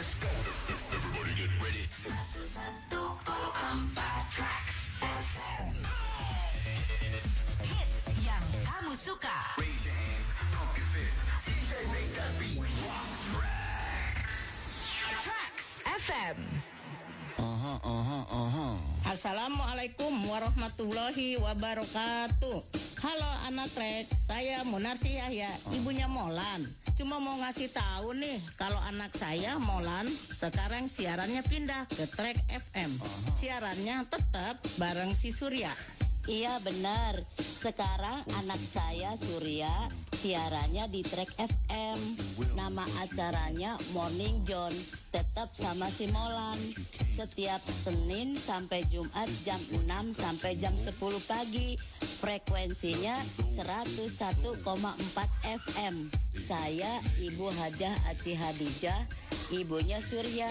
Everybody get ready. 101,4 Tracks FM. Hits yang kamu suka. Raise your hands, pump your fist. DJ make that beat rock. Tracks FM. Assalamualaikum warahmatullahi wabarakatuh. Halo anak Trek, saya Munarsi Yahya, ibunya Molan. Cuma mau ngasih tahu nih, kalau anak saya Molan sekarang siarannya pindah ke Trek FM. Siarannya tetap bareng si Surya. Iya benar, sekarang anak saya Surya siarannya di Trek FM. Nama acaranya Morning John, tetap sama si Molan. Setiap Senin sampai Jumat jam 6 sampai jam 10 pagi. Frekuensinya 101,4 FM. Saya Ibu Hajah Aci Hadijah, ibunya Surya.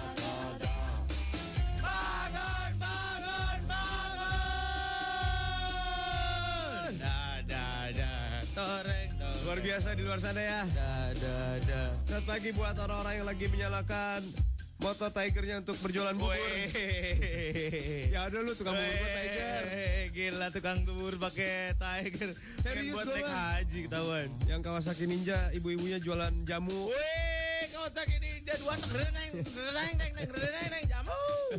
Luar biasa di luar sana ya. Selamat pagi buat orang-orang yang lagi menyalakan motor Tigernya untuk berjualan bubur. Ya udah lu tukang bubur buat Tiger. Gila tukang bubur pakai Tiger. Serius buat lu, naik Bang? haji ketahuan. Yang Kawasaki Ninja, ibu-ibunya jualan jamu. Wih, Kawasaki Ninja 2 neng jamu.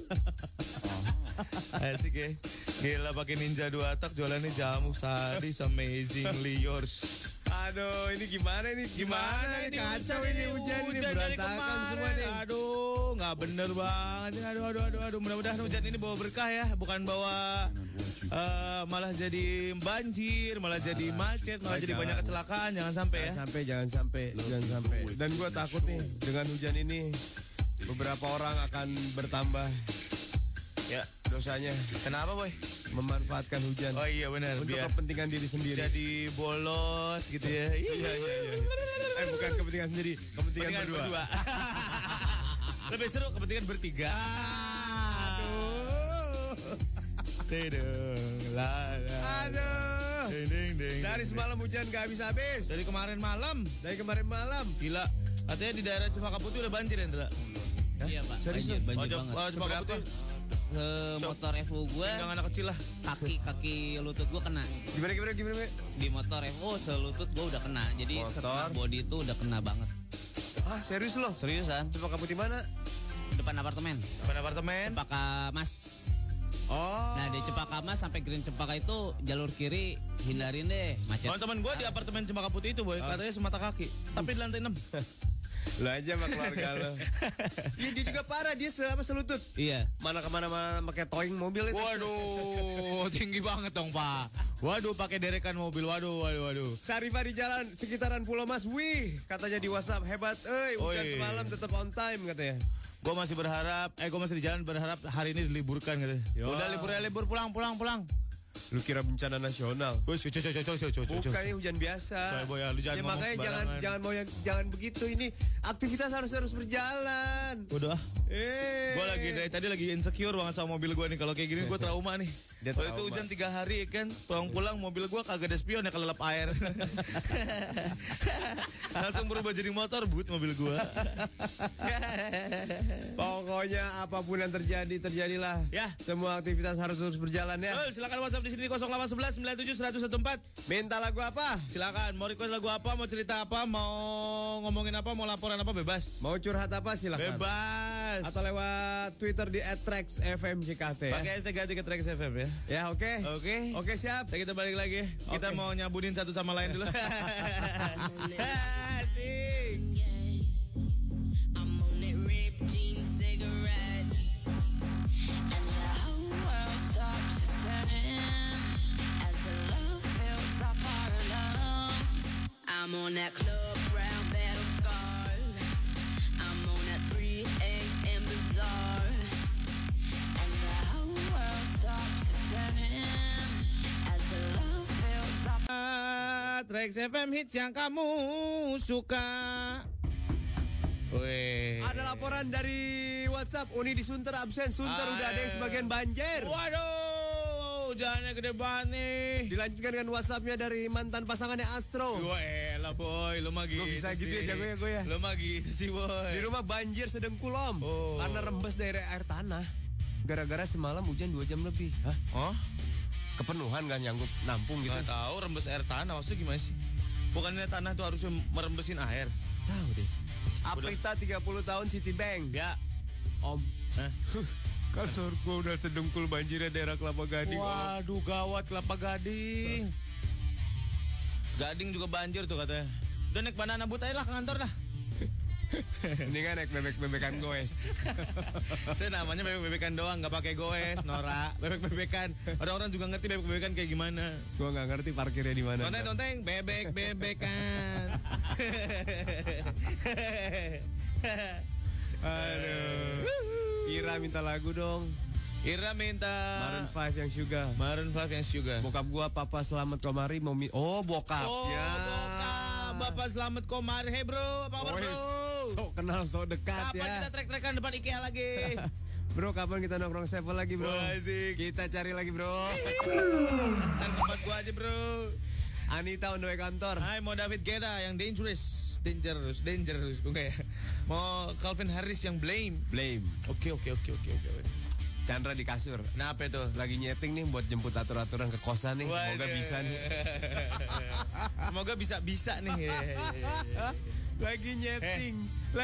Asik ya. Gila pakai Ninja 2 tak jualannya jamu sadis amazingly yours. Aduh, ini gimana ini? Gimana ini? Kacau ini hujan ini dari berantakan kemarin. semua nih. Aduh, nggak bener banget. Aduh. Mudah-mudahan hujan ini bawa berkah ya, bukan bawa malah jadi banjir, malah jadi macet, malah jadi banyak kecelakaan. Jangan sampai ya. Jangan sampai. Dan gue takut nih dengan hujan ini beberapa orang akan bertambah Ya, dosanya kenapa boy? memanfaatkan hujan. Oh iya benar. Untuk Biar kepentingan diri sendiri. jadi bolos gitu ya. Iya. Bukan kepentingan sendiri, kepentingan berdua. Lebih seru kepentingan bertiga. Aduh. Dari semalam hujan gak habis-habis. Dari kemarin malam. Gila. Katanya di daerah Cempaka Putih udah banjir ya, Ndra? Iya pak, Serius banjir lu? banget. Cempaka Putih. Motor Evo gue, Tinggal anak kecil lah. kaki lutut gue kena. Gimana? Di motor Evo selutut gue udah kena. Jadi Motor? setengah body itu udah kena banget. Ah, serius lo? Seriusan? Cempaka Putih mana? Depan apartemen. Depan apartemen. Cempaka Mas. Oh. Nah di Cempaka Mas sampai Green Cempaka itu jalur kiri hindarin deh macet. Oh, teman gue di apartemen Cempaka Putih itu boy, katanya semata kaki. Tapi di lantai 6. Lo aja sama keluarga lo. Iya, dia juga parah, dia selutut. Iya. Mana kemana-mana pakai towing mobil itu. Waduh, tinggi banget dong pak. Waduh, pakai derekan mobil. Waduh. Sarifah di jalan sekitaran Pulau Mas. Wih, katanya di WhatsApp hebat. Hujan Oi. semalam tetap on time katanya. Gue masih di jalan berharap hari ini diliburkan gitu. Yo. Udah libur pulang. Lu kira bencana nasional? Bukan Bukan, ini hujan biasa. Sorry, boy, ya, lu jangan ngomong makanya sembarangan. jangan begitu. Ini aktivitas harus berjalan. Udah. Gue tadi lagi insecure banget sama mobil gue nih. Kalau kayak gini gue trauma nih. Dia Waktu itu trauma. hujan 3 hari kan, pulang mobil gue kagak ada spion ya, kelelep air. Langsung berubah jadi motor but mobil gue. Pokoknya apapun yang terjadilah. Ya. Semua aktivitas harus terus berjalan ya. Silakan WhatsApp di sini 0811 97 114. Minta lagu apa? Silakan, mau request lagu apa, mau cerita apa, mau ngomongin apa, mau laporan apa, bebas. Mau curhat apa silakan. Bebas. Atau lewat Twitter di @traxfmjkt ya. pakai hashtag ganti ke Trax FM ya. Ya, oke. Oke, siap. Kita balik lagi. Kita Oke. mau nyabunin satu sama lain dulu. Asik. I'm on that ripped jeans cigarette, and the whole world stops just turning as the love fills up our lungs. I'm on that club brown battle scars. I'm on that 3 a.m. bazaar, and the whole world stops just turning as the love fills up. Trax FM hits yang kamu suka. Wih. Ada laporan dari WhatsApp, Uni di Sunter absen. Sunter udah ada yang sebagian banjir. Waduh, hujannya gede banget nih. Dilanjutkan dengan WhatsAppnya dari mantan pasangannya Astro. Wah elah boy, lu mah gitu. Gue bisa gitu sih. ya jago ya. Lu mah gitu sih boy. Di rumah banjir sedengkul Om. Oh. Karena rembes dari air tanah. Gara-gara semalam hujan 2 jam lebih. Hah? Oh? Kepenuhan gak nyanggup nampung gitu? Gak tahu rembes air tanah maksudnya gimana sih? Bukannya tanah tuh harusnya merembesin air? Tahu deh. Aprita 30 tahun Citibank. Ya. Om. Kantorku udah sedengkul banjirnya daerah Kelapa Gading. Waduh gawat Kelapa Gading. Gading juga banjir tuh katanya. Udah naik banana boat aja lah ke kantor lah. Ini kan naik bebek-bebekan goes. Itu namanya bebek-bebekan doang, nggak pakai goes, Nora. Bebek-bebekan. Orang-orang juga ngerti bebek-bebekan kayak gimana. Gua nggak ngerti parkirnya di mana. Tonteng-tonteng, bebek-bebekan. Aduh. Ira minta lagu dong. Ira minta Maroon 5 yang Sugar. Maroon 5 yang Sugar. Bokap gua Papa Selamat Komari mau bokap. Oh, ya. bokap. Bapak Selamat Komari. Hey bro, apa kabar bro? Sok kenal, sok dekat Kapan ya. kita trek-trekan depan IKEA lagi? Bro, kapan kita nongkrong sevel lagi bro? Asik. Kita cari lagi bro. Ntar tempat gua aja bro. Anita on the way kantor. Hai, mau David Guetta yang dangerous. Enggak ya? Mau Calvin Harris yang blame. Oke. Chandra di kasur. Kenapa itu? Lagi nyeting nih buat jemput aturan ke kosan nih. Semoga Waduh. bisa nih. Semoga bisa nih. Lagi nyeting.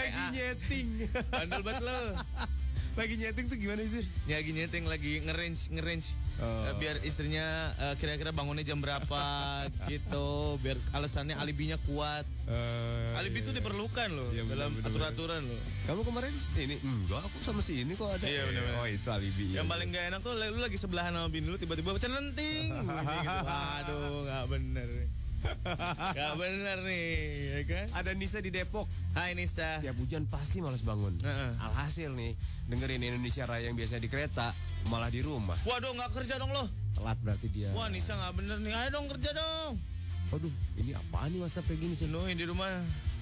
Bandel banget lo. Lagi nyeting tuh gimana sih? Ya lagi nyeting, lagi nge-range. Biar istrinya kira-kira bangunnya jam berapa gitu. Biar alasannya alibinya kuat. Alibi itu diperlukan loh Iya, dalam bener. aturan-aturan loh. Kamu kemarin ini enggak, aku sama si ini kok ada. Iya, bener. Oh itu alibi. Yang paling gak enak tuh lu lagi sebelahan sama bini lu tiba-tiba celenting. Gitu. Aduh, gak bener. Gak bener nih, ya kan? Ada Nisa di Depok. Hai Nisa. Tiap hujan pasti malas bangun. Alhasil nih, dengerin Indonesia Raya yang biasa di kereta, malah di rumah. Waduh, gak kerja dong lo. Telat berarti dia. Wah, Nisa gak bener nih. Ayo dong kerja dong. Waduh, ini apaan nih WhatsApp kayak gini sih? Jenuhin di rumah.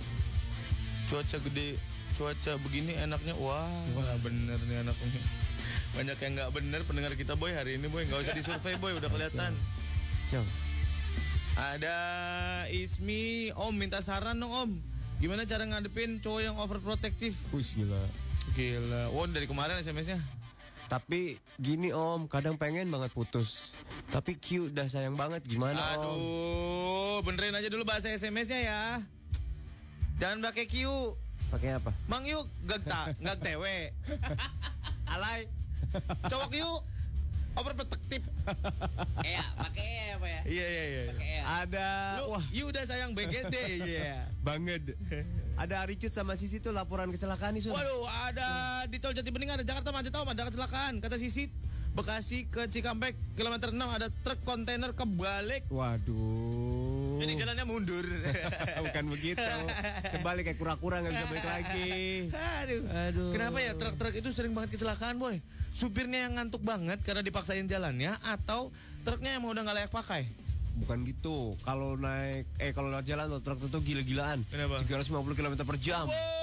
Cuaca gede, cuaca begini enaknya. Wah, bener nih anaknya. Banyak yang gak bener pendengar kita boy hari ini boy. Gak usah disurvey boy, udah kelihatan. Ciao. Ada Ismi, Om minta saran dong Om. Gimana cara ngadepin cowok yang overprotective? Wih gila. Gila, wow dari kemarin SMS-nya. Tapi gini Om, kadang pengen banget putus. Tapi Q udah sayang banget, gimana Om? Aduh, benerin aja dulu bahasa SMS-nya ya. Jangan pakai Q. Pakai apa? Mang yuk, gak tewe. Alay. Cowok yuk. Overprotective. Iya, pakai apa ya? Iya. Pakai ya. Ada Wah, you udah sayang BGD. Iya. banget. Ada Aricut sama Sisi tuh laporan kecelakaan nih, Sun. Waduh, ada di tol Jati Bening ada Jakarta macet Om, ada kecelakaan. Kata Sisi, Bekasi ke Cikampek kilometer 6 ada truk kontainer kebalik. Waduh. Jadi jalannya mundur. Bukan begitu. Kembali kayak kura-kura nggak bisa balik lagi. Aduh. Kenapa ya truk-truk itu sering banget kecelakaan, boy? Supirnya yang ngantuk banget karena dipaksain jalannya atau truknya yang udah nggak layak pakai? Bukan gitu. Kalau kalau lewat jalan tuh truk itu gila-gilaan. Kenapa? 350 km per jam.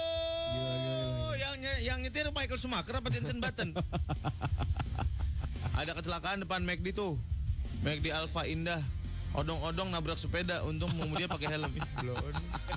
Wow, yang nyetir Michael Schumacher apa Jensen Button? Ada kecelakaan depan McD tuh. McD Alfa Indah. Odong-odong nabrak sepeda, untung dia pakai helm. Blon.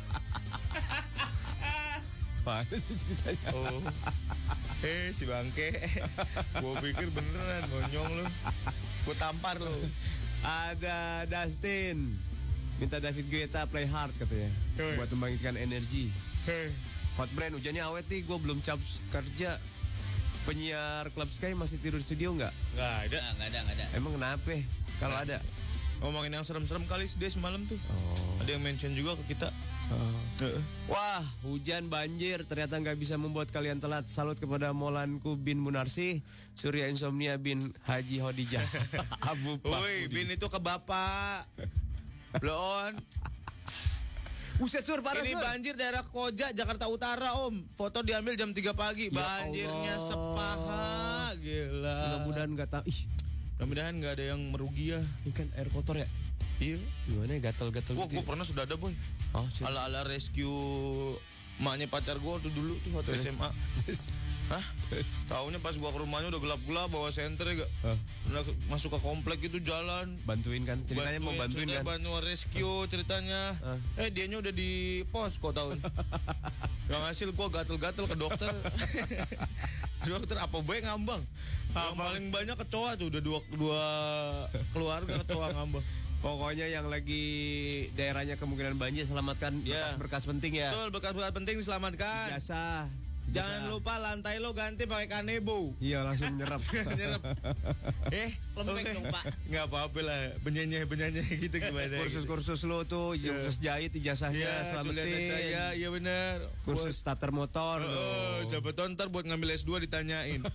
Apa sih ceritanya? Oh. Si bangke. Gua pikir beneran gonyong lu. Gua tampar lu. Ada Dustin. Minta David Guetta play hard katanya. Hey. Buat membangkitkan energi. Hot brand hujannya awet nih, gue belum cap kerja. Penyiar Club Sky masih tidur di studio nggak? Nggak ada. Emang kenapa? Kalau ada? Ngomongin yang serem-serem kali dia semalam tuh. Oh. Ada yang mention juga ke kita. Wah, hujan banjir ternyata nggak bisa membuat kalian telat. Salut kepada Molanku bin Munarsi, Surya Insomnia bin Haji Hodijah. Abu Pak. Woi, bin itu ke bapak. Blon. Buset Sur, parah Ini Sur. banjir daerah Koja, Jakarta Utara Om. Foto diambil jam 3 pagi. Ya Banjirnya Allah. sepaha. Gila. Mudah-mudahan nggak tahu. Ih, Mudah-mudahan nggak ada yang merugi ya. ini kan air kotor ya? Iya. Gimana ya, gatal-gatal Wah, gitu. gue pernah sudah ada boy. Oh, serius? Ala-ala rescue maknya pacar gue tuh dulu tuh waktu Terus? SMA. Hah? Taunya pas gua ke rumahnya udah gelap-gelap, bawa senter ya gak? Masuk ke komplek itu jalan. Bantuin kan? Ceritanya mau bantuin kan? Bantu rescue ceritanya. Dianya udah di pos kok tahun. Yang hasil gua gatel-gatel ke dokter. Dokter apa baik ngambang. Yang paling banyak kecoa tuh, udah dua keluarga kecoa ngambang. Pokoknya yang lagi daerahnya kemungkinan banjir selamatkan berkas-berkas penting ya. Betul, berkas-berkas penting diselamatkan. Biasa. Jangan lupa lantai lo ganti pakai kanebo. Iya langsung nyerap. Nyerap. Lembek dong Pak. Nggak apa-apa lah. Benyenyeh gitu gimana. Kursus-kursus lo tuh, kursus jahit ijazahnya selamatin. Iya benar. Kursus starter motor. Siapa tahu ntar buat ngambil S2 ditanyain.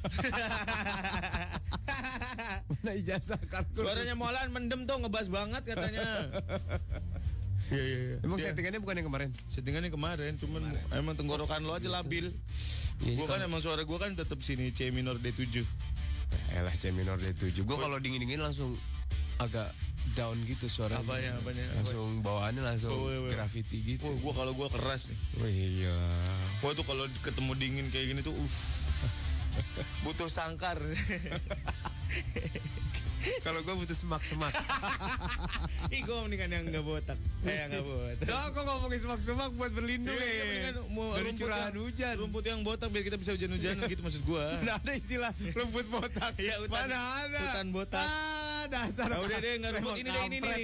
Mana ijazah kan? Suaranya Molan mendem tuh, ngebas banget katanya. Iya. Emang settingannya bukan yang kemarin? Settingannya kemarin, cuman emang tenggorokan lo aja labil. Gua kan emang suara gua kan tetap sini C minor D7. Elah C minor D7. Gua kalau dingin-dingin langsung agak down gitu suaranya. Apanya? Langsung bawaannya langsung graffiti gitu. Kalau gua keras nih. Oh iya. Gua tuh kalau ketemu dingin kayak gini tuh butuh sangkar. Kalau gue butuh semak-semak. Ih, gue mendingan yang nggak botak. Nggak botak. Nah, kok ngomongin semak-semak buat berlindung ya? Dari curahan hujan. Rumput yang botak biar kita bisa hujan-hujanan gitu maksud gue. Nggak ada istilah rumput botak. Ya, mana ada? Hutan botak. Dasar. Udah deh, nggak rumput. Ini.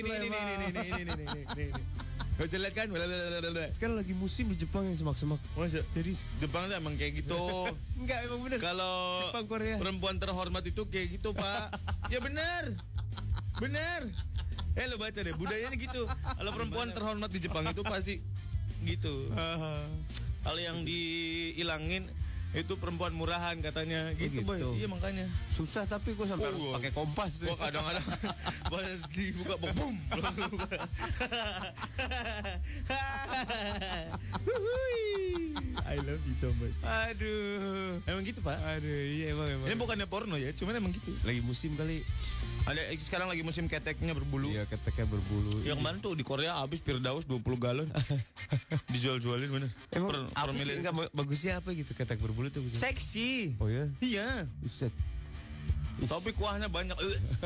Gak bisa lihat kan? Sekarang lagi musim di Jepang yang semak-semak. Masa? Serius? Jepang tuh emang kayak gitu. Enggak, emang bener. Kalau Jepang, Korea. Perempuan terhormat itu kayak gitu, Pak. Ya bener. Lo baca deh, budayanya gitu. Kalau perempuan terhormat di Jepang itu pasti gitu. Kalau yang dihilangin itu perempuan murahan katanya gitu, Boy. Iya makanya. Susah tapi gue sampai harus pakai kompas tuh. Gue kadang-kadang pas dibuka boom. I love you so much. Aduh. Emang gitu, Pak? Aduh, iya emang. Ini bukannya porno ya, cuman emang gitu. Lagi musim kali. Sekarang lagi musim keteknya berbulu. Iya, keteknya berbulu. Yang mana tuh di Korea habis Firdaus 20 galon. Dijual-jualin bener. Emang apa sih enggak bagusnya apa gitu ketek berbulu tuh? Seksi. Oh ya? Iya. Buset. Tapi kuahnya banyak.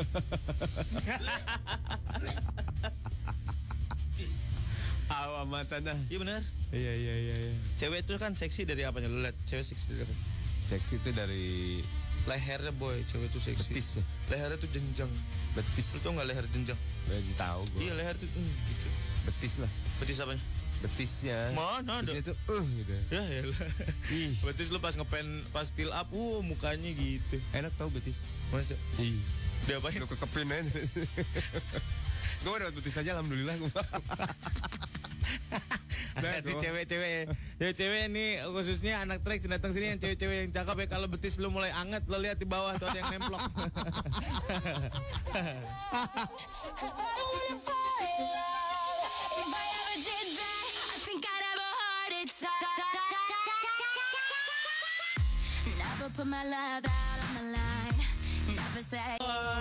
Awa mata dah. Iya benar. Iya. Cewek itu kan seksi dari apanya? Lu lihat, cewek seksi dari apa? Seksi itu dari lehernya, Boy. Cewek itu seksi. betis ya. Lehernya tuh jenjang. Betis. Lu tau nggak leher jenjang? Udah tahu gua. Iya, leher tuh gitu. Betis lah. Betis apanya? Betisnya. Mana ada? Betisnya tuh gitu. Ya lah. Ih. Betis lu pas ngepen, pas fill up, mukanya gitu. Enak tau betis. Masa? Ih. Diapain? Lu kekepin aja. Gue dapat betis aja alhamdulillah gue. Hati cewek-cewek nih, khususnya anak trek datang sini yang cewek-cewek yang cakep ya, kalau betis lu mulai anget, lo lihat di bawah tuh ada yang nemplok. Put my love out on the line. Never say.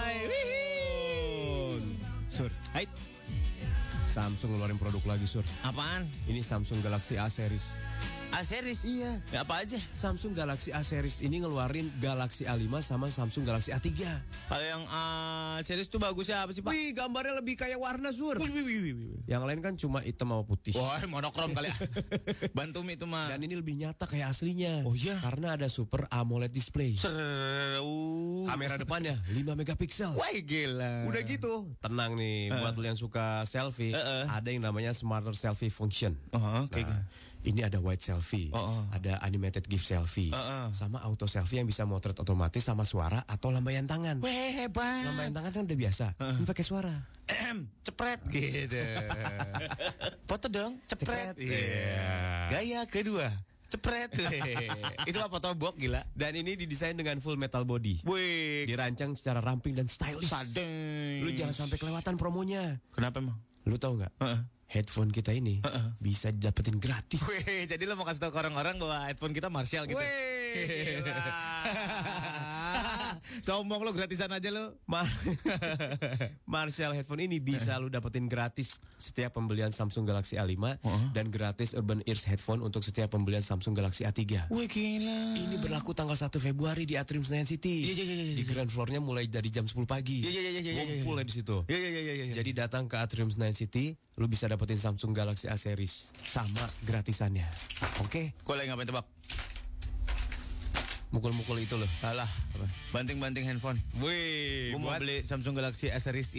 Sur, hai. Samsung ngeluarin produk lagi, Sur. Apaan? Ini Samsung Galaxy A series. A series? Iya. Ya, apa aja? Samsung Galaxy A series ini ngeluarin Galaxy A5 sama Samsung Galaxy A3. Kalau yang A series tuh bagusnya apa sih, Pak? Wih, gambarnya lebih kayak warna, Sur. Wih. Yang lain kan cuma hitam sama putih. Wah, monokrom kali ya. Bantum itu mah. Dan ini lebih nyata kayak aslinya. Oh iya? Karena ada Super AMOLED display. Seru. Kamera depannya 5 megapiksel. Wah, gila. Udah gitu, tenang nih buat lo yang suka selfie, ada yang namanya Smarter Selfie Function. Ini ada wide selfie, ada animated GIF selfie, sama auto selfie yang bisa motret otomatis sama suara atau lambaian tangan. Weh, hebat. Lambaian tangan kan udah biasa, ini pakai suara. Cepret gitu. Foto dong, cepret. Gaya kedua. Cepret. Itu apa foto box gila. Dan ini didesain dengan full metal body. Wih, dirancang secara ramping dan stylish. sadeng. Lu jangan sampai kelewatan promonya. Kenapa emang? Lu tahu nggak? Headphone kita ini bisa didapetin gratis. Wih, jadi lo mau kasih tahu ke orang-orang bahwa headphone kita Marshall gitu. Wih, gila. Sombong lo, gratisan aja lo. Marshall headphone ini bisa lu dapetin gratis setiap pembelian Samsung Galaxy A5 dan gratis Urban Ears headphone untuk setiap pembelian Samsung Galaxy A3. Wih gila. Ini berlaku tanggal 1 Februari di Atrium Senayan City. Iya. Di ground floor-nya mulai dari jam 10 pagi. Iya. Ngumpul di situ. Iya. Jadi datang ke Atrium Senayan City, lu bisa dapetin Samsung Galaxy A series sama gratisannya. Oke? Kau lagi ngapain tebak? Mukul-mukul itu loh. Alah, banting-banting handphone. Wih, Gue mau beli Samsung Galaxy A series.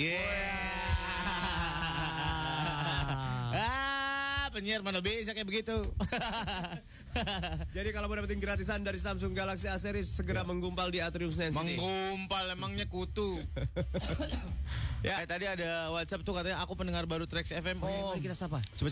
Penyiar mana bisa kayak begitu. Jadi kalau mau dapetin gratisan dari Samsung Galaxy A series, segera menggumpal di Atrium Senayan City. Menggumpal emangnya kutu. Ya, tadi ada WhatsApp tuh katanya aku pendengar baru Trax FM. Oh, mari kita sapa. Coba.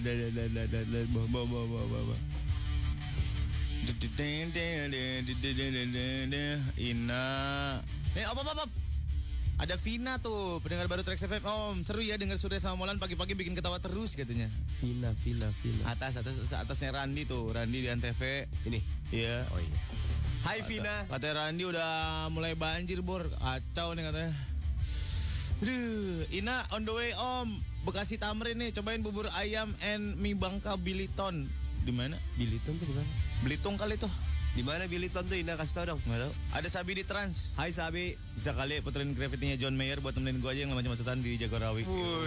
Ina. Op. Ada Vina tuh, pendengar baru Trax FM. Om, seru ya denger Surya sama Molan pagi-pagi bikin ketawa terus katanya. Vina. Atasnya Randi tuh, Randi di Antv. Ini. Iya. Oh iya. Hai Vina. Katanya Randi udah mulai banjir, Bor. Kacau nih katanya. Aduh, Ina on the way Om. Bekasi Tamrin nih, cobain bubur ayam and mie Bangka Biliton. Di mana? Biliton tuh di mana? Belitung kali tuh. Di mana Biliton tuh? Ina kasih tau dong. Nggak tahu. Ada Sabi di Trans. Hai Sabi. Bisa kali puterin Gravity-nya John Mayer buat temenin gue aja yang macam-macam di Jagorawi.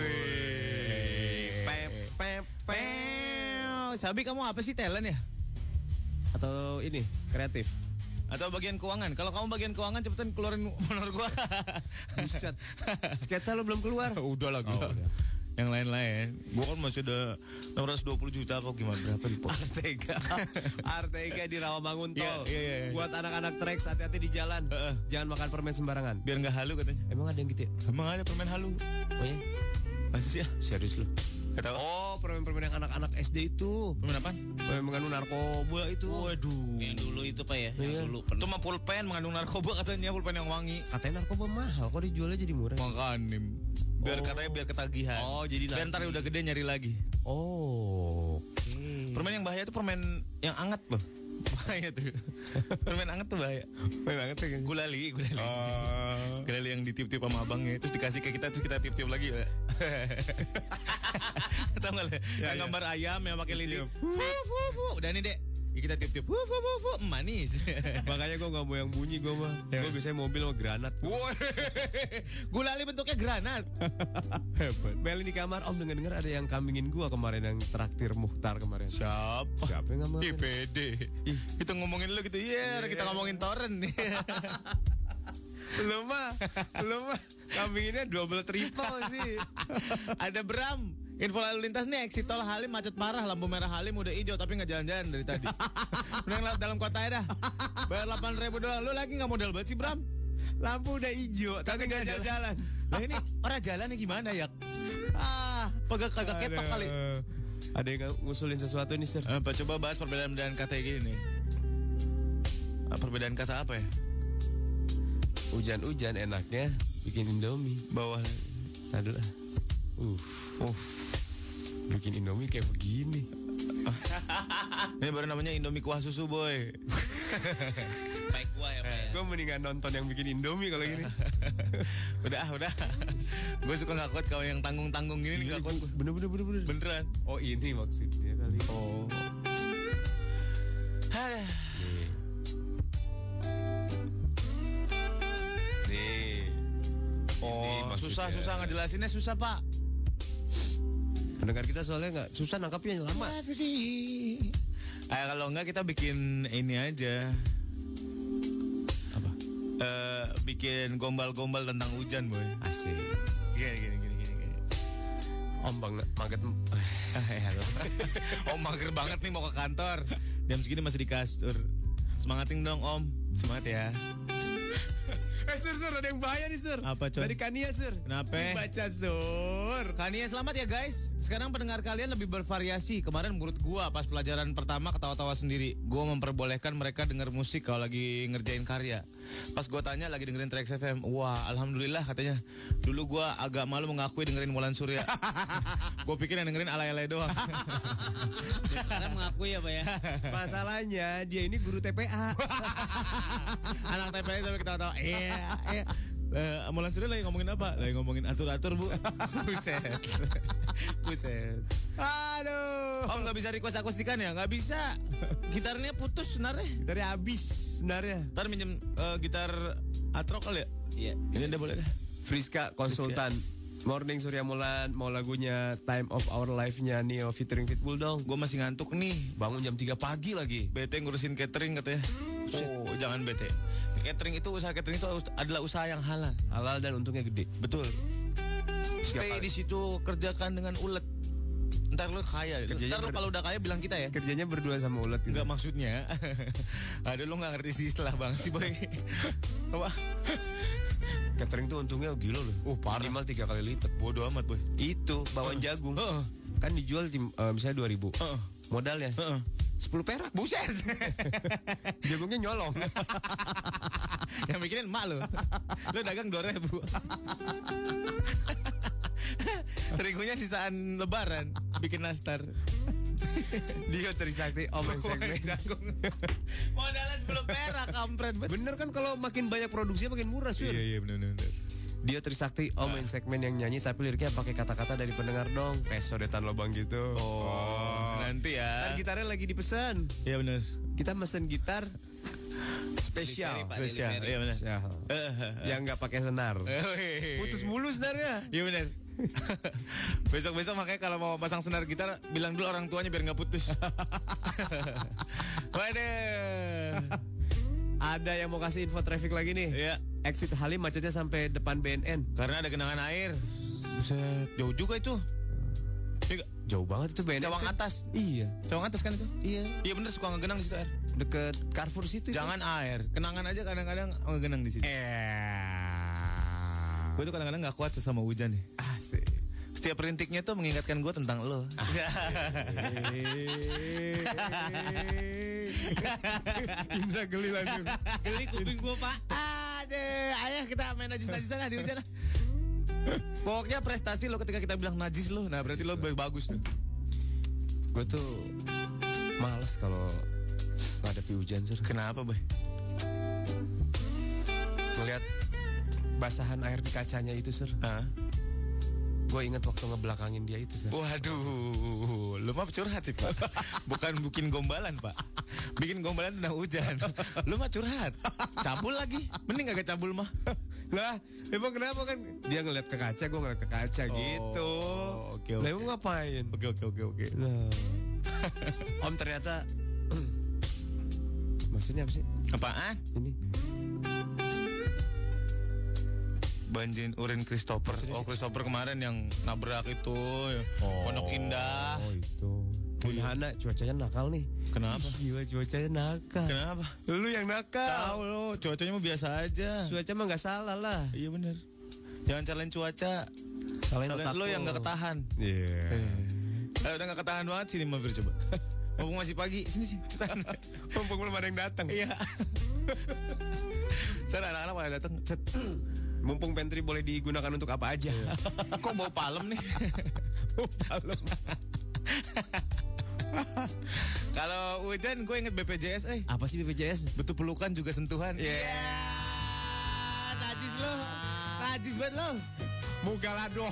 Sabi, kamu apa sih, talent ya? Atau ini kreatif? Atau bagian keuangan? Kalau kamu bagian keuangan cepetan keluarin honor gua. Buset. Sketsa lu belum keluar? Udah lah gua. Yang lain-lain. Gua kan masih ada 620 juta apa gimana? Berapa di pos? Artega di Rawamangun tol. Iya. Buat anak-anak Trax, hati-hati di jalan. Jangan makan permen sembarangan. Biar nggak halu katanya. Emang ada yang gitu ya? Emang ada permen halu. Oh ya? Masih ya? Serius lu? Gak tahu. Oh, permen-permen yang anak-anak SD itu. Permen apa? Permen mengandung narkoba itu. Waduh. Yang dulu itu Pak ya. Iya. Dulu Itu mah pulpen mengandung narkoba katanya, pulpen yang wangi. Katanya narkoba mahal, kok dijualnya jadi murah? Makanya biar ketagihan. Oh, jadi biar ntar udah gede nyari lagi. Oh, oke. Permen yang bahaya tuh permen yang anget loh. Bahaya tuh. Permen anget tuh bahaya. Permen anget tuh kan? Gulali. Gulali yang ditiup-tiup sama abangnya. Terus dikasih ke kita, terus kita tiup-tiup lagi ya. Tahu nggak? Yang gambar ayam yang pakai lilin. Udah nih dek. Ya, kita tiup-tiup. Manis. Makanya gue gak mau yang bunyi gue mah. Gue biasanya mobil sama granat. Gulali bentuknya granat. Hebat. Meli di kamar, Om denger-denger ada yang kambingin gue kemarin, yang traktir Muhtar kemarin. Siapa yang ngomongin? IPD. Kita ngomongin lu gitu. Iya, kita ngomongin torrent nih. Lu mah kambinginnya double triple sih. Ada Bram. Info lalu lintas nih, exit tol Halim macet parah, lampu merah Halim udah hijau tapi nggak jalan-jalan dari tadi. Mending lewat dalam kota ya dah. Bayar 8.000 doang. Lu lagi nggak modal banget sih Bram? Lampu udah hijau tapi nggak jalan-jalan. Lah ini orang jalannya gimana ya? Kagak ketok kali. Ada yang ngusulin sesuatu nih Sir. Coba bahas perbedaan kata gini nih. Perbedaan kata apa ya? Hujan-hujan enaknya bikin Indomie. Bawah. Aduh. Bikin Indomie kayak begini. Ini baru namanya Indomie kuah susu boy. Baik gua ya Pak ya. Gue mendingan nonton yang bikin Indomie kalau gini. Udah. Gue suka gak kuat kalau yang tanggung-tanggung gini gak kuat. Bener. Beneran. Oh ini maksudnya kali. Oh. Nih. Oh, susah ngejelasinnya susah Pak. Pendengar kita soalnya nggak susah nangkapnya lama. Kalau enggak kita bikin ini aja. Apa? Bikin gombal-gombal tentang hujan boy. Asik. Gini. Om banget maget. Om mager banget nih mau ke kantor. Jam segini masih di kasur. Semangatin dong Om. Semangat ya. Sur, ada yang bahaya nih, Sur. Apa, Con? Dari Kania, Sur. Kenapa? Baca, Sur. Kania selamat ya guys. Sekarang pendengar kalian lebih bervariasi. Kemarin menurut gua pas pelajaran pertama ketawa-tawa sendiri. Gua memperbolehkan mereka denger musik kalau lagi ngerjain karya. Pas gua tanya lagi dengerin Trax FM. Wah, alhamdulillah katanya. Dulu gua agak malu mengakui dengerin Molan Surya. Gua pikir yang dengerin alay-alay doang. Sekarang mengakui ya Pak ya. Masalahnya dia ini guru TPA. Anak TPA sampai ketawa-tawa. Iya. Molan Surya lagi ngomongin apa? Lagi ngomongin atur-atur, Bu. Buset. Aduh. Om nggak bisa request akustikan ya? Nggak bisa. Gitarnya putus sebenarnya. Dari habis sebenarnya. Ntar minjem gitar atrok kali ya? Iya. Ini udah boleh dah. Friska konsultan. Morning Surya Molan, mau lagunya Time of Our Life-nya Neo featuring Pitbull dong. Gue masih ngantuk nih. Bangun jam 3 pagi lagi. Bete ngurusin catering katanya. Oh, jangan bete. Catering itu adalah usaha yang halal. Halal dan untungnya gede. Betul. Stay di situ, kerjakan dengan ulet. Ntar lu kaya. Ntar lu kalau udah kaya bilang kita ya. Kerjanya berdua sama ulet gitu. Enggak maksudnya. Aduh lu gak ngerti sih istilah banget sih boy. Apa? Catering tuh untungnya gila loh. Parah. Minimal 3 kali lipat. Bodoh amat boy. Itu bawang jagung. Kan dijual misalnya 2.000. Modalnya 10 perak. Buset. Jagungnya nyolong. Yang mikirin emak lu. Lu dagang 2.000. Terigunya sisaan lebaran. Bikin nastar. Dia Trisakti Om and Segmen. Modalnya 10 perak kampret. Bener kan kalau makin banyak produksinya makin murah Sur. Iya bener. Dia Trisakti Om and Segmen yang nyanyi tapi liriknya pakai kata-kata dari pendengar dong. Kayak sodetan lobang gitu. Nanti ya. Kan gitarnya lagi dipesan. Iya bener. Kita mesen gitar spesial. Iya bener. Yang nggak pakai senar. Putus mulu senarnya. Iya bener. Besok-besok makanya kalau mau pasang senar gitar bilang dulu orang tuanya biar nggak putus. Waduh. Ada yang mau kasih info traffic lagi nih. Iya. Exit Halim macetnya sampai depan BNN. Karena ada genangan air. Buset, jauh juga itu. Jauh banget itu BNN. Cawang kan? atas. Iya. Cawang atas kan itu? Iya. Iya bener suka ngegenang di situ air. Deket Carrefour situ. Jangan air, kenangan aja kadang-kadang ngegenang di situ. Gue tuh kadang-kadang gak kuat sama hujan nih. Asik. Setiap rintiknya tuh mengingatkan gue tentang lo. Indra geli langsung. Geli kuping gue pak. Aduh, ayo kita main najis-najisan lah di hujan. Pokoknya prestasi lo ketika kita bilang najis lo, nah berarti lo bagus tuh. Gue tuh males kalau ngadepi hujan Sur. Kenapa boy? Ngeliat basahan air di kacanya itu Sur. Gue inget waktu ngebelakangin dia itu Sur. Waduh, lu mah curhat sih pak. Bukan bikin gombalan pak. Bikin gombalan tentang hujan. Lu mah curhat. Cabul lagi. Mending agak cabul mah. Lah, emang kenapa kan? Dia ngeliat ke kaca, gue ngeliat ke kaca gitu. Oke. Lah emang ngapain? Oke. Lah. Om ternyata maksudnya apa sih? Apaan? Ini Banjir urin Christopher. Oh Christopher kemarin yang nabrak itu Pondok Indah. Oh itu. Hana cuacanya nakal nih. Kenapa? Gila cuacanya nakal. Kenapa? Lu yang nakal. Tahu lo, cuacanya mah biasa aja. Cuaca mah nggak salah lah. Iya bener. Jangan salahin cuaca. Salahin lo yang nggak ketahan. Iya. Udah nggak ketahan banget sini mampir coba. Mumpung masih pagi, sini. Mumpung belum ada yang datang. Iya. Ntar anak-anak pada datang. Mumpung pantry boleh digunakan untuk apa aja. Kok bau palem nih? Bau palem. Kalau hujan gue inget BPJS. Apa sih BPJS? Betul pelukan juga sentuhan. Iya. Najis lo. Najis banget lo. Mugalado.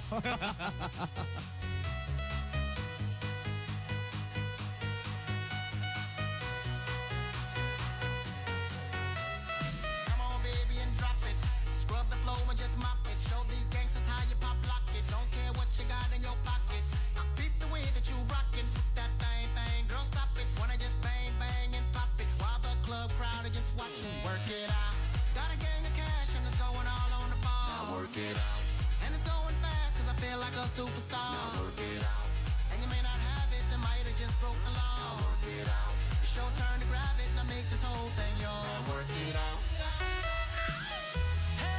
Come on, baby, and drop it. Scrub the flow and just mop it. Show these gangsters how you pop lock it. Don't care what you got in your pocket. I beat the way that you rockin'. That thing, girl, stop it. Wanna just bang, bang and pop it. While the club crowd are just watching. Work it out. Got a gang of cash and it's going all on the ball. Now work it out. And it's going fast cause I feel like a superstar. Now work it out. And you may not have it, I might have just broke the law. Now work it out. It's your turn to grab it and I make this whole thing yours. Now work it out. Hey,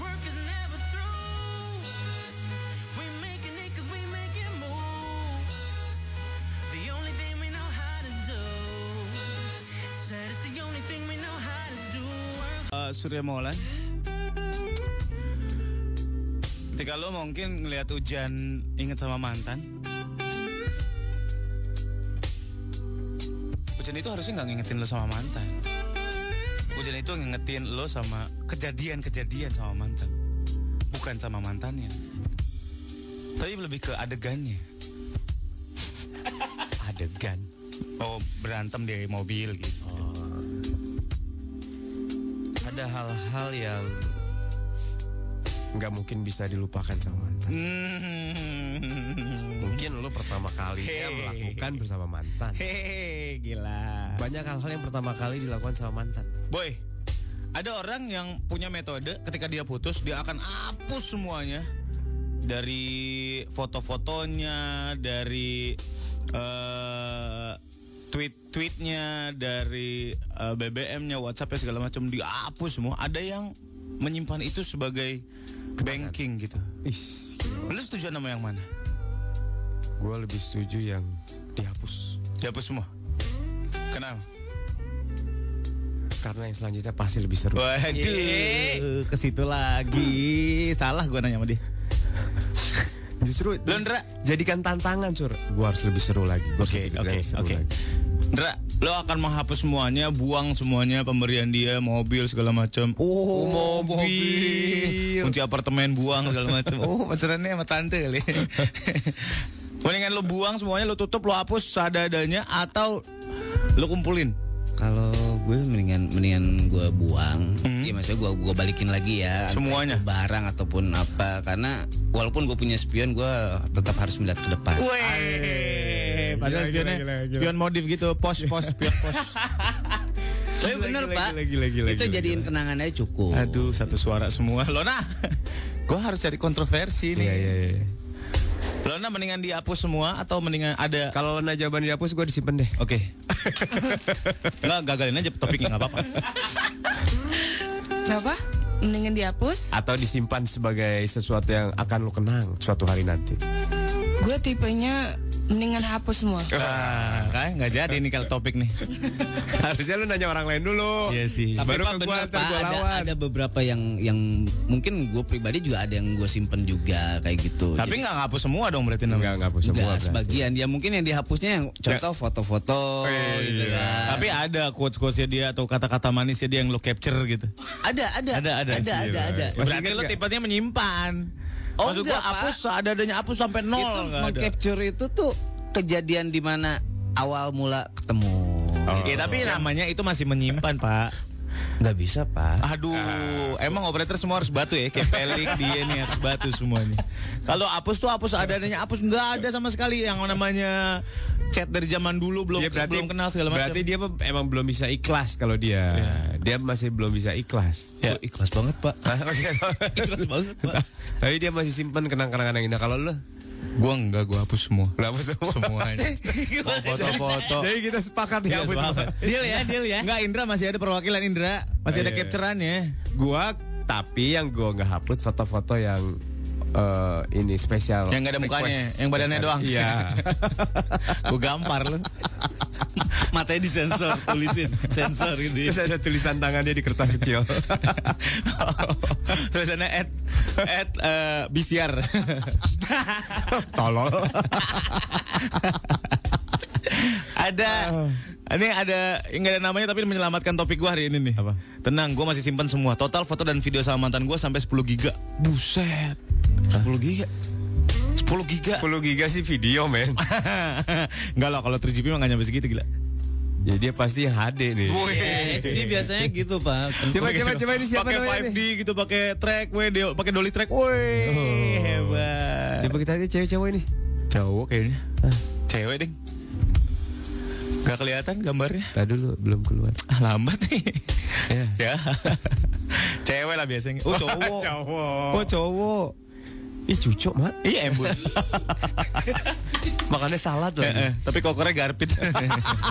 work is never through. We making it 'cause we make it move. The only thing we know how to do. Said it's the only thing we know how to do. Surya Maulana. Ketika lo mungkin ngelihat hujan inget sama mantan, hujan itu harusnya nggak ngingetin lo sama mantan. Hujan itu ngingetin lo sama kejadian-kejadian sama mantan, bukan sama mantannya, tapi lebih ke adegannya. Adegan. Oh, berantem di mobil gitu. Ada hal-hal yang nggak mungkin bisa dilupakan sama mantan. Mungkin lo pertama kalinya melakukan bersama mantan. Hehehe, gila. Banyak hal-hal yang pertama kali dilakukan sama mantan. Boy, ada orang yang punya metode ketika dia putus, dia akan hapus semuanya. Dari foto-fotonya, dari tweet-tweetnya, dari BBM-nya, WhatsApp-nya, segala macam dihapus semua. Ada yang menyimpan itu sebagai banking gitu. Lu setuju nama yang mana? Gue lebih setuju yang dihapus. Dihapus semua? Kenapa? Karena yang selanjutnya pasti lebih seru. Waduh, ke situ lagi. Salah gue nanya sama dia. Justru Ndra, jadikan tantangan, Sur. Gue harus lebih seru lagi. Oke. Ndra, lo akan menghapus semuanya, buang semuanya pemberian dia, mobil segala macam. Oh, mobil. Kunci apartemen buang segala macam. Oh, pacarannya sama tante kali. Mendingan lo buang semuanya, lo tutup, lo hapus seadanya atau lo kumpulin? Kalau gue mendingan gue buang, ya maksudnya gue balikin lagi ya. Semuanya? Barang ataupun apa, karena walaupun gue punya spion, gue tetap harus melihat ke depan. Weh, padahal spionnya spion modif gitu, pos. Tapi bener Pak, itu jadiin kenangan aja cukup. Aduh, satu suara semua. Lona, gue harus cari kontroversi nih. Iya. Lona mendingan dihapus semua atau mendingan ada? Kalau Lona jawaban dihapus, gue disimpan deh. Oke. Nggak, gagalin aja topiknya, nggak apa-apa. Kenapa? Mendingan dihapus? Atau disimpan sebagai sesuatu yang akan lo kenang suatu hari nanti. Gue tipenya mendingan hapus semua. Kan nggak jadi nih kalau topik nih. Harusnya lu nanya orang lain dulu. Iya sih. Tapi Baru Pak, ke gua, bener, ntar Pak, gua lawan. ada beberapa yang mungkin gue pribadi juga ada yang gue simpen juga kayak gitu. Tapi nggak ngapus semua dong berarti namanya. Enggak hapus semua. Enggak, berarti. sebagian dia mungkin yang dihapusnya yang contoh foto-foto gitu kan. Tapi ada quotes-quotesnya dia atau kata-kata manisnya dia yang lo capture gitu. Ada. Berarti lo tipenya menyimpan. Oh, Maksud gua enggak, Pak. hapus seadanya, hapus sampai nol. Itu nggak ada. meng-capture itu tuh kejadian di mana awal mula ketemu. Ya, tapi namanya itu masih menyimpan, Pak. Nggak bisa, Pak. Aduh, emang operator semua harus batu ya? Kayak Pelik dia nih harus batu semuanya. Kalau hapus tuh hapus adanya, hapus nggak ada sama sekali yang namanya chat dari zaman dulu belum belum kenal segala macam. Berarti dia emang belum bisa ikhlas kalau dia. Dia masih belum bisa ikhlas. Oh, ikhlas banget, Pak. Ikhlas banget, Pak. Tapi dia masih simpan kenang-kenangan yang indah. Kalau lu? Gua enggak, gua hapus semua. Hapus semua. Semuanya. Mau foto-foto. Jadi kita sepakat ya hapus semua. Deal ya. Enggak, Indra masih ada perwakilan Indra. Masih ada capturannya. Gua tapi yang gua nggak hapus foto-foto yang ini spesial. Yang nggak ada mukanya, yang badannya doang. Iya. Gua gampar lu. Matanya disensor, tulisin sensor gitu ya. Terus ada tulisan tangannya di kertas kecil. Tulisannya BCR. Tolol. Ini ada nggak ada namanya tapi menyelamatkan topik gua hari ini nih. Apa? Tenang, gua masih simpan semua. Total foto dan video sama mantan gua sampai 10 giga. Buset. 10 giga. 10 giga. 10 giga sih video, men. Enggak lah, kalau 3GP mah nggak nyampe segitu, gila. Ya dia pasti HD nih. Jadi biasanya gitu, Pak. Coba ini siapa pakai namanya 5D nih? gitu, pakai track, pakai dolly track. Woi, hebat. Coba kita lihat cewek-cewek ini. Cowok kayaknya. Cewek, Ding. Gak kelihatan gambarnya. Tadi dulu belum keluar. Lambat nih. Ya. Cewek lah biasanya. Oh, cowok. Oh, cowok. Ih, cucuk, Mak. Iya, embun. Makannya salad loh. Tapi kokornya garpit.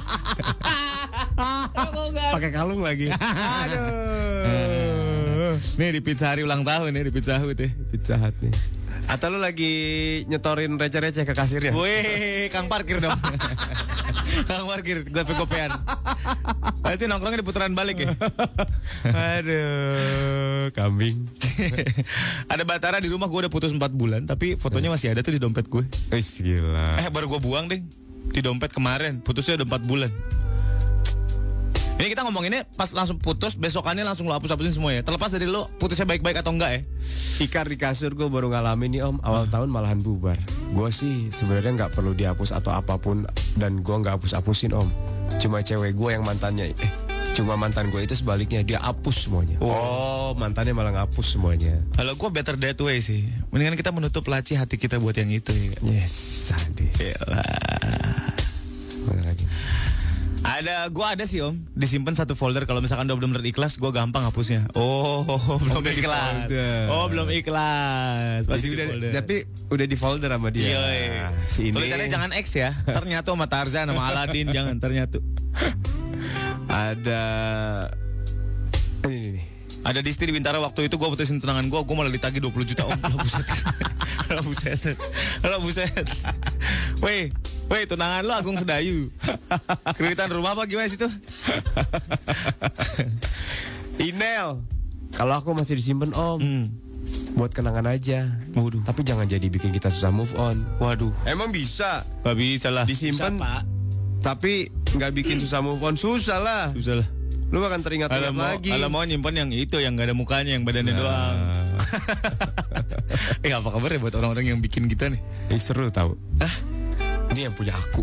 Pakai kalung lagi. Aduh. Nih di Pizza Hari ulang tahun nih, di Pizza Hut ya. Pizza Hut nih. Atau lu lagi nyetorin receh-receh ke kasirnya? Weh, Kang parkir dong. Kang parkir, gope-gopean. Berarti nongkrongnya di putaran balik ya. Aduh, kambing. Ada Batara di rumah, gue udah putus 4 bulan, tapi fotonya masih ada tuh di dompet gue. Wis gila. Baru gue buang deh. Di dompet kemarin, putusnya udah 4 bulan. Ini kita ngomonginnya pas langsung putus, besokannya langsung lo hapus-hapusin semua ya. Terlepas dari lo putusnya baik-baik atau enggak ya. Tikar di kasur gue baru ngalamin nih Om. Awal tahun malahan bubar. Gue sih sebenarnya nggak perlu dihapus atau apapun. Dan gue nggak hapus-hapusin Om. Cuma cewek gue yang mantannya. Cuma mantan gue itu sebaliknya. Dia hapus semuanya. Oh, mantannya malah ngapus semuanya. Kalau gue better that way sih. Mendingan kita menutup laci hati kita buat yang itu ya. Yes, sadis. Yalah. Mana lagi? Gue ada sih Om, disimpan satu folder. Kalau misalkan udah benar-benar ikhlas, gue gampang hapusnya. Belum ikhlas. Belum ikhlas. Pasti udah. Tapi udah di folder sama dia. Iya. Si ini. Tulisannya jangan X ya. Ternyata sama Tarzan sama Aladin jangan ternyata. Ada ini nih. Ada Disti di Bintara waktu itu gue putusin tunangan gue malah ditagih 20 juta Om. Lah buset. Weh, tunangan lo Agung Sedayu. Kreditan rumah apa gimana sih tuh? Email. Kalau aku masih disimpan Om. Buat kenangan aja. Waduh. Tapi jangan jadi bikin kita susah move on. Waduh. Emang bisa? Gak bisa lah. Disimpan Pak. Tapi nggak bikin susah move on. Susah lah. Lu akan teringat-ingat lagi. Kalau mau nyimpan yang itu, yang gak ada mukanya, yang badannya doang. Apa kabar ya buat orang-orang yang bikin kita nih? Seru tau. Ini yang punya aku.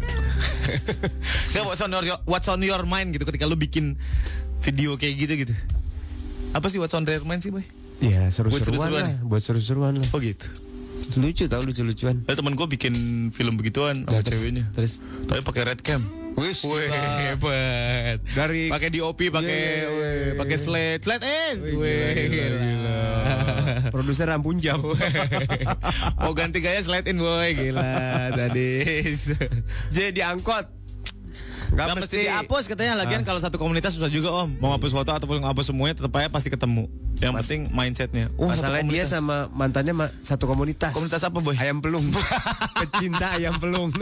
What's on your mind gitu ketika lu bikin video kayak gitu. Apa sih what's on your mind sih, Boy? Ya seru-seruan lah. Buat seru-seruan lah. Oh gitu. Lucu tau, lucu-lucuan. Ada temen gue bikin film begituan sama ceweknya. Terus tapi pakai red cam. Wih, hebat. Dari pakai DOP, pakai slide in. Gila. Produser Rampun Jam. Mau ganti gaya slide in, boy. Gila, sadis. Jadi angkot. Gak mesti dihapus katanya. Lagian kalau satu komunitas susah juga Om. Mau hapus foto ataupun ngapus semuanya tetap aja pasti ketemu. Yang penting mindsetnya. Masalahnya dia sama mantannya satu komunitas. Komunitas apa, Boy? Ayam pelung. Pecinta ayam pelung.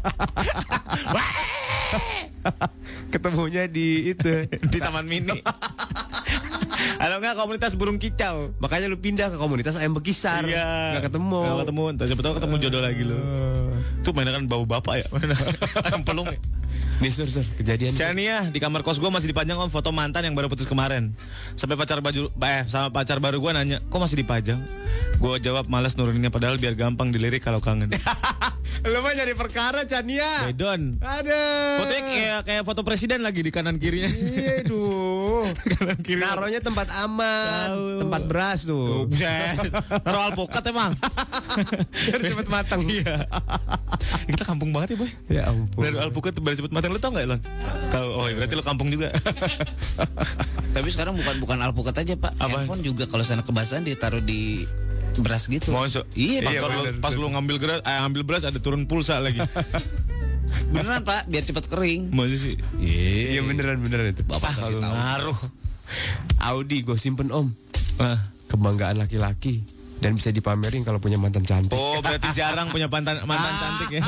Ketemunya di itu, di Taman Mini. Kalau enggak komunitas burung kicau. Makanya lu pindah ke komunitas ayam bekisar. Iya. Gak ketemu. Entar siapa tahu ketemu jodoh lagi lu. Tuh mainan kan bau bapak ya. Ayam pelung ya. Nih sur kejadian. Chania di kamar kos gue masih dipajang Om foto mantan yang baru putus kemarin. Sampai sama pacar baru gue nanya, kok masih dipajang? Gue jawab malas nuruninnya padahal biar gampang dilirik kalau kangen. Lu mah nyari perkara Chania. Bedon. Aduh. Fotonya kayak foto presiden lagi di kanan kirinya. Iya duh. Kanan kiri. Naruhnya tempat aman. Tempat beras tuh. Buset. Naruh alpukat emang. Biar cepet matang. Iya. Kita kampung banget ya, Boy. Ya ampun. Naruh alpukat biar cepet matang. Lu tau gak, Lan? Tahu. Oh, berarti lu kampung juga. Tapi sekarang bukan alpukat aja, Pak. Apa? Handphone juga kalau sana kebasahan ditaruh di beras gitu. Masuk. Iya, Pak. Pas lu ngambil beras ada turun pulsa lagi. Beneran, Pak, biar cepat kering. Masa sih? Iya beneran itu. Bapak Kalau ngaruh. Audi gue simpen Om. Kebanggaan laki-laki. Dan bisa dipamerin kalau punya mantan cantik. Oh, berarti jarang punya mantan cantik ya.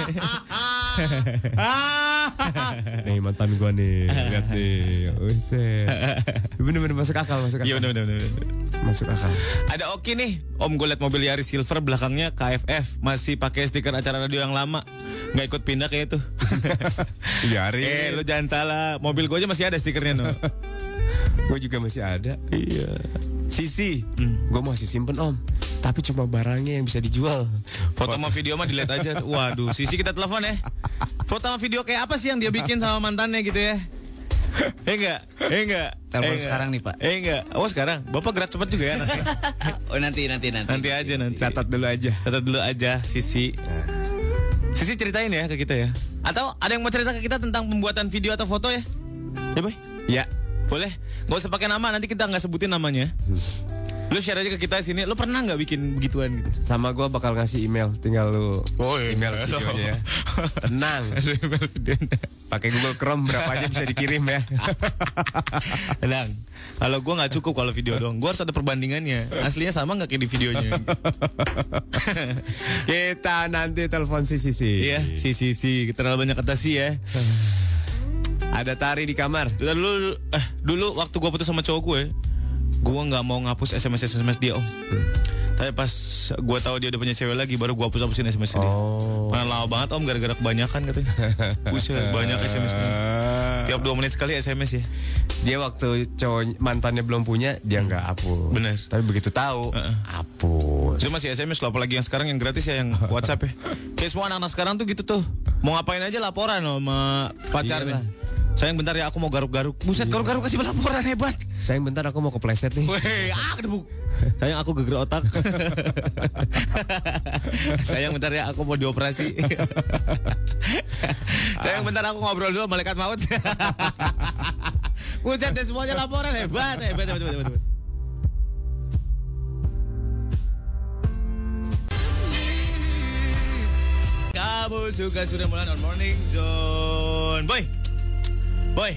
Nih mantan gua nih. Lihat nih. Uset. Bener-bener masuk akal. Iya bener. Masuk akal. Ada Oki nih. Om gue liat mobil Yaris Silver belakangnya KFF. Masih pakai stiker acara radio yang lama. Nggak ikut pindah kayak itu. Yaris. Lu jangan salah. Mobil gue aja masih ada stikernya no. Gue juga masih ada. Iya. Sisi, gue masih simpen Om. Tapi cuma barangnya yang bisa dijual. Foto sama video mah dilihat aja. Waduh, Sisi kita telepon ya. Foto sama video kayak apa sih yang dia bikin sama mantannya gitu ya? Enggak. Telepon sekarang nih, Pak. Enggak. Oh sekarang. Bapak gerak cepat juga ya nanti. Oh nanti. Nanti aja. Catat dulu aja Sisi. Sisi ceritain ya ke kita ya. Atau ada yang mau cerita ke kita tentang pembuatan video atau foto ya? Ya, Boy? Ya. Boleh. Gak usah pakai nama, nanti kita nggak sebutin namanya. Lu share aja ke kita sini. Lu pernah nggak bikin begituan gitu? Sama gue bakal ngasih email, tinggal lu iya. email videonya ya. Tenang. Email videonya. Pakai Google Chrome berapa aja bisa dikirim ya. Tenang. Kalau gue nggak cukup kalau video doang. Gue harus ada perbandingannya. Aslinya sama nggak kayak di videonya? Kita nanti telepon si Sisi. Iya, si terlalu banyak kata sih ya. Ada Tari di kamar. Dulu waktu gue putus sama cowok gue nggak mau ngapus SMS dia om. Tapi pas gue tahu dia udah punya cewek lagi, baru gue hapusin SMS dia. Mana lama banget om, gara-gara kebanyakan katanya. Buset, banyak SMS-nya. Tiap 2 menit sekali SMS ya. Dia waktu cowok mantannya belum punya, dia nggak hapus. Bener. Tapi begitu tahu, hapus. Itu masih SMS loh, apalagi yang sekarang yang gratis ya, yang WhatsApp ya. Kayak semua anak-anak sekarang tuh gitu tuh. Mau ngapain aja laporan loh sama pacarnya. Sayang bentar ya, aku mau garuk-garuk. Buset, garuk-garuk kasih laporan, hebat. Sayang bentar, aku mau kepleset nih. Weh, kedebuk. Sayang aku geger otak. Sayang bentar ya, aku mau dioperasi. Sayang bentar, aku ngobrol dulu malaikat maut. Buset deh, semuanya laporan, hebat. Kamu suka Surya Molan on Morning Zone. Boy.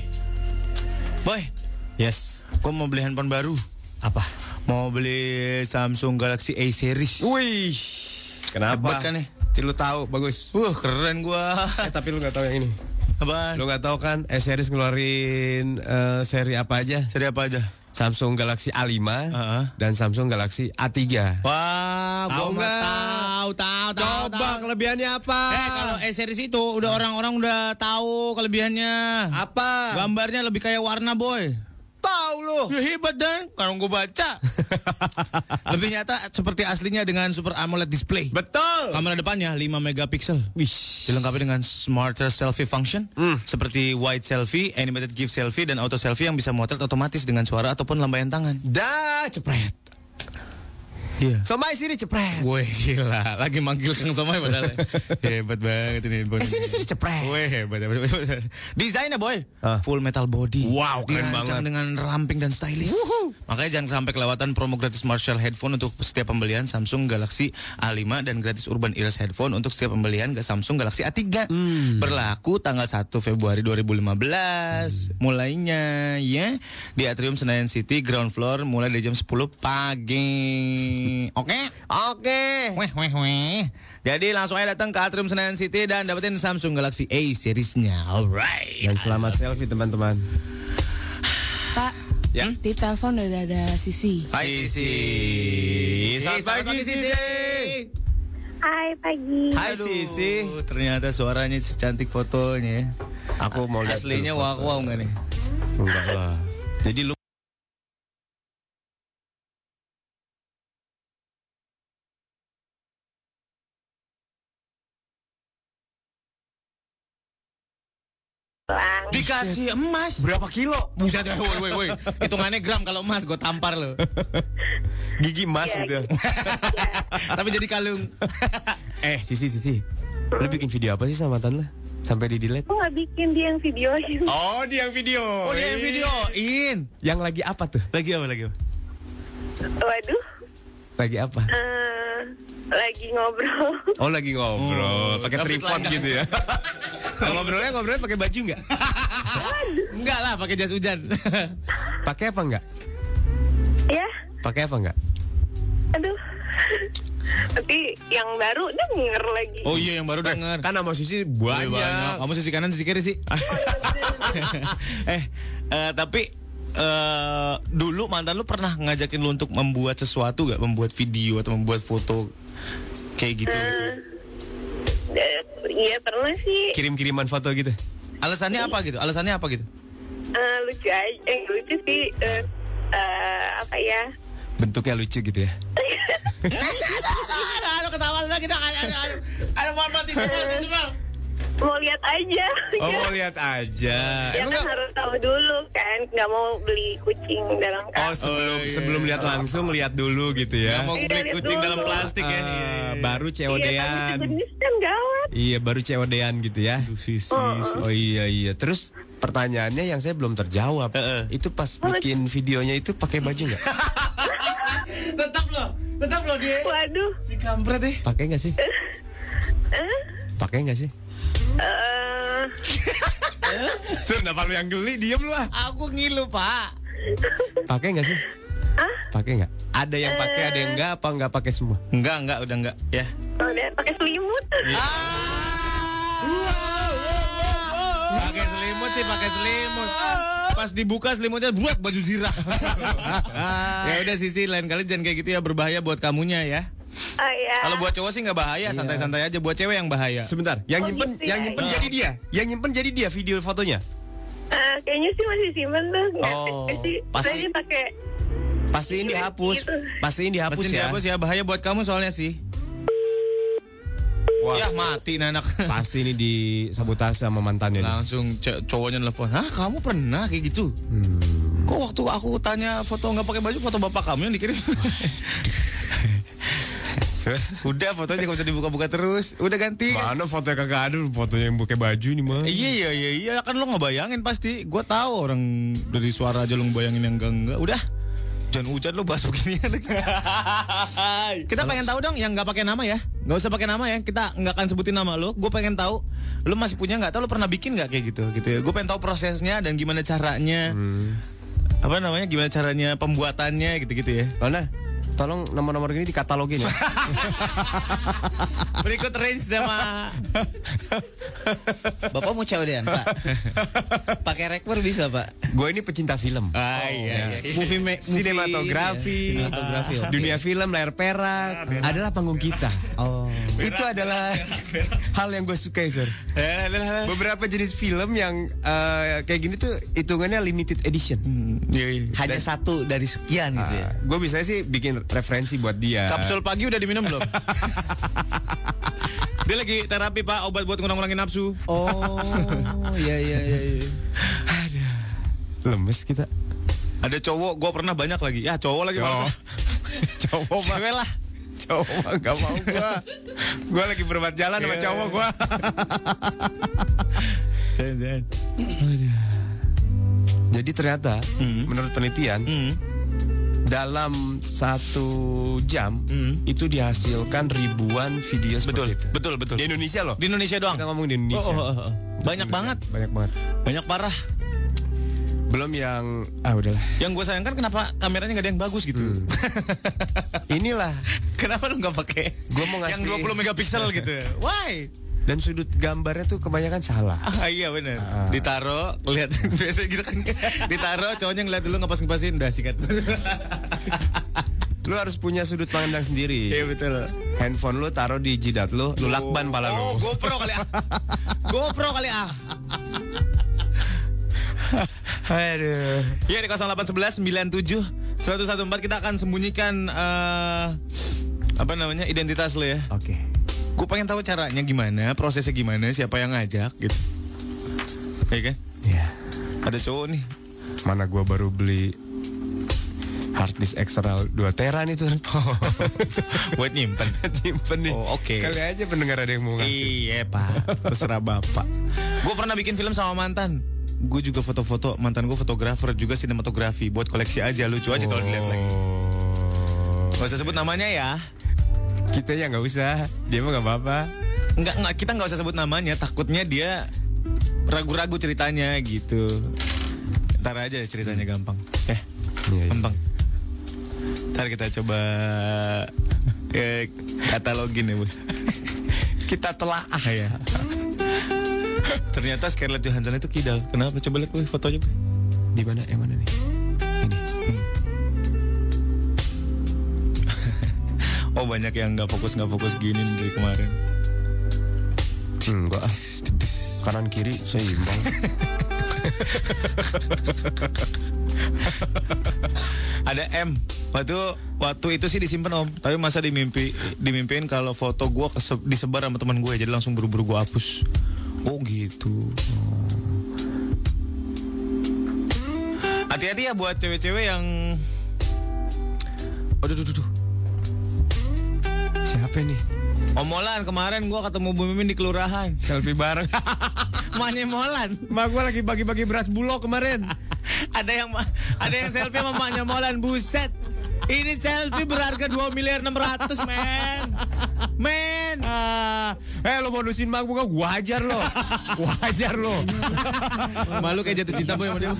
Yes. Gue mau beli handphone baru. Apa? Mau beli Samsung Galaxy A series. Wih. Kenapa? Hebat kan ya? Lu tahu, bagus. Keren gua. Tapi lu nggak tahu yang ini. Apaan? Lu nggak tahu kan? series ngeluarin seri apa aja? Seri apa aja? Samsung Galaxy A5 dan Samsung Galaxy A3. Wah, tahu nggak? Tahu. Coba kelebihannya apa? Kalau A-series itu udah orang-orang udah tahu kelebihannya. Apa? Gambarnya lebih kayak warna, boy. Tahu lu. Ya hebat dan kalau gue baca. Lebih nyata seperti aslinya dengan Super AMOLED display. Betul. Kamera depannya 5 megapiksel. Dilengkapi dengan smarter selfie function seperti wide selfie, animated GIF selfie dan auto selfie yang bisa motret otomatis dengan suara ataupun lambaian tangan. Dah, cepret. Iya. Somai sini cepret. Wih gila, lagi manggil Kang Somai padahal. Hebat banget ini. Sini cepret. Wih hebat. Desainnya boy, full metal body. Wow, keren dirancang banget. dengan ramping dan stylish. Makanya jangan sampai kelewatan promo gratis Marshall headphone untuk setiap pembelian Samsung Galaxy A5 dan gratis Urban Ears headphone untuk setiap pembelian Samsung Galaxy A3. Berlaku tanggal 1 Februari 2015. Mulainya ya di Atrium Senayan City ground floor mulai dari jam 10 pagi. Oke. Weh. Jadi langsung aja datang ke Atrium Senayan City dan dapetin Samsung Galaxy A seriesnya. Alright. Dan selamat selfie teman-teman. Pak, Ya. di telepon udah ada Sisi. Hai Sisi. Selamat pagi Sisi. Hai pagi. Hai Sisi. Ternyata suaranya secantik fotonya ya. Aku mau lihat Aslinya dulu foto. wow nggak nih? Enggak lah. Jadi lu Dikasih emas. berapa kilo? Buset, woi. Hitungannya gram kalau emas gue tampar lo. Gigi emas gitu. Tapi jadi kalung. Sisi. Lu bikin video apa sih sama mantan lu? Sampai di delete? Aku nggak bikin, dia yang videoin. Oh, dia yang video. Oh dia yang videoin. Yang lagi apa tuh? Lagi apa? Waduh, Lagi apa? lagi ngobrol. Oh, lagi ngobrol. Pakai tapi tripod telanjang. gitu ya. Ngobrolnya pakai baju nggak? Enggak lah, pakai jas hujan. Pakai apa nggak? Ya, Pakai apa nggak? aduh. Tapi yang baru denger lagi. Oh iya yang baru denger. Kan sama Sisi banyak. Kamu sisi kanan, sisi kiri sih. Tapi dulu mantan lu pernah ngajakin lu untuk membuat sesuatu gak? Membuat video atau membuat foto kayak gitu? Iya pernah sih. Kirim-kiriman foto gitu. Alasannya apa gitu? Lucu aja, lucu sih. Apa ya? Bentuknya lucu gitu ya. Aduh ketawa lagi dong. Aduh mohon semua. Mau lihat aja. Oh, mau lihat aja. Ya kan harus tahu dulu kan, nggak mau beli kucing dalam Oh, sebelum lihat langsung lihat dulu gitu ya. Nggak mau beli lihat kucing dulu. dalam plastik ya. Baru COD-an. jenis kan gawat. Iya, baru COD-an gitu ya. Oh iya. Terus pertanyaannya yang saya belum terjawab. Itu pas bikin videonya itu pakai baju nggak? Tetap loh dia. Waduh. Si kampret deh. Pakai nggak sih? Pakai nggak sih? Sur, kenapa lu yang geli? Diem lu ah. Aku ngilu, Pak. Pakai nggak sih? Pakai nggak? Ada yang pakai, ada yang nggak? Apa nggak pakai semua? Enggak, udah enggak ya. Oh, dia pakai selimut. Pakai selimut sih, pakai selimut. Pas dibuka selimutnya buat baju zirah. Ya udah Sisi, lain kali jangan kayak gitu ya, berbahaya buat kamunya ya. Oh iya. Kalau buat cowok sih nggak bahaya, santai-santai aja. Buat cewek yang bahaya. Sebentar, yang nyimpen, gitu yang ya? nyimpen jadi dia, yang nyimpen jadi dia video fotonya. Kayaknya sih masih simpen tuh. Pasti pakai. Pastiin dihapus, Gitu. pastiin dihapus Pasti ya. dihapus ya, bahaya buat kamu soalnya sih. Wah, Ya mati nih anak. pasti ini disabotase sama mantannya. nih. Langsung cowoknya nelfon. Hah, kamu pernah kayak gitu? Kok waktu aku tanya foto nggak pakai baju, foto bapak kamu yang dikirim? Udah fotonya nggak usah dibuka-buka terus. Udah ganti. Mana fotonya kagak ada, fotonya yang pakai baju ini mah. Iya kan lo ngebayangin pasti. Gue tahu orang dari suara aja lo ngebayangin yang enggak. Udah. Jangan hujan lo bahas beginian. Kita pengen tahu dong yang nggak pakai nama ya. Nggak usah pakai nama ya. Kita nggak akan sebutin nama lo. Gue pengen tahu lo masih punya nggak? Tahu lo pernah bikin nggak kayak gitu ya. Gue pengen tahu prosesnya dan gimana caranya. Apa namanya? Gimana caranya pembuatannya gitu-gitu ya. Lona, tolong nomor-nomor gini dikatalogin ya. Berikut range nama. Bapak mau COD-an, Pak? Pakai rekor bisa, Pak? Gue ini pecinta film. Iya. Sinematografi, Sinematografi, oke. dunia film layar perak adalah panggung kita. Oh. Itu adalah hal yang gue suka, Sur. Beberapa jenis film yang kayak gini tuh hitungannya limited edition. Hanya satu dari sekian gitu ya. Gue biasanya sih bikin referensi buat dia. Kapsul pagi udah diminum belum? Dia lagi terapi Pak, obat buat ngurang-ngurangin nafsu. Oh, iya. Lemes kita. Ada cowok, gue pernah banyak lagi. Ya cowok lagi malah. Cowok mah. Cewek lah. Cowok mah gak mau gue. Gue lagi berbuat jalan sama cowok gue. Jadi ternyata menurut penelitian dalam 1 jam itu dihasilkan ribuan video seperti itu. Betul. Di Indonesia loh. Di Indonesia doang. Kita ngomong di Indonesia. Banyak banget. Banyak parah. Belum yang udahlah. Yang gue sayangkan kenapa kameranya nggak ada yang bagus gitu. Inilah. Kenapa lu nggak pakai? Gue mau ngasih yang 20 megapiksel gitu. Why? Dan sudut gambarnya tuh kebanyakan salah. Iya benar. Ditaro, lihat biasa gitu kan. Ditaro, cowoknya ngeliat dulu ngepas-ngepasin, udah sikat. Lu harus punya sudut pandang sendiri. Iya betul. Handphone lu taruh di jidat lu lakban pala lu. Oh, GoPro kali ah. GoPro kali ah. Aduh. Ya di 0811 97 1014 kita akan sembunyikan identitas lo ya. Oke. Gue pengen tahu caranya gimana, prosesnya gimana, siapa yang ngajak gitu. Ya kan? Iya. Ada cowok nih. Mana gua baru beli hard disk extra 2 tera nih tuh. Buat nyimpen. Nyimpen nih. Oh, oke. Kali aja pendengar ada yang mau ngasih. Iya Pak, terserah Bapak. Gue pernah bikin film sama mantan. Gue juga foto-foto, mantan gue fotografer juga sinematografi. Buat koleksi aja, lucu aja kalau dilihat lagi. Gak usah sebut namanya ya. Kita ya nggak usah, dia mah nggak apa-apa. Enggak, kita nggak usah sebut namanya. Takutnya dia ragu-ragu ceritanya gitu. Ntar aja ceritanya gampang. Iya. Gampang. Ntar kita coba katalogin ya Bu. Kita telaah ya. Ternyata Scarlett Johansson itu kidal. Kenapa? Coba lihat Bu fotonya Bu. Di mana? Yang mana nih? Ini. Oh banyak yang nggak fokus gini dari kemarin. Enggak. Kanan kiri seimbang. Ada M. Waktu itu sih disimpan Om. Tapi masa dimimpiin kalau foto gue disebar sama teman gue, jadi langsung buru-buru gue hapus. Oh gitu. Hati-hati ya buat cewek-cewek yang. Aduh. Siapa nih? Om Molan, kemarin gue ketemu Bu Mimin di kelurahan. Selfie bareng. Maknya Molan. Mak gue lagi bagi-bagi beras bulog kemarin. ada yang selfie sama maknya Molan, buset. Ini selfie berharga 2.600.000.000, men. Lo modusin mak bunga, gua hajar lo. Malu kayak jatuh cinta boy sama dia.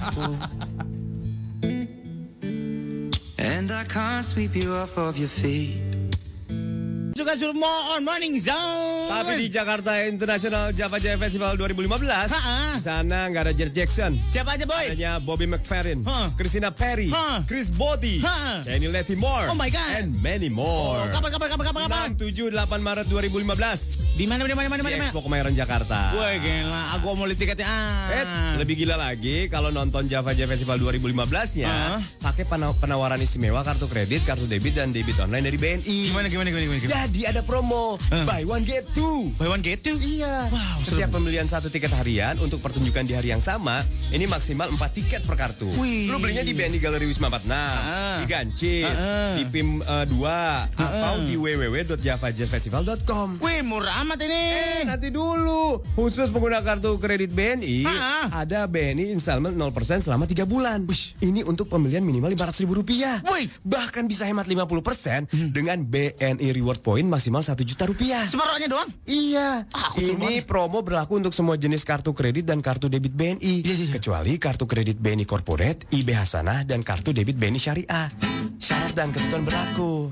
And I can't sweep you off of your feet. Suka semua on Morning Zone. Tapi di Jakarta International Java Jazz Festival 2015, di sana nggak ada Janet Jackson. Siapa aja boy? Adanya Bobby McFerrin, Christina Perri, Chris Bodie, Danny Latimore, Oh my God. and many more. Kapan? 7-8 Maret 2015 Di mana? di Expo Kemayoran Jakarta. Wah gila, aku mau beli tiketnya. Lebih gila lagi kalau nonton Java Jazz Festival 2015-nya pakai penawaran istimewa kartu kredit, kartu debit dan debit online dari BNI. Gimana? Jadi ada promo buy one get two. Buy one get two? Iya. Wow, setiap pembelian 1 tiket harian untuk pertunjukan di hari yang sama, ini maksimal 4 tiket per kartu. Wih. Lu belinya di BNI Galeri Wisma 46, di Gancit, di PIM 2, atau di www.javajazzfestival.com. Wih, murah amat ini. Nanti dulu. Khusus pengguna kartu kredit BNI, ada BNI installment 0% selama 3 bulan. Ini untuk pembelian minimal Rp500.000. Bahkan bisa hemat 50% dengan BNI Reward Point maksimal Rp1.000.000. Separohnya doang? Iya. Ini promo berlaku untuk semua jenis kartu kredit dan kartu debit BNI. Kecuali kartu kredit BNI Corporate, IB Hasanah, dan kartu debit BNI Syariah. Syarat dan ketentuan berlaku.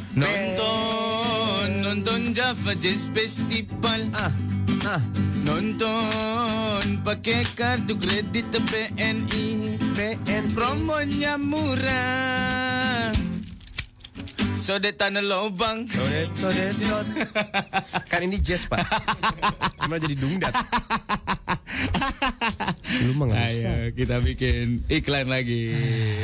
Nonton Java Jazz Festival. Nonton pakai kartu kredit BNI. Promonya murah. Sodet tanah lobang. Sodet. Kan ini jazz, Pak. Cuma jadi dungdat. Lu mah nggak bisa. Ayo kita bikin iklan lagi.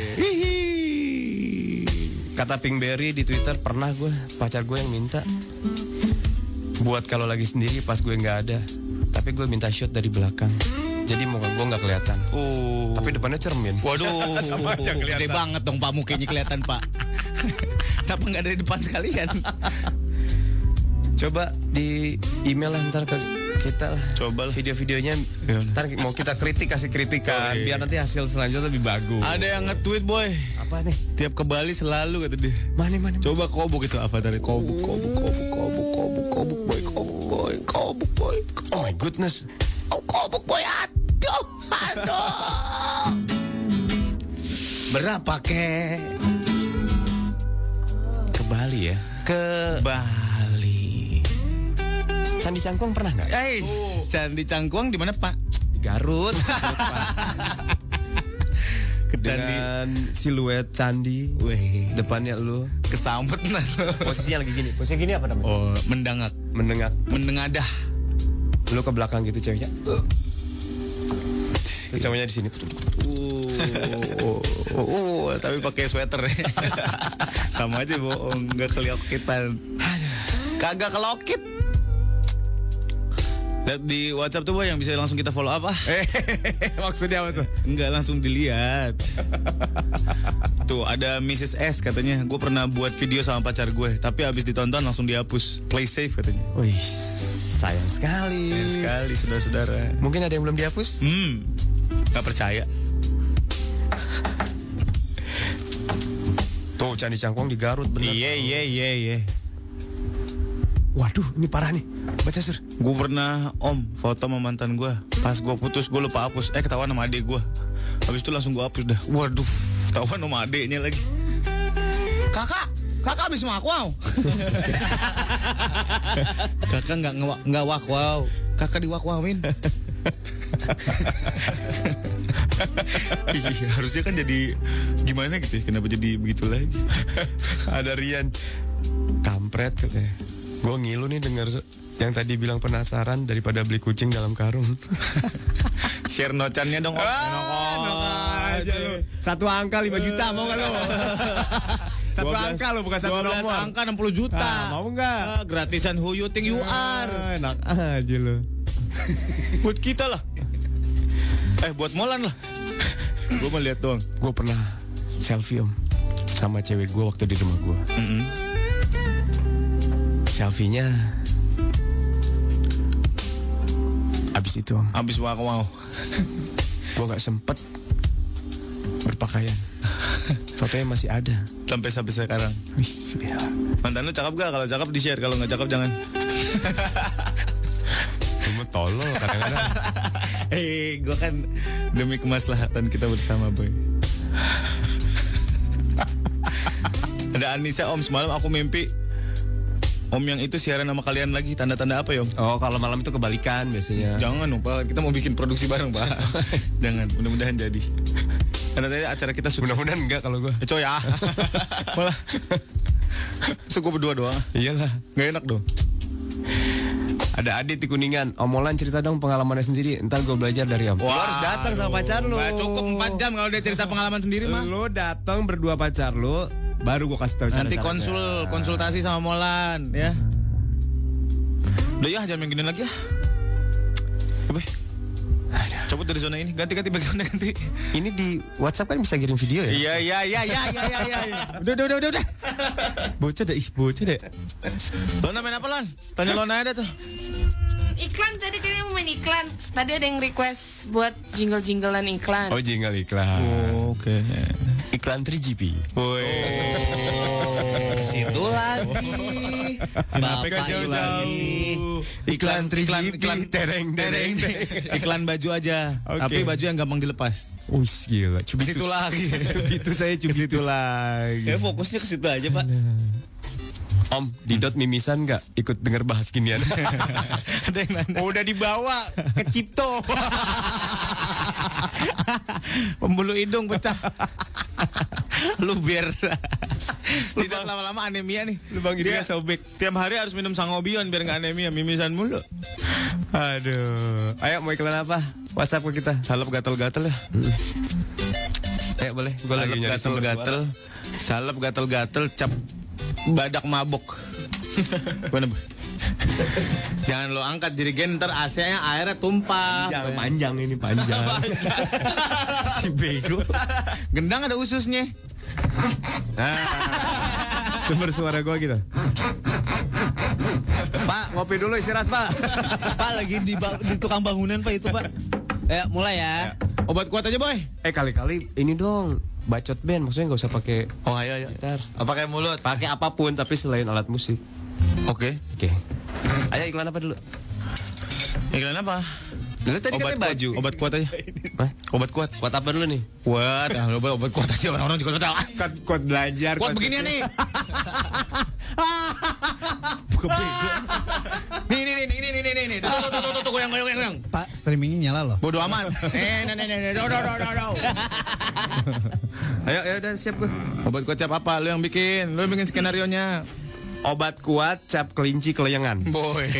Kata Pinkberry di Twitter, pernah pacar gue yang minta buat kalau lagi sendiri pas gue nggak ada. Tapi gue minta shot dari belakang. Jadi muka gue nggak kelihatan. Tapi depannya cermin. Waduh, sama aja kelihatan. Gede banget dong Pak, mukanya kelihatan Pak. Kenapa nggak dari depan sekalian? Coba di email lah ntar ke kita lah. Coba lah. Video-videonya ntar mau kita kasih kritikan. Biar nanti hasil selanjutnya lebih bagus. Ada yang nge-tweet boy. Apa nih? Tiap ke Bali selalu kata dia. Mana? Coba kobuk itu avatar kobuk boy. Oh my goodness. Kobuk boy, aduh. Berapa kek? Ke Bali ya? Ke Bali. Candi Cangkuang pernah nggak? Candi Cangkuang di mana Pak? Di Garut. Dengan siluet candi. Depannya lu kesambet nah. Posisinya lagi gini. Posisinya gini apa namanya? Oh, mendengadah. Lu ke belakang gitu ceweknya. Cowoknya di sini. Tapi pakai sweater. Sama aja bohong, nggak keliokitan. Kagak kelokit. Lihat di WhatsApp tuh boy yang bisa langsung kita follow up Maksudnya apa tuh? Enggak, langsung dilihat. Tuh ada Mrs. S katanya, gue pernah buat video sama pacar gue, tapi abis ditonton langsung dihapus. Play safe katanya. Wih, sayang sekali. Sayang sekali saudara-saudara. Mungkin ada yang belum dihapus? Gak percaya. Tuh Candi Cangkuang di Garut bener. Iya. Waduh, ini parah nih. Baca Sur. Gue pernah foto sama mantan gue. Pas gue putus gue lupa hapus. Ketahuan sama adik gue. Habis itu langsung gue hapus dah. Waduh, ketahuan sama adiknya lagi. Kakak habis wakwau. Kakak nggak wakwau. Kakak diwakwawin. Iya, harusnya kan jadi gimana gitu ya. Kenapa jadi begitu lagi? Ada Rian kampret katanya. Gue ngilu nih denger yang tadi bilang penasaran daripada beli kucing dalam karung. Share nocannya dong. Enak aja lu. Satu angka 5 juta mau gak lu? Satu angka lu, bukan satu nomor. 12 angka 60 juta. Mau gak? Gratisan who you think you are. Enak aja lu. Buat kita lah. Buat Molan lah. Gue mau lihat doang. Gue pernah selfie sama cewek gue waktu di rumah gue. Selfie-nya abis itu abis wow. Gue gak sempet berpakaian. Fotonya masih ada. Sampai sekarang. Mantan lu cakep gak? Kalau cakep di-share, kalau nggak cakep jangan. Kamu tolol kadang-kadang. Gue kan demi kemaslahatan kita bersama, boy. Ada Anissa, Om, semalam aku mimpi Om yang itu siaran sama kalian lagi. Tanda-tanda apa ya, Om? Oh, kalau malam itu kebalikan biasanya. Jangan dong, Pak. Kita mau bikin produksi bareng, Pak. Jangan, mudah-mudahan jadi. Tanda-tanda acara kita sukses. Mudah-mudahan enggak kalau gue. Coy ya. Malah. So gue berdua doang. Iyalah. Gak enak dong. Ada Adit di Kuningan. Om Molan cerita dong pengalamannya sendiri. Ntar gue belajar dari Om. Lo harus datang sama pacar lo. Gak cukup 4 jam kalau dia cerita pengalaman sendiri mah. Lo datang berdua pacar lo, baru gue kasih tahu cara. Nanti konsultasi sama Molan ya. Udah ya, jangan main gini lagi ya. Apa? Cabut dari zona ini, ganti back zona ganti. Ini di WhatsApp kan bisa kirim video ya? Iya. Udah. Bocah deh. Lona main apa, Lon? Tanya Lona ada tuh. Iklan tadi kayaknya mau main iklan. Tadi ada yang request buat jingle-jinglean iklan. Oh, jingle iklan. Oh, oke. Iklan 3GP. Woi. Situ lagi. Bapak jauh-jauh. Iklan 3GP. Tereng. Iklan baju aja. Okay. Tapi baju yang gampang dilepas. Wih, gila. Situ lagi. Cubitus saya cubitus lagi. Kayak fokusnya ke situ aja, Pak. Om, di dot mimisan nggak ikut denger bahas ginian? Ada yang nanya. Udah dibawa ke Cipto. Pembuluh hidung pecah. Lu biar tidak lama-lama anemia nih. Lubang hidungnya sobek. Tiap hari harus minum sangobion biar nggak anemia, mimisan mulu. Aduh. Ayo mau iklan apa? WhatsApp ke kita. Salep gatel-gatel ya. Ayo boleh. Gue lagi nyari gatel-gatel. Salep gatel-gatel cap badak mabok. Mana, Bu? Jangan lo angkat jerigen, ntar AC-nya airnya tumpah. Panjang ini panjang. Si bego. Gendang ada ususnya. Sumber suara gue gitu. Pak, ngopi dulu istirahat, Pak. Pak lagi di tukang bangunan, Pak, itu, Pak. Ya, mulai ya. Obat kuat aja, Boy. Kali-kali ini dong. Bacot band, maksudnya nggak usah pakai. Oh ayo. Gitar. Pakai mulut. Pakai apapun tapi selain alat musik. Oke. Ayo iklan apa dulu? Iklan apa? Dulu tadi katanya baju. Obat kuat aja. Hah? Obat kuat. Kuat apa dulu nih? Kuat. Obat kuat aja, orang-orang juga udah tahu. Kuat belajar. Kuat beginian nih. Bukan bego. Nih. Tuh, goyang. Pak, streamingnya nyala loh. Bodoh amat. Ayo, udah siap gue. Obat kuat cap apa? Lu yang bikin skenarionya. Obat kuat cap kelinci keleyengan. Boy.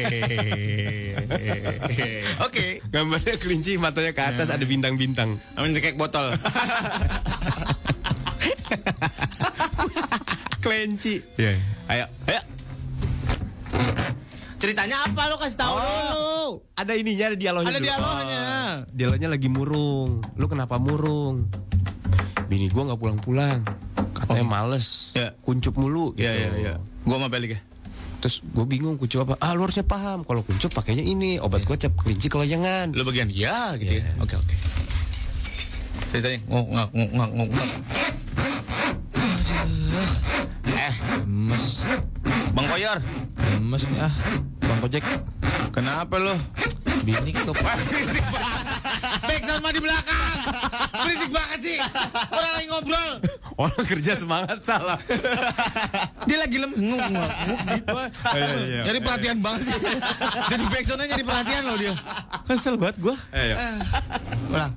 Oke. Gambarnya kelinci, matanya ke atas, ada bintang-bintang. Amin cekek botol. Kelinci. Ayo. Ceritanya apa lo kasih tahu dulu. Ada ininya, ada dialognya. Ada dialognya. Dialognya lagi murung. Lu kenapa murung? Bini gua nggak pulang-pulang. Katanya males. Ya. Kuncup mulu gitu. Iya. Gua mau balik ya. Terus gue bingung kuncup apa? Lu harusnya paham. Kalau kuncup pakainya ini, obat gua cap kelinci keleyengan. Lu bagian ya gitu ya. Oke. Ceritanya ngok. Mes. Bang Koyor. Mes nih Bang Kojek. Kenapa lo? Bini ke Berisik banget. Back sama di belakang. Berisik banget sih. Orang lagi ngobrol. Orang kerja semangat salah. Dia lagi lemes nguk gitu. Nyari perhatian banget sih. Jadi backsoundnya nyari perhatian loh dia. Kesel banget gue. Ulang.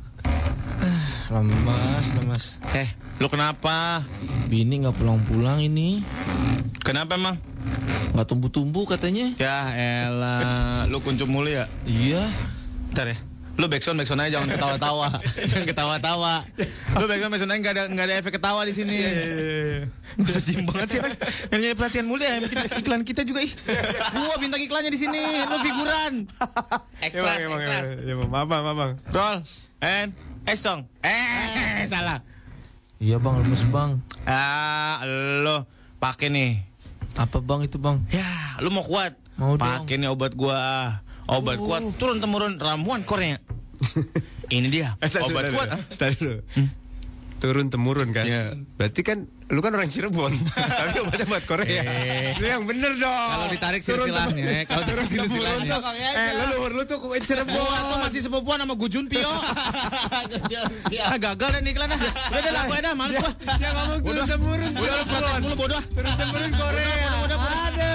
Lemas. Lu kenapa? Bini nggak pulang-pulang ini. Kenapa emang? Nggak tumbuh-tumbuh katanya. Ya elah. Lu kuncup mulu ya? Iya. Bentar ya. Lu backsound aja jangan ketawa-tawa. Jangan ketawa-tawa. Lu backsound aja enggak ada efek ketawa di sini. Gak usah jim banget sih. Nyari perhatian mulu ya. Iklan kita juga Gua bintang iklannya di sini. Lu figuran. Ekstras. Ya, Bang. Roll and song. Salah. Iya Bang, lemes Bang. Lo pakai nih. Apa Bang itu Bang? Ya, lu mau kuat? Mau dong. Pakai nih obat gua. Obat kuat turun-temurun ramuan Korea. Ini dia. Obat kuat. Start dulu. turun temurun kan. Iya. Berarti kan lu kan orang Cirebon, tapi obatnya buat Korea. Lu yang bener dong. Kalau ditarik silsilahnya, kalau turun silsilahnya. Leluhur lu tuh Cirebon. Atau masih sepupuan sama Gujun Pio. Gagal deh nih iklan dah. Udah deh laku dah, males gua. Dia ngomong turun temurun. Udah lu protes mulu bodoh. Turun temurun Korea. Ada.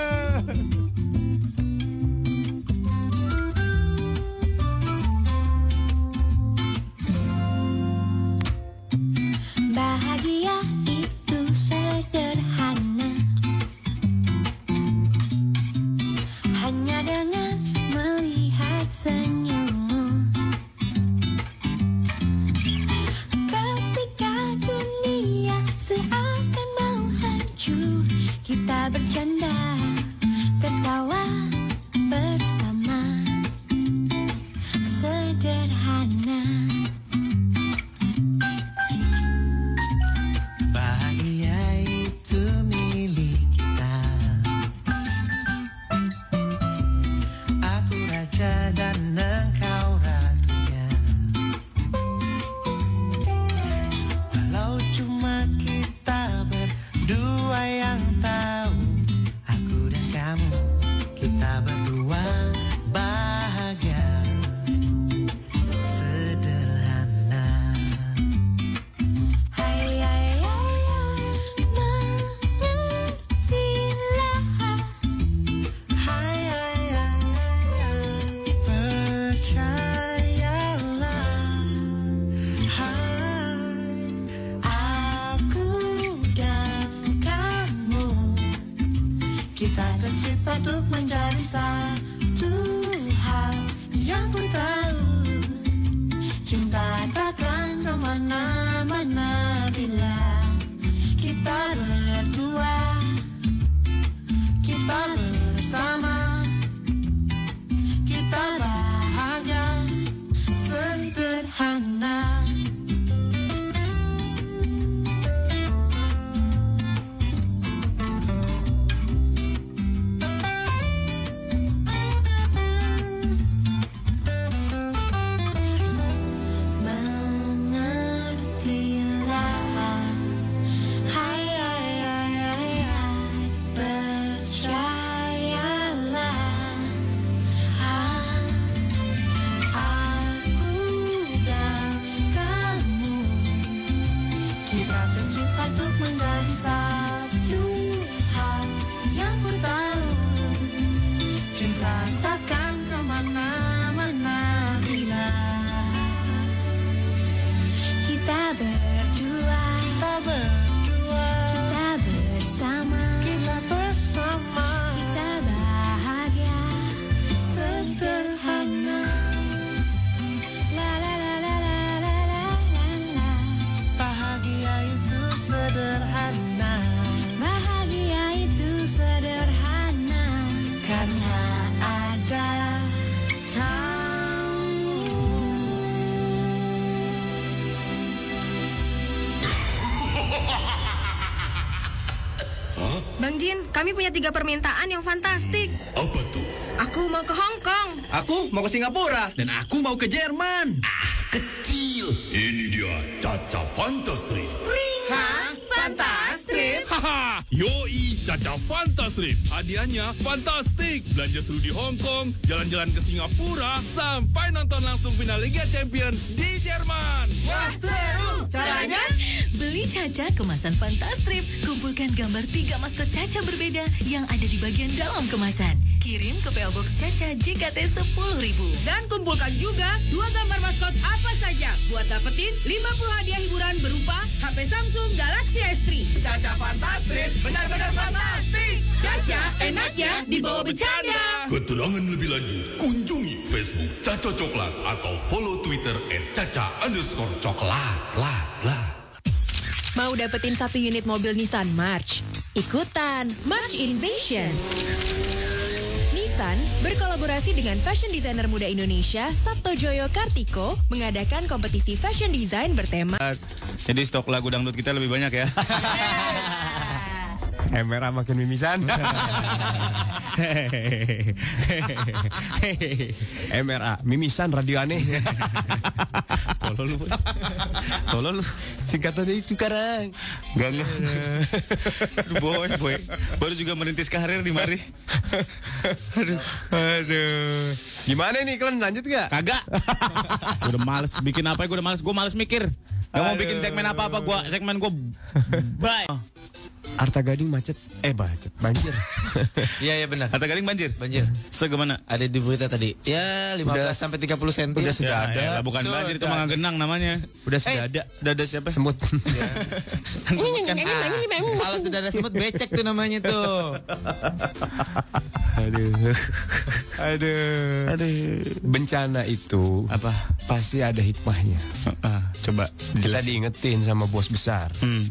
Bahagia itu sederhana, hanya dengan melihat senyummu. Ketika dunia seakan mau hancur, kita bercanda, tertawa bersama. Sederhana. Bang Jin, kami punya 3 permintaan yang fantastik. Apa tuh? Aku mau ke Hong Kong. Aku mau ke Singapura. Dan aku mau ke Jerman. Kecil. Ini dia Caca Fantastrip. Hah? Fantastrip? Haha, yoi Caca Fantastrip. Hadiahnya fantastik. Belanja seru di Hong Kong, jalan-jalan ke Singapura, sampai nonton langsung final Liga Champions di Jerman. Wah, seru. Caranya? Beli Caca kemasan Fantastrip. Kumpulkan gambar 3 maskot Caca berbeda yang ada di bagian dalam kemasan. Kirim ke PO Box Caca JKT 10.000. Dan kumpulkan juga 2 gambar maskot apa saja buat dapetin 50 hadiah hiburan berupa HP Samsung Galaxy S3. Caca Fantastrip benar-benar fantastik. Caca enaknya dibawa bercanda. Keterangan lebih lanjut, kunjungi Facebook Caca Coklat atau follow Twitter @caca_coklat. Mau dapetin 1 unit mobil Nissan March? Ikutan March Invasion. Nissan berkolaborasi dengan fashion designer muda Indonesia Sabtojoyo Kartiko mengadakan kompetisi fashion design bertema. Jadi stok lagu dangdut kita lebih banyak ya. MRA makin mimisan. MRA mimisan radio aneh. Tolol lu. Singkatannya itu Karang. Enggak. Boy. Baru juga merintis karir di mari. Aduh. Gimana nih, kalian lanjut gak? Kagak. Gue udah males bikin apa, gue males mikir. Gak mau bikin segmen apa-apa, segmen gue bye. Arta Gading macet, banjir. Iya benar. Arta Gading banjir. So gimana? Ada di berita tadi. Ya 15 sampai 30 cm. Udah sudah ada. Ya, bukan banjir, itu mah genang namanya. Udah sudah ada. Sudah ada siapa? Semut. Semut kan. Kalau sudah ada semut becek tuh namanya tuh. Aduh. Bencana itu apa? Pasti ada hikmahnya. Coba kita diingetin sama bos besar.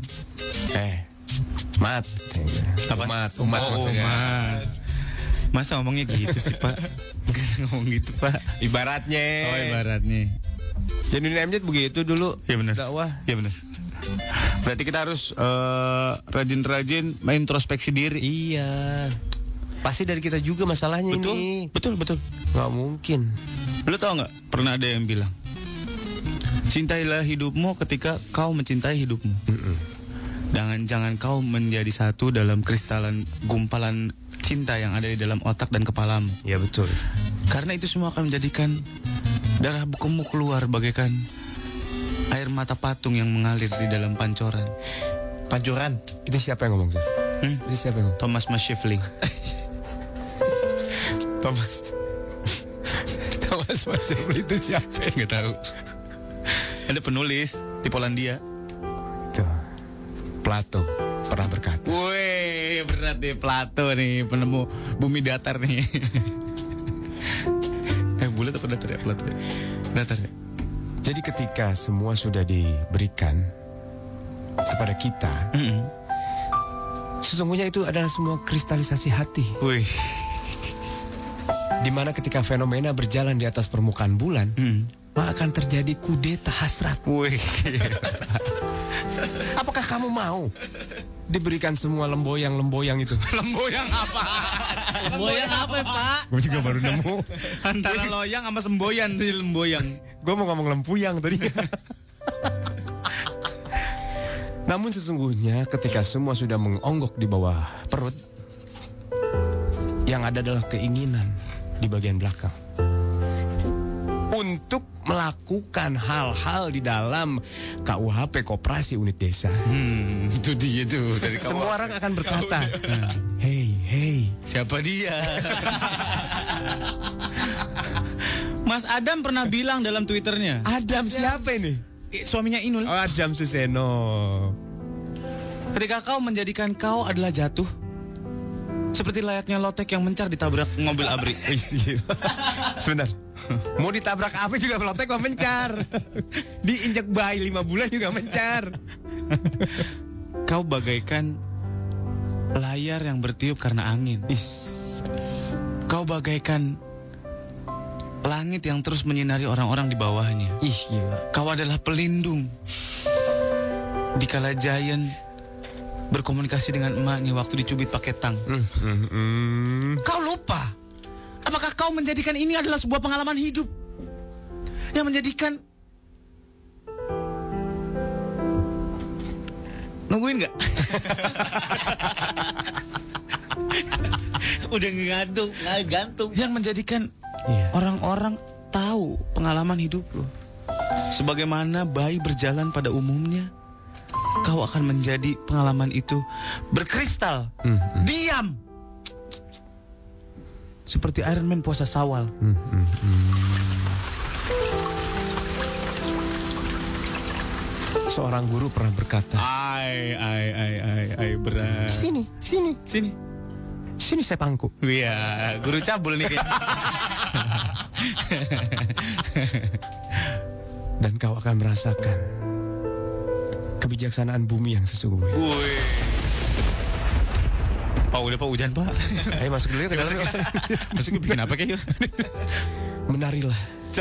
Mat. Umat maksudnya. Masa ngomongnya gitu sih, Pak? Gak ngomong gitu, Pak. Ibaratnya. Oh, ibaratnya. Jadi MJ begitu dulu. Iya benar. Dakwah. Iya benar. Berarti kita harus rajin-rajin introspeksi diri. Iya. Pasti dari kita juga masalahnya ini. Betul. Gak mungkin. Lu tau gak? Pernah ada yang bilang, cintailah hidupmu ketika kau mencintai hidupmu. Jangan kau menjadi satu dalam kristalan gumpalan cinta yang ada di dalam otak dan kepalamu. Ya betul. Karena itu semua akan menjadikan darah bukumu keluar bagaikan air mata patung yang mengalir di dalam pancoran. Pancoran? Itu siapa yang ngomong sih? Itu siapa yang ngomong? Thomas Maschifling. Thomas Maschifling itu siapa? Nggak tahu. Ada penulis di Polandia. Plato pernah berkata. Wih, berat nih Plato nih, penemu bumi datar nih. Bulat apa datar ya Plato? Datar ya. Jadi ketika semua sudah diberikan kepada kita, sesungguhnya itu adalah semua kristalisasi hati. Wih. Dimana ketika fenomena berjalan di atas permukaan bulan, maka akan terjadi kudeta hasrat. Wih. Apakah kamu mau diberikan semua lemboyang itu? Lemboyang apa? Lemboyang apa ya, Pak? Gue juga baru nemu. Antara loyang sama semboyan tadi lemboyang. Gue mau ngomong lempuyang tadi. Namun sesungguhnya ketika semua sudah mengonggok di bawah perut, yang ada adalah keinginan di bagian belakang untuk melakukan hal-hal di dalam KUHP Koperasi Unit Desa. Itu dia tuh dari semua orang akan berkata, hey, siapa dia? Mas Adam pernah bilang dalam Twitternya. Adam siapa ini? Suaminya Inul. Oh, Adam Suseno. Ketika kau menjadikan kau adalah jatuh, seperti layaknya lotek yang mencar ditabrak mobil abri. Sebentar. Mau ditabrak apa juga lotek lo mencar. Diinjak bayi 5 bulan juga mencar. Kau bagaikan layar yang bertiup karena angin. Kau bagaikan langit yang terus menyinari orang-orang di bawahnya. Gila. Kau adalah pelindung dikala Giant berkomunikasi dengan emaknya waktu dicubit pakai tang. Kau lupa. Apakah kau menjadikan ini adalah sebuah pengalaman hidup yang menjadikan nungguin nggak? Udah gantung. Yang menjadikan orang-orang tahu pengalaman hidup lo. Sebagaimana bayi berjalan pada umumnya, kau akan menjadi pengalaman itu berkristal. Diam. Seperti Iron Man puasa Syawal. Seorang guru pernah berkata, Ai berat. Sini saya pangku. Iya, guru cabul nih kayaknya. Dan kau akan merasakan kebijaksanaan bumi yang sesungguhnya. Pak, udah Pak, hujan Pak. Ayo masuk dulu ya ke dalam. Masuk bikin apa kayak Menarilah.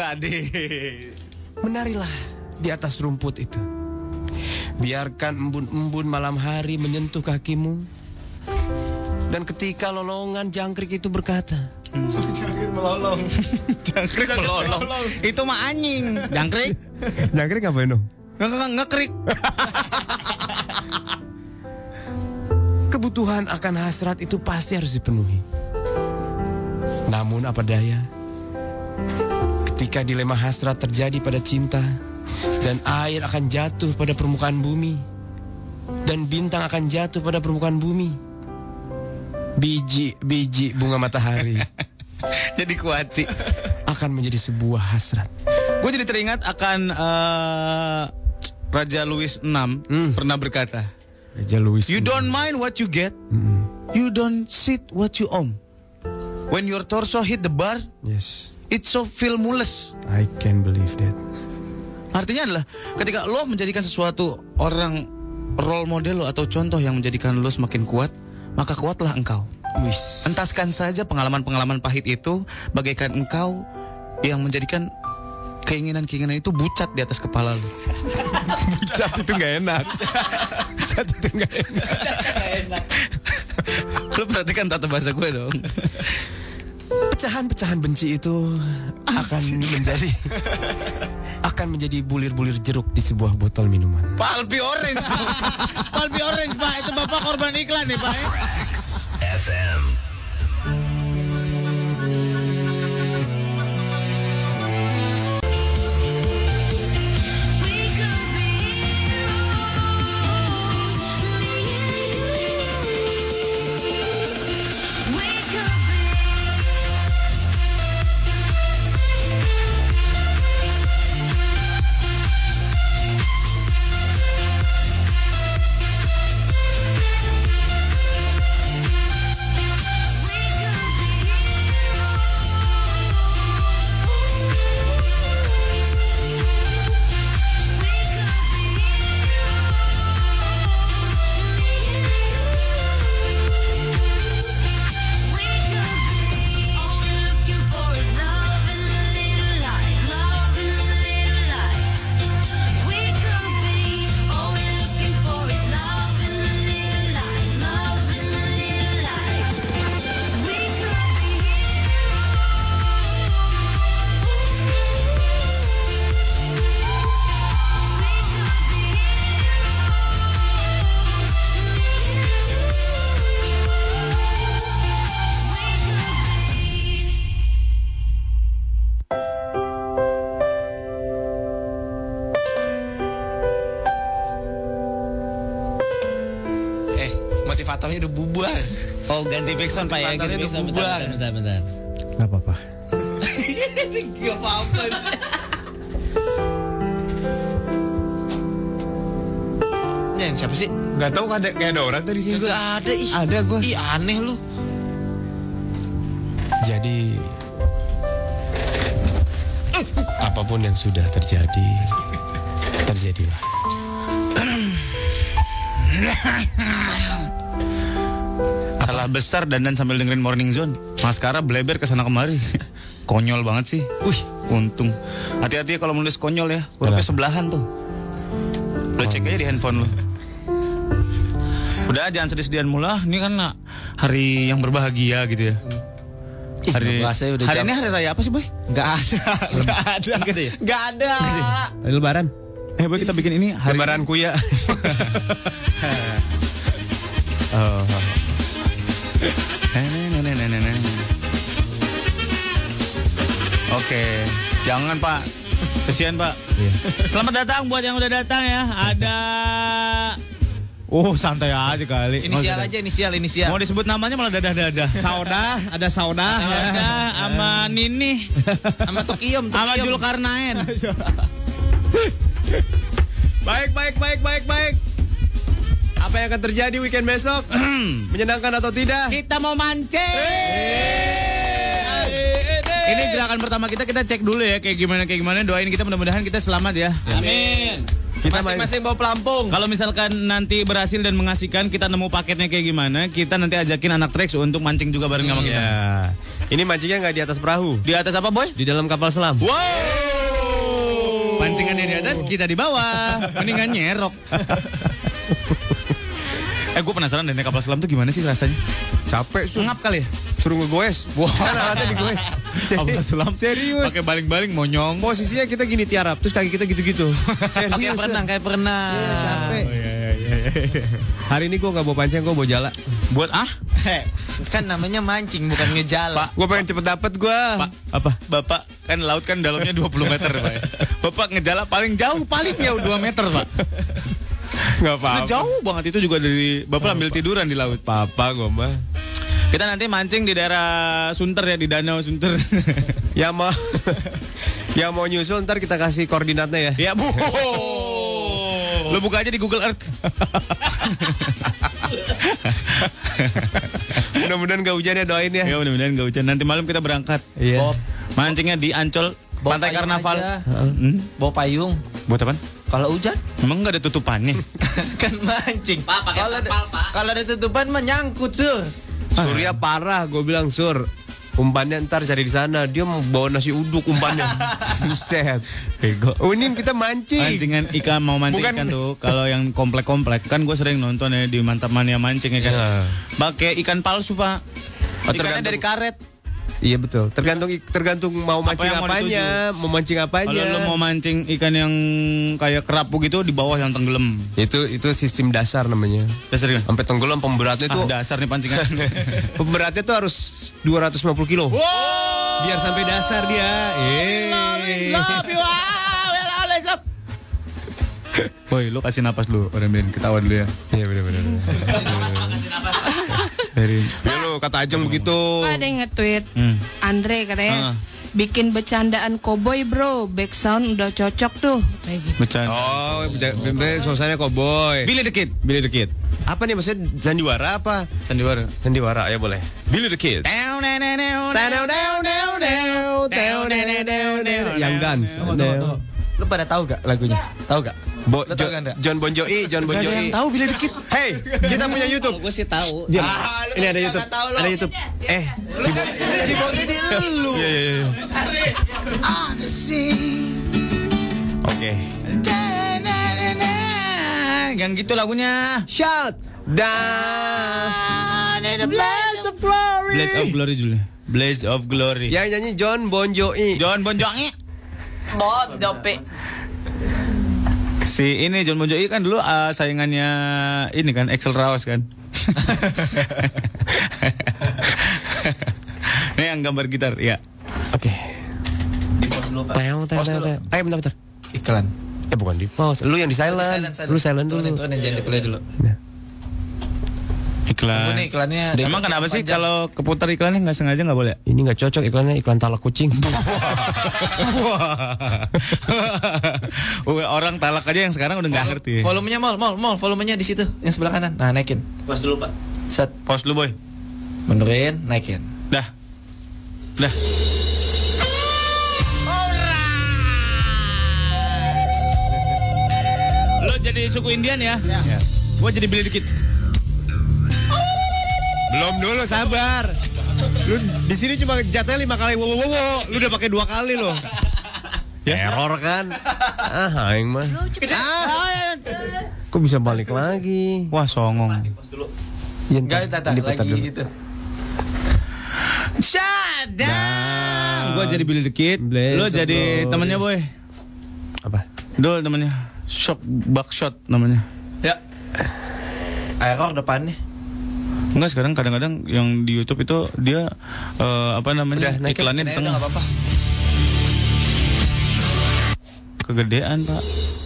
Menarilah di atas rumput itu. Biarkan embun-embun malam hari menyentuh kakimu. Dan ketika lolongan jangkrik itu berkata, Jangkrik melolong. Jangkrik melolong. Itu mah anjing. Jangkrik. Jangkrik ngapain dong? Ngekrik. Kebutuhan akan hasrat itu pasti harus dipenuhi. Namun apa daya, ketika dilema hasrat terjadi pada cinta, dan air akan jatuh pada permukaan bumi, dan bintang akan jatuh pada permukaan bumi, biji bunga matahari jadi kuaci akan menjadi sebuah hasrat. Gue jadi teringat akan Raja Louis VI pernah berkata, Raja Louis, you don't mind what you get, you don't sit what you own. When your torso hit the bar, yes, it's so feel mulus. I can believe that. Artinya adalah ketika lo menjadikan sesuatu orang role model lo atau contoh yang menjadikan lo semakin kuat, maka kuatlah engkau. Entaskan saja pengalaman-pengalaman pahit itu bagaikan engkau yang menjadikan keinginan-keinginan itu bucat di atas kepala lo. Bucat itu gak enak. Bucat itu gak enak. Lo perhatikan tata bahasa gue dong. Pecahan-pecahan benci itu akan menjadi bulir-bulir jeruk di sebuah botol minuman. Palpi orange. Palpi orange, Pak. Itu Bapak korban iklan nih, Pak. FM. Motivatornya udah bubar. Oh, ganti backsound Pak ya. Ganti backsound bentar. Gak apa-apa. Gak apa-apa. Nyanyi siapa sih? Gak tahu kayak ada orang tadi sini. Gak ada. Ada gue. Ih, aneh lu. Jadi apapun yang sudah terjadi, terjadilah. Salah besar dandan sambil dengerin Morning Zone. Maskara bleber kesana kemari. Konyol banget sih. Wih, untung. Hati-hati kalau menulis konyol ya. Hurufnya sebelahan tuh. Lo cek aja di handphone lo. Udah, jangan sedih-sedihan mula. Ini kan hari yang berbahagia gitu ya. Hari ini hari raya apa sih, Boy? Gak ada. Gak ada. Hari Lebaran. Boy, kita bikin ini hari Lebaran Kuya. Oke, jangan Pak. Kesian Pak. Selamat datang buat yang udah datang ya. Ada santai aja kali. Inisial. Mau disebut namanya malah dadah-dadah. Ada Sauda, sama Nini, sama Tokiyom, sama Julkarnaen. Baik. Apa yang akan terjadi weekend besok? Menyenangkan atau tidak? Kita mau mancing. Ini gerakan pertama kita cek dulu ya kayak gimana. Doain kita mudah-mudahan kita selamat ya. Amin. Kita masing-masing bawa pelampung. Kalau misalkan nanti berhasil dan mengasihkan, kita nemu paketnya kayak gimana, kita nanti ajakin anak Trax untuk mancing juga bareng sama kita. Ini mancingnya nggak di atas perahu. Di atas apa, Boy? Di dalam kapal selam. Wow. Pancingannya di atas, kita di bawah. Mendingan nyerok. Gue penasaran deh naik kapal selam tuh gimana sih rasanya? Capek sih. Ngap kali ya? Suruh ngegoes. Wah, kan alatnya digoes. Kapal selam Serius. pakai baling-baling monyong. Posisinya kita gini tiarap, terus kaki kita gitu-gitu. Serius. Kayak pernah. Iya, capek. Oh, iya. Hari ini gue gak bawa pancing, gue bawa jala. Buat Kan namanya mancing bukan ngejala. Gue pengen cepet dapet gue. Pak, apa? Bapak kan laut kan dalamnya 20 meter, Pak. Bapak ngejala paling jauh, paling jauh 2 meter, Pak. Gak apa-apa. Jauh banget itu juga dari Bapak ambil tiduran di laut. Papa gue mah. Kita nanti mancing di daerah Sunter ya, di Danau Sunter. Ya mau yang mau nyusul ntar kita kasih koordinatnya ya. Ya bu. Lo buka aja di Google Earth. Mudah-mudahan gak hujan ya, doain ya. Ya mudah-mudahan gak hujan. Nanti malam kita berangkat. Iya. Mancingnya di Ancol, Pantai Karnaval. Bawa payung. Buat apa? Kalau hujan? Emang gak ada tutupannya? Kan mancing. Kalau ada tutupan menyangkut, Sur. Surya parah, gue bilang Sur. Umpannya ntar cari di sana. Dia mau bawa nasi uduk umpannya. Buset. Bego. Unim kita mancing. Mancingan ikan, mau mancing ikan tuh. Kalau yang komplek-komplek kan gue sering nonton ya di Mantap Mania mancing ya kan. Pakai ikan palsu, Pak. Ikannya dari karet. Iya betul. Tergantung mau mancing apanya, mau mancing apanya. Kalau lo mau mancing ikan yang kayak kerapu gitu di bawah yang tenggelam. Itu sistem dasar namanya. Dasar kan? Sampai tenggelam pemberatnya tuh. Dasar nih pancingan. Pemberatnya tuh harus 250 kilo. Wow. Biar sampai dasar dia. Woi, lo kasih napas dulu, orang Ben, ketawa dulu ya. Iya benar-benar. Kasih napas. Ya lo kata Ajeng begitu. Ada yang nge-tweet Andre katanya bikin bercandaan koboi bro, back sound udah cocok tuh kayak gitu. Bercanda. Oh, suasananya koboi. Billy the Kid. Apa nih maksudnya, sandiwara apa? Sandiwara, ya boleh. Billy the Kid. Yang Guns. Lu pada tahu gak lagunya? Tahu gak? John Bon Jovi. Gak ada yang tahu Billy the Kid. Hey, kita punya YouTube. Gue sih tahu. Ini ada YouTube. Ada YouTube. Keyboardnya di lu. Iya. Oke. Yang gitu lagunya. Shout down in the blaze of glory. Blaze of Glory dulu. Blaze of Glory. Yang nyanyi John Bon Jovi. Si ini John Bon Jovi kan dulu saingannya ini kan Axl Rose kan. Ini yang gambar gitar ya. Oke. Ayo bentar. Iklan. Bukan di pause. Lu yang di silent. Lu silent dulu. Itu jangan di play dulu. Iklan. Ini iklannya. Emang kenapa sih kalau keputar iklannya nggak sengaja nggak boleh? Ini nggak cocok iklannya, iklan talak kucing. Orang talak aja yang sekarang udah nggak ngerti. Volumenya mall, volumenya di situ yang sebelah kanan. Nah, naikin. Pause dulu, Pak. Set. Pause dulu, boy. Benerin, naikin. Dah. Lo jadi suku Indian ya? Ya. Gua jadi Billy the Kid. Belum dulu, sabar. Lu di sini cuma jatuhnya 5 kali. Wow. Lu udah pakai 2 kali loh. Ya. Error kan? Aing mah. Kok bisa balik lagi? Wah, songong. Enggak, lagi gitu. Shut down. Gua jadi Billy the Kid. Lo jadi temannya, boy. Apa? Dul temannya. Buckshot namanya. Ya. Error depannya. Enggak, sekarang kadang-kadang yang di YouTube itu dia iklannya di tengah. Apa-apa. Kegedean, Pak.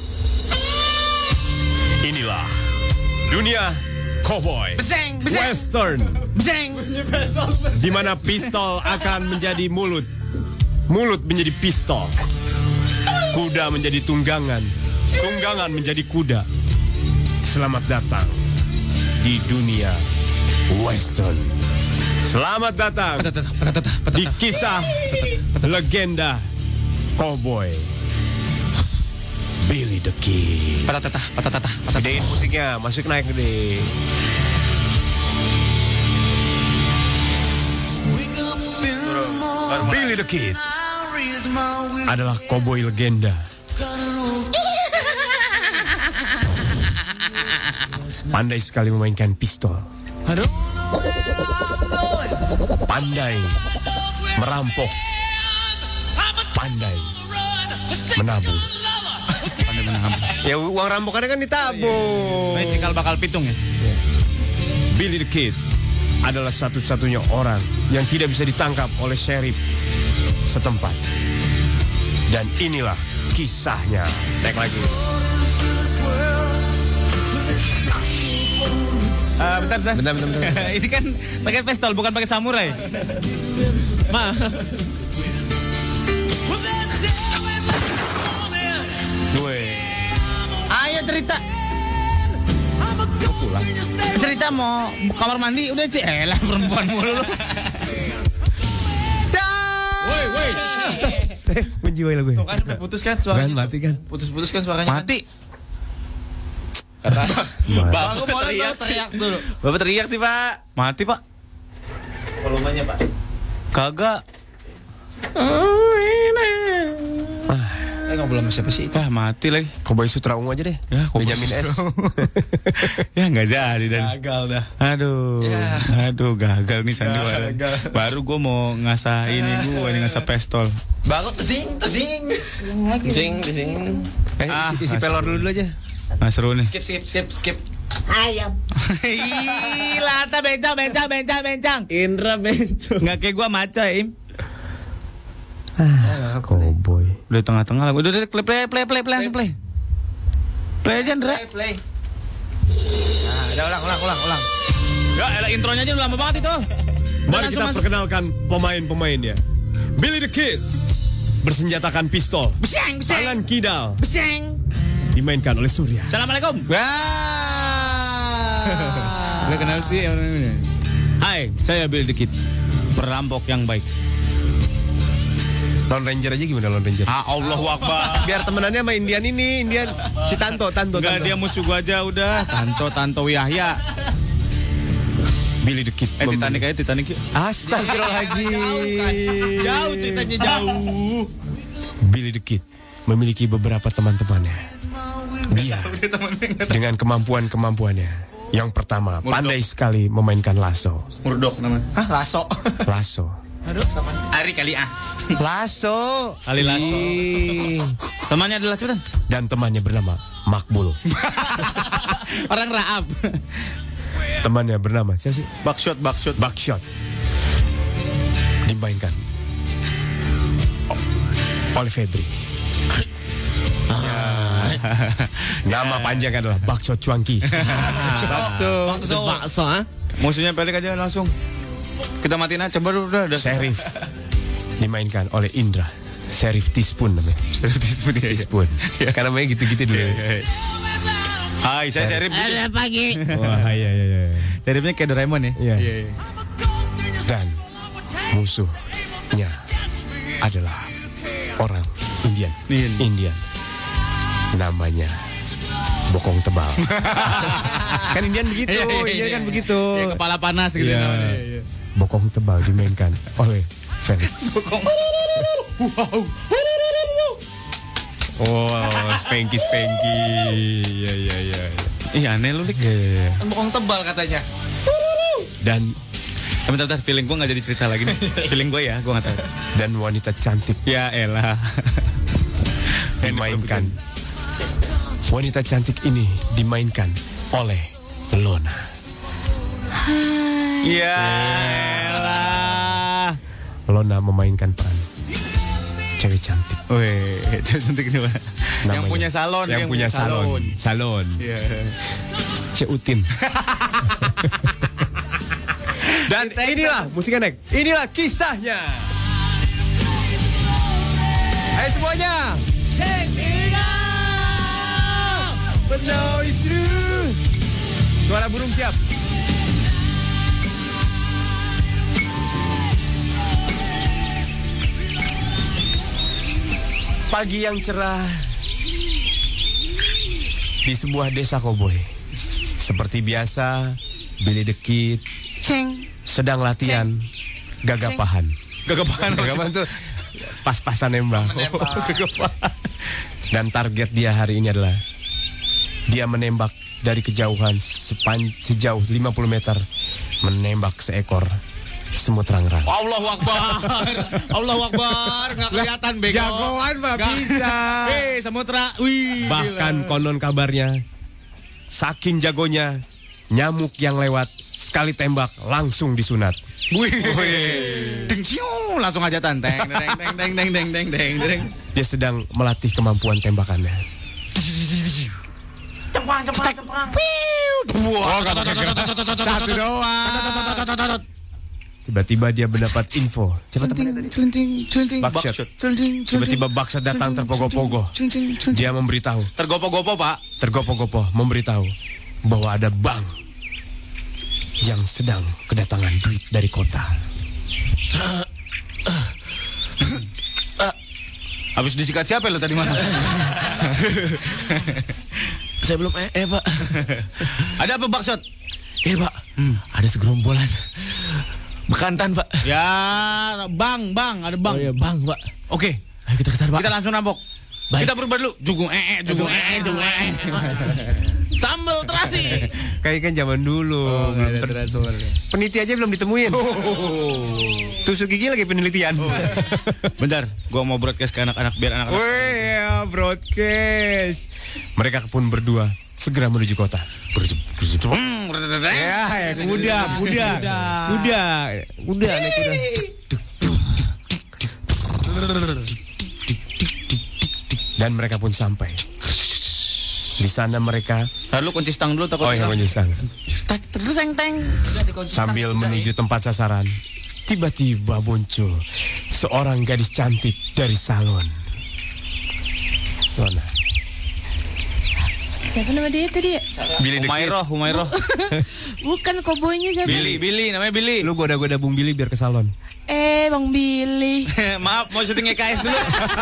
Inilah dunia cowboy western, di mana pistol akan menjadi mulut menjadi pistol, kuda menjadi tunggangan menjadi kuda. Selamat datang di dunia western. Selamat datang di kisah legenda cowboy Billy the Kid. Patata. Gedein musiknya, masuk naik gede. Billy the Kid adalah cowboy legenda Pandai sekali memainkan pistol. Pandai merampok. Pandai menabung. Pandai menabung. Ya uang rampokannya kan ditabung. Ini cikal bakal pitung ya. Billy the Kid adalah satu-satunya orang yang tidak bisa ditangkap oleh sheriff setempat. Dan inilah kisahnya. Tek lagi. Bentar. Ini kan pakai pistol, bukan pakai samurai. Ayo cerita. Cerita mau kamar mandi udah lah perempuan mulu lu. Woi. Menjiwai lagu. Tuh kan putus kan suaranya. Mati kan. Putus kan suaranya. Mati. Kata Bapak teriak dulu. Bapak teriak sih, Pak. Mati, Pak. Volumenya, Pak. Kagak. Ngobrol sama siapa sih? Mati lagi. Cowboy Sutra Ungu aja deh. Ya, Benjamin S. Ya nggak jadi dan. Gagal dah. Aduh, gagal nih sandiwara. Baru gue mau ngasah ini ngasah pistol. Baru tesing. Isi pelor dulu aja. Nah, seru nih. Skip. Ayam. Lata bencang. Indra bencong. Nggak kayak gue maco, Im. Cowboy. Udah tengah-tengah lah. Udah play langsung play. Play aja, Indra. Play. Udah ulang. Ya, elah intronya aja udah lama banget itu. Mari kita perkenalkan pemain-pemainnya. Billy the Kid bersenjatakan pistol. Beseng. Tangan kidal. Beseng. Dimainkan oleh Surya. Assalamualaikum. Udah kenal sih. Hai, saya Billy the Kid. Perampok yang baik. Lone Ranger aja gimana Lone Ranger? Allahu Akbar. Biar temenannya sama Indian si Tanto. Enggak, dia musuh gua aja udah. Tanto Yahya. Billy the Kid. Titanic yuk. Astagfirullahaladzim. Jauh ceritanya jauh. Billy the Kid memiliki beberapa teman-temannya. Dia dengan kemampuannya. Yang pertama, pandai sekali memainkan lasso. Murdok namanya. Lasso. Ari kali Lasso. Ali Lasso. Temannya adalah cepetan. Dan temannya bernama Makbul. Orang Raab. Temannya bernama siapa sih? Buckshot. Dimainkan oleh Febri. Nama panjang adalah Bakso Cuangki. Bakso. Musuhnya pendek aja langsung. Kita matiin aja baru udah. Sheriff dimainkan oleh Indra. Sheriff Tispun namanya. Tispun. Karena namanya gitu-gitu dulu. Hai, saya Sheriff. Ada pagi. Wah, iya. Sheriffnya kayak Doraemon ya. Iya. Dan musuhnya adalah orang Indian. Namanya Bokong Tebal. Kan Indian begitu. Indian kan begitu. Ya, kepala panas gitu namanya. Bokong Tebal dimainkan oleh Felix. Wow, Spanky. Iya. Iya, aneh lu, Dik. Kan bokong tebal katanya. Dan bentar, feeling gue gak jadi cerita lagi nih. Feeling gue ya, gue gak tahu. Dan wanita cantik. Ya elah. Dimainkan. Wanita cantik ini dimainkan oleh Lona. Ya elah. Lona memainkan peran cewek cantik. Weh, cewek cantik nih, Pak. Yang punya salon. Yang punya salon. Iya. Ceutin. Dan inilah musiknya, Nek. Inilah kisahnya. Ayo semuanya. Take me down, but now it's true. Suara burung siap. Pagi yang cerah di sebuah desa koboi. Seperti biasa, Billy the Kid sedang latihan gagapahan. Gagapahan tuh pas-pasan nembak. Dan target dia hari ini adalah dia menembak dari kejauhan sejauh 50 meter menembak seekor semut rangrang. Allahu Akbar. Allahu Akbar. Nggak kelihatan bego. Jagoan mah bisa. Semutra. Wih. Bahkan konon kabarnya saking jagonya nyamuk yang lewat sekali tembak langsung disunat. Wih. Ding ciu, langsung hajatan. Teng. Dia sedang melatih kemampuan tembakannya. Cepang. Satu doang. Tiba-tiba dia mendapat info. Celenting. Baksyat. Tiba-tiba Baksyat datang terpogo-pogo. Dia memberitahu. Tergopo-gopo, Pak. Tergopo-gopo memberitahu bahwa ada bank yang sedang kedatangan duit dari kota. Habis disikat siapa lo tadi mana? Saya belum Pak. Ada apa, Baksyat? Pak. Ada segerombolan bekantan, Pak. Ya, bang, ada bang. Oh iya, bang, Pak. Oke. Ayo kita kesana, Pak. Kita langsung rampok. Baik. Kita berubah dulu. Jugung. Sambal terasi. Kayak kan zaman dulu. Peneliti aja belum ditemuin. Tusuk gigi lagi penelitian. Bentar, gua mau broadcast ke anak-anak biar anak-anak. Wih, ya broadcast. Mereka pun berdua segera menuju kota. Ya, kuda naik kuda. Dan mereka pun sampai. Di sana mereka. Lalu kunci stang dulu takut. Oh iya, kunci stang. Sambil menuju tempat sasaran, tiba-tiba muncul seorang gadis cantik dari salon. Mana? Siapa nama dia tadi? Billy Humairah. Bukan koboynya siapa? Billy, namanya Billy. Lu goda-goda Bung Billy biar ke salon. Bang Billy. Maaf, mau syuting GKS dulu.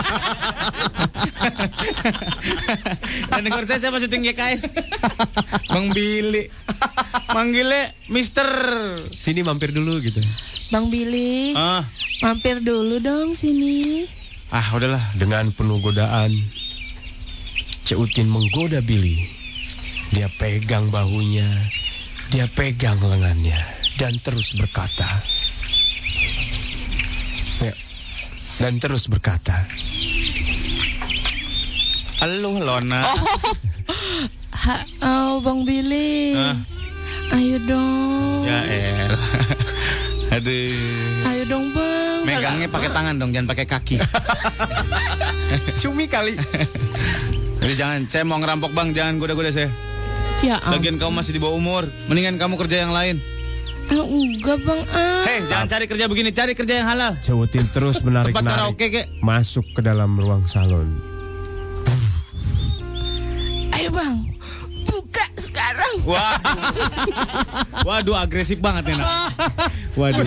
Dan dengar saya mau syuting GKS. Bang Billy. Manggilnya Mister. Sini mampir dulu gitu. Bang Billy. Mampir dulu dong sini. Udahlah. Dengan penuh godaan, Ceutin menggoda Billy. Dia pegang bahunya, dia pegang lengannya, dan terus berkata. Halo Lona. Bang Billy. Ayo dong. Ya elah. Aduh. Ayo dong bang. Megangnya pakai tangan dong, jangan pakai kaki. Cumi kali. Jadi jangan, saya mau ngerampok bang, jangan goda-goda saya. Ya. Lagian kamu masih di bawah umur, mendingan kamu kerja yang lain. Enggak bang. Hei, jangan cari kerja begini, cari kerja yang halal. Ceutin terus menarik-narik masuk ke dalam ruang salon. Ayo bang, buka sekarang. Waduh, agresif banget ya nak. Waduh.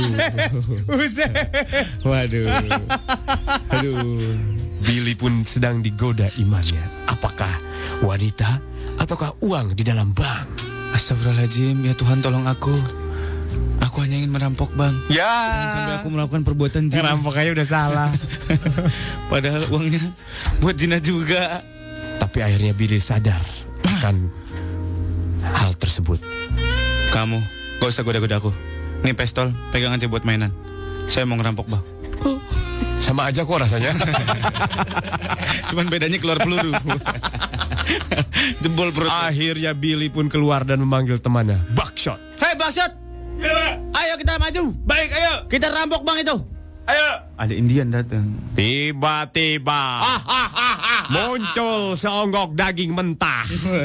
Aduh. Billy pun sedang digoda imannya. Apakah wanita ataukah uang di dalam bank? Astagfirullahaladzim, ya Tuhan tolong aku. Aku hanya ingin merampok bang. Ya. Jangan sampai aku melakukan perbuatan zina. Ngerampok aja udah salah. Padahal uangnya buat zina juga. Tapi akhirnya Billy sadar akan hal tersebut. Kamu gak usah goda-goda aku. Ini pistol, pegang aja buat mainan. Saya mau ngerampok bang. Sama aja kok rasanya. Cuman bedanya keluar peluru. Jebol perut. Akhirnya Billy pun keluar dan memanggil temannya, Baksyat. Hei Baksyat. Ya. Ayo kita maju. Baik, ayo. Kita rampok bang itu. Ayo. Ada Indian datang. Tiba-tiba muncul seonggok daging mentah.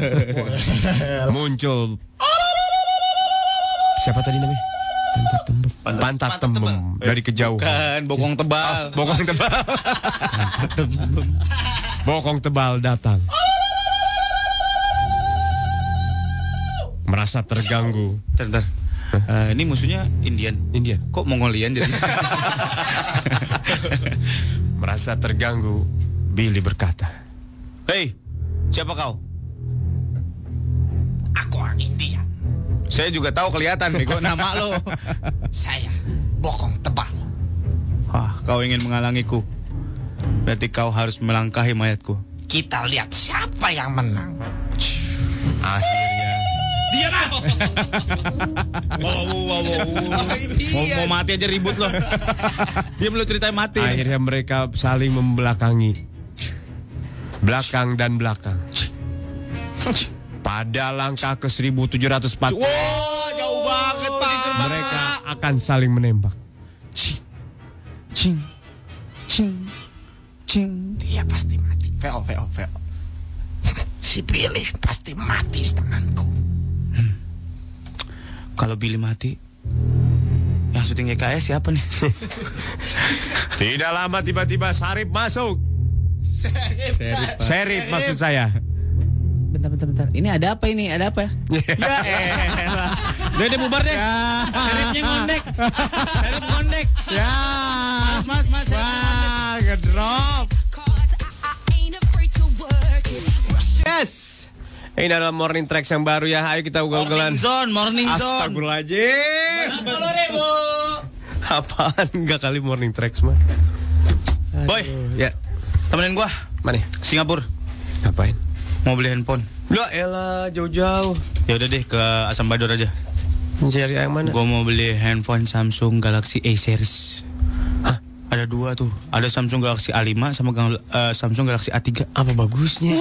Muncul. Siapa tadi namanya? Pantat tembem dari kejauhan. Bukan, bokong tebal. Bokong tebal. Bokong tebal datang. Merasa terganggu. Bentar. Ini musuhnya Indian. Kok Mongolian jadi? Merasa terganggu, Billy berkata, "Hei, siapa kau?" Aku orang Indian. Saya juga tahu kelihatan, bego nama lo. Saya bokong tebal. Kau ingin menghalangiku. Berarti kau harus melangkahi mayatku. Kita lihat siapa yang menang. Akhirnya Diam ah. Mau mati aja ribut lo. Diam lo, ceritain mati. Akhirnya mereka saling membelakangi. Belakang dan belakang. Pada langkah ke 1704. Wah, jauh banget, Pak. Mereka akan saling menembak. Cing. Dia pasti mati. Vel. Si Billy pasti mati di tanganku. Kalau Billy mati, yang syuting YKS siapa nih? Tidak lama tiba-tiba Sarip masuk. Serip maksud saya. Bentar. Ini ada apa ini? Ada apa? Ya elah. Udah bubar deh. Seripnya ngondek. Serip ngondek. Ya. Mas. Wah, ngedrop. Yes. Ini adalah morning tracks yang baru ya. Ayo kita ugal-ugalan. Morning zone. Astagfirullahaladzim. 40.000. Apaan? Enggak kali morning tracks mah. Boy, Ya. temenin gua. Mana? Singapura. Ngapain? Mau beli handphone. Ya elah, jauh-jauh. Ya udah deh ke Asam Bador aja. Mencari yang mana? Gua mau beli handphone Samsung Galaxy A series. Hah? Ada dua tuh. Ada Samsung Galaxy A5 sama Samsung Galaxy A3. Apa bagusnya?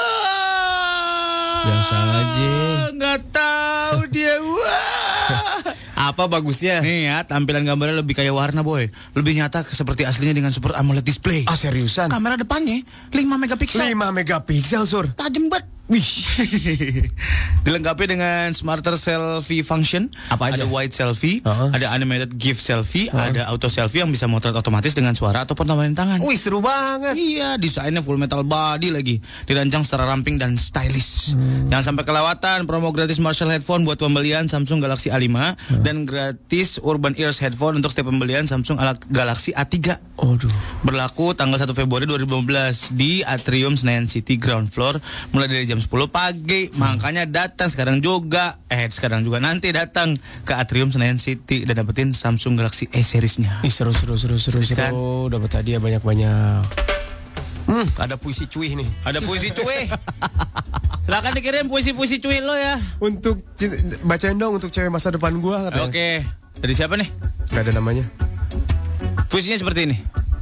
Biasa aja. Nggak tahu dia. Apa bagusnya? Nih ya, tampilan gambarnya lebih kayak warna, boy. Lebih nyata seperti aslinya dengan Super AMOLED display. Ah, seriusan? Kamera depannya 5 megapiksel. 5 megapiksel, Sur. Tajam banget. Wih. Dilengkapi dengan smarter selfie function. Apa aja? Ada wide selfie, ada animated GIF selfie, ada auto selfie yang bisa motret otomatis dengan suara ataupun tambahan tangan. Wih, seru banget. Iya, desainnya full metal body lagi. Dirancang secara ramping dan stylish. Jangan sampai kelewatan promo gratis Marshall headphone buat pembelian Samsung Galaxy A5 dan gratis Urban Ears headphone untuk setiap pembelian Samsung Galaxy A3. Aduh. Berlaku tanggal 1 Februari 2015 di Atrium Senayan City ground floor mulai dari jam 10 pagi. Makanya datang sekarang juga nanti datang ke Atrium Senayan City dan dapetin Samsung Galaxy A seriesnya. Ih, seru. Kan? Dapat hadiah banyak-banyak. Ada puisi cuy nih. Ada puisi cuy. Silakan dikirim puisi-puisi cuy lo ya. Untuk bacain dong untuk cewek masa depan gua katanya. Oke. Dari siapa nih? Gak ada namanya. Puisinya seperti ini.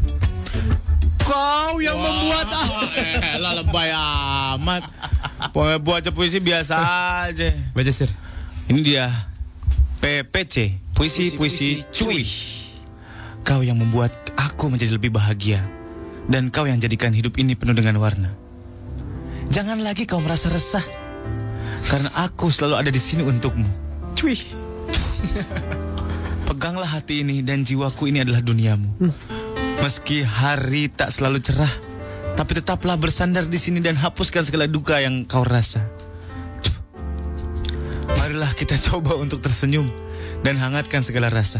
Kau yang membuat lebay amat. Baca puisi biasa aja. Baca sir. Ini dia PPC, puisi cuy. Kau yang membuat aku menjadi lebih bahagia, dan kau yang jadikan hidup ini penuh dengan warna. Jangan lagi kau merasa resah, karena aku selalu ada di sini untukmu. Cuy. Peganglah hati ini dan jiwaku ini adalah duniamu. Meski hari tak selalu cerah, tapi tetaplah bersandar di sini dan hapuskan segala duka yang kau rasa. Marilah kita coba untuk tersenyum dan hangatkan segala rasa.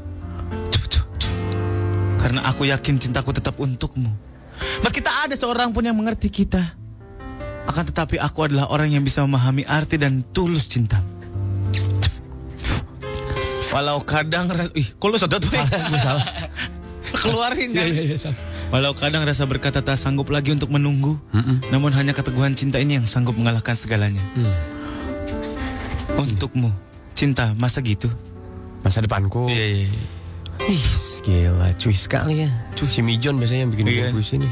Karena aku yakin cintaku tetap untukmu. Meski tak ada seorang pun yang mengerti kita, akan tetapi aku adalah orang yang bisa memahami arti dan tulus cintamu. Walau kadang kok lu sedot? Salah. Keluarin kan? Iya. Walau kadang rasa berkata tak sanggup lagi untuk menunggu, namun hanya keteguhan cinta ini yang sanggup mengalahkan segalanya. Untukmu, cinta masa gitu? Masa depanku. Iya. Ih, gila, cuy sekali ya. Cuy, si Mijon biasanya yang bikin puisi nih.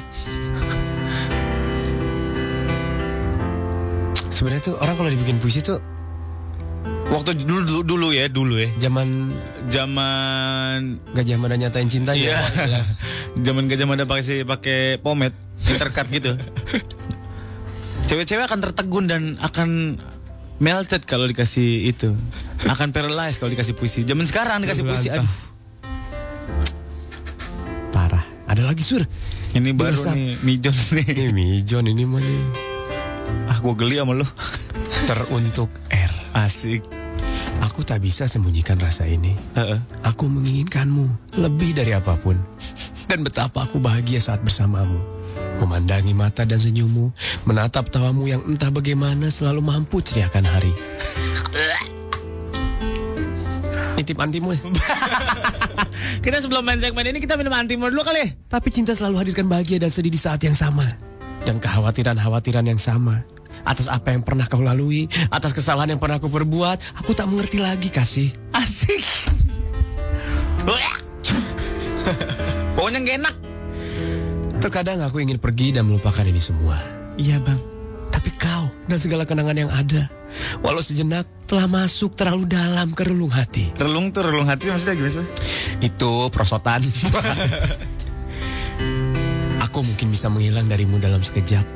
Sebenarnya tuh orang kalau dibikin puisi tuh waktu dulu ya. Zaman Gajah Mada nyatain cintanya. Iya. Zaman Gajah Mada pakai pomade intercut gitu. Cewek-cewek akan tertegun dan akan melted kalau dikasih itu. Akan paralyzed kalau dikasih puisi. Zaman sekarang dikasih puisi, aduh. Parah. Ada lagi Sur. Ini baru nih Mijon nih. Ini Mijon ini mah nih. Gua geli sama lu. Teruntuk R. Asik. Aku tak bisa sembunyikan rasa ini. Aku menginginkanmu lebih dari apapun. Dan betapa aku bahagia saat bersamamu. Memandangi mata dan senyummu, menatap tawamu yang entah bagaimana selalu mampu ceriakan hari. Nitip antimu ya? Kita sebelum main segmen ini kita minum antimu dulu kali. Tapi cinta selalu hadirkan bahagia dan sedih di saat yang sama. Dan kekhawatiran-khawatiran yang sama. atas apa yang pernah kau lalui, atas kesalahan yang pernah kau perbuat. Aku tak mengerti lagi, kasih. Asik. Pokoknya gak enak. Terkadang aku ingin pergi dan melupakan ini semua. Iya bang. Tapi kau dan segala kenangan yang ada, walau sejenak, telah masuk terlalu dalam ke relung hati. Relung hati maksudnya gimana sih? Itu prosotan. Aku mungkin bisa menghilang darimu dalam sekejap.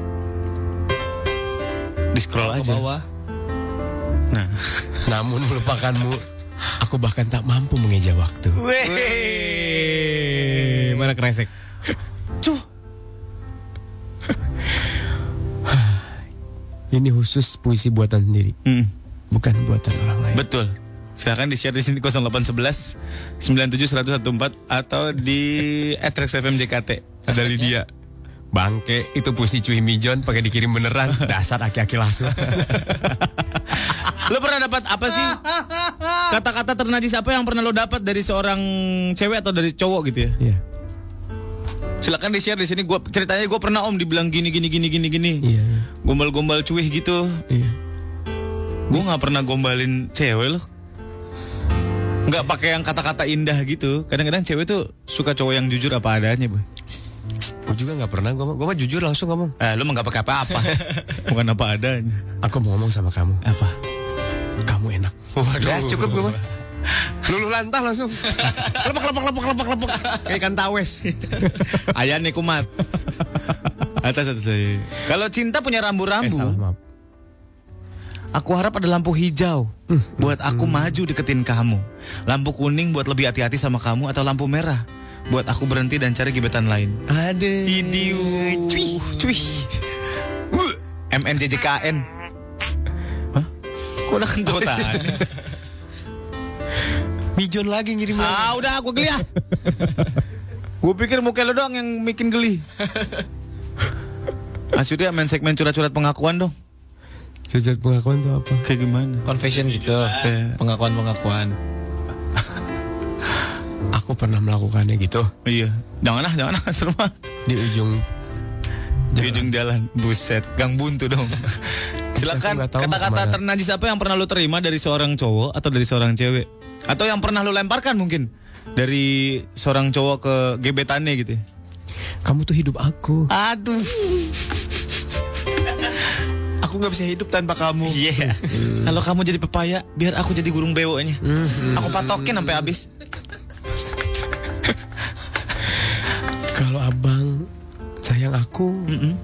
Di scroll aja. Ke bawah. Nah, namun melupakanmu, aku bahkan tak mampu mengeja waktu. Weh, mana kresek? Cuh. Ini khusus puisi buatan sendiri, bukan buatan orang lain. Betul. Silakan di-share di sini 0811 97 114 atau di @rexfmjkt. Ada Lydia. Bangke, itu puisi Cuy Mijon pakai dikirim beneran. Dasar aki-aki langsung. Lo pernah dapat apa sih? Kata-kata ternajis apa yang pernah lo dapat dari seorang cewek atau dari cowok gitu ya? Iya. Silakan di-share di sini. Gua ceritanya gue pernah om dibilang gini. Iya. Gombal-gombal cuih gitu. Iya. Gue nggak pernah gombalin cewek loh. Nggak pakai yang kata-kata indah gitu. Kadang-kadang cewek tuh suka cowok yang jujur apa adanya, boy. Gue juga nggak pernah. Gue mah jujur langsung ngomong. Lu mah nggak pakai apa-apa. Bukan apa adanya. Aku mau ngomong sama kamu. Apa? Kamu enak. Waduh. Ya, cukup gue mah. Luluh lantah langsung. Lepek. Kayak ikan tawes. Ayane kumat. Atas. Kalau cinta punya rambu-rambu. Salah, maaf. Aku harap ada lampu hijau buat aku maju deketin kamu. Lampu kuning buat lebih hati-hati sama kamu. Atau lampu merah buat aku berhenti dan cari gebetan lain. Ada. Idiu. Cuy. MNJJKN. Hah? Kok udah kentotan? Mijon lagi ngirim lagi. Udah aku geli ya. Gue pikir muka lo doang yang bikin geli. Maksudnya main segmen curhat-curhat pengakuan dong. Curhat pengakuan itu apa? Kayak gimana? Confession gitu. Pengakuan-pengakuan. Aku pernah melakukannya gitu. Iya. Janganlah serem. Di ujung jalan. Buset, gang buntu dong. Silakan kata-kata ternajis apa yang pernah lo terima dari seorang cowok atau dari seorang cewek? Atau yang pernah lo lemparkan mungkin dari seorang cowok ke gebetannya gitu. Kamu tuh hidup aku. Aduh. Aku gak bisa hidup tanpa kamu. Iya. Kalau kamu jadi pepaya, biar aku jadi burung bewoknya. Aku patokin sampai habis. Kalau abang sayang aku.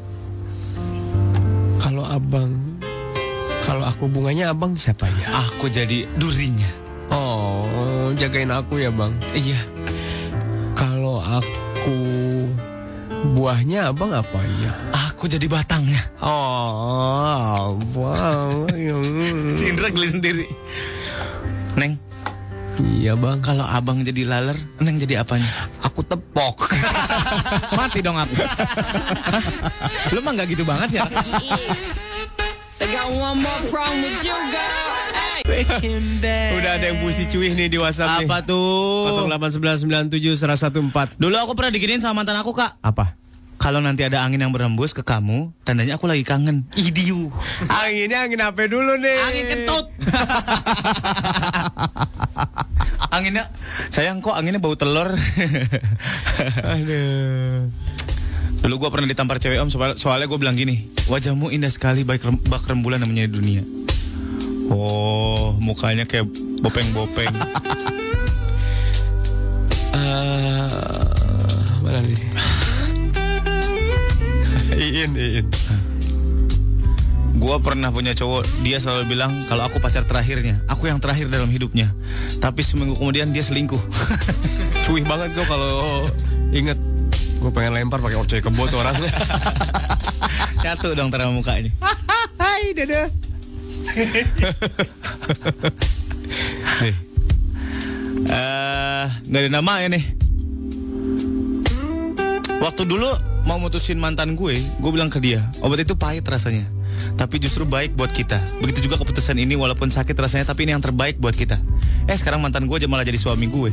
Kalau aku bunganya, abang siapanya? Aku jadi durinya. Oh, jagain aku ya bang. Iya. Kalau aku buahnya, abang apanya? Aku jadi batangnya. Oh, bang. Si Indra geli sendiri. Neng. Iya bang. Kalau abang jadi laler, Neng jadi apanya? Aku tepok. Mati dong aku. Lu mah gak gitu banget ya. Udah ada yang puisi cuih nih di WhatsApp. Apa tuh? 0811971114. Dulu aku pernah diginiin sama mantan aku, Kak. Apa? Kalau nanti ada angin yang berhembus ke kamu, tandanya aku lagi kangen. Idiu. Anginnya angin apa dulu nih? Angin kentut. Anginnya, sayang kok anginnya bau telur. Aduh. Dulu gue pernah ditampar cewek om, soalnya gue bilang gini, wajahmu indah sekali bak rembulan namanya di dunia. Oh, mukanya kayak bopeng-bopeng. Mana nih? Iin. Gua pernah punya cowok, dia selalu bilang kalau aku pacar terakhirnya, aku yang terakhir dalam hidupnya. Tapi seminggu kemudian dia selingkuh. Cuih banget gue kalau inget. Gue pengen lempar pakai orcoy kebo tuh orangnya. Jatuh dong terang mukanya. Hai dadah. Nih. Gak ada nama ya nih. Waktu dulu mau mutusin mantan gue bilang ke dia, obat itu pahit rasanya, tapi justru baik buat kita. Begitu juga keputusan ini, walaupun sakit rasanya, tapi ini yang terbaik buat kita. Sekarang mantan gue aja malah jadi suami gue.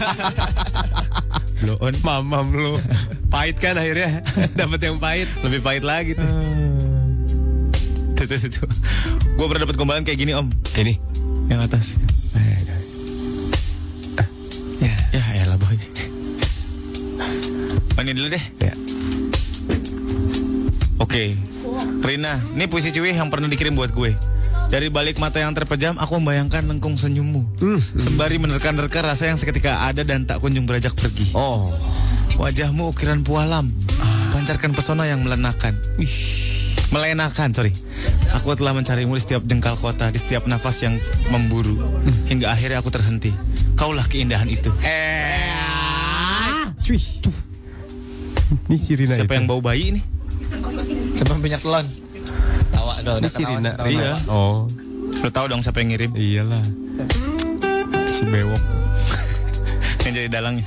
Blow on. Mamam lu. Pahit kan akhirnya. Dapat yang pahit. Lebih pahit lagi tuh. Tuh. Gue pernah dapat gombalan kayak gini om. Ini yang atas. Ya elah boy. Ini dulu deh. Ya. Oke. Rina, ini puisi cuy yang pernah dikirim buat gue. Dari balik mata yang terpejam, aku membayangkan lengkung senyummu. Sembari menerka-nerka rasa yang seketika ada dan tak kunjung beranjak pergi. Oh. Wajahmu ukiran pualam, pancarkan pesona yang melenakan. Aku telah mencarimu di setiap jengkal kota, di setiap nafas yang memburu, hingga akhirnya aku terhenti. Kaulah keindahan itu. Cuy. Ini si Rina. Siapa yang bau bayi ini? Siapa yang minyak telon? Tawa dong. Ini si Rina. Iya. Oh. Lo tahu dong siapa yang ngirim? Iyalah. Si bewok. Yang jadi dalangnya.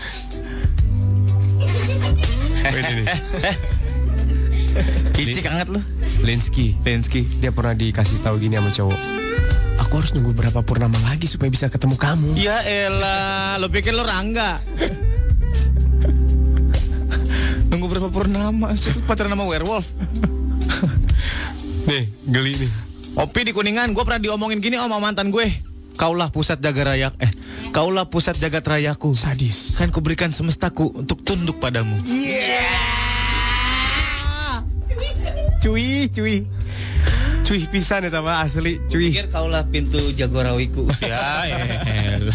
Icik anget lu. Lensky. Dia pernah dikasih tahu gini sama cowok. Aku harus nunggu berapa purnama lagi supaya bisa ketemu kamu. Ya elah, lo pikir lo Rangga? Nunggu berapa purnama? Pacaran sama werewolf. Nih, geli nih. Opi di Kuningan, gue pernah diomongin gini sama mantan gue. Kaulah pusat kaulah pusat jagat rayaku. Sadis. Kan kuberikan semestaku untuk tunduk padamu. Cuy pisan itu apa asli cuy. Pikir kaulah pintu jagorawiku. Ya elah.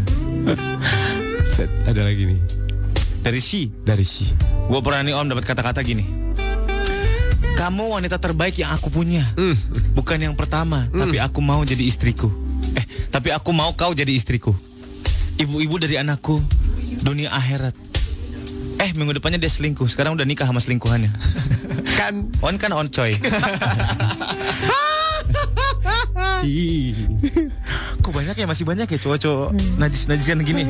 Set, ada lagi nih. Dari si. Gue pernah nih om dapat kata-kata gini. Kamu wanita terbaik yang aku punya. Bukan yang pertama, tapi aku mau jadi istriku. Tapi aku mau kau jadi istriku. Ibu-ibu dari anakku, dunia akhirat. Minggu depannya dia selingkuh. Sekarang udah nikah sama selingkuhannya. Kan on coy. Kok banyak ya, masih banyak ya cowok-cowok najis-najisan gini.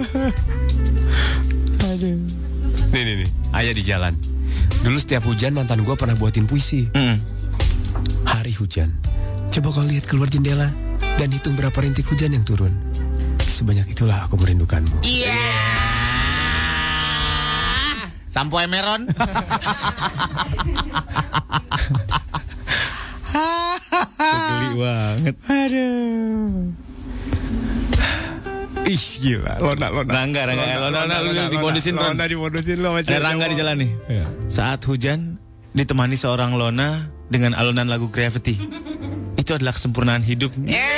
Aduh. Nih. Ayah di jalan. Dulu setiap hujan mantan gue pernah buatin puisi. Hari hujan. Coba kau lihat keluar jendela dan hitung berapa rintik hujan yang turun. Sebanyak itulah aku merindukanmu. Sampo Emeron. Geli banget. Aduh. Ih gila. Lona. Rangga lu dimodusin kan. Lona dimodusin lo macam. Rangga di jalan nih. Ya. Saat hujan ditemani seorang Lona dengan alunan lagu Gravity. Itu adalah kesempurnaan hidup.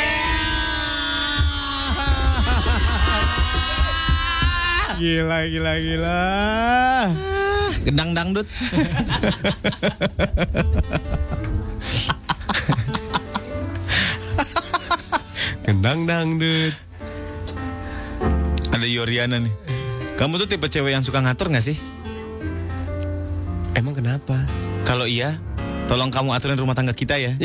Gila. Gendang dangdut. Gendang dangdut. Ada Yoriana nih. Kamu tuh tipe cewek yang suka ngatur gak sih? Emang kenapa? Kalau iya, tolong kamu aturin rumah tangga kita ya.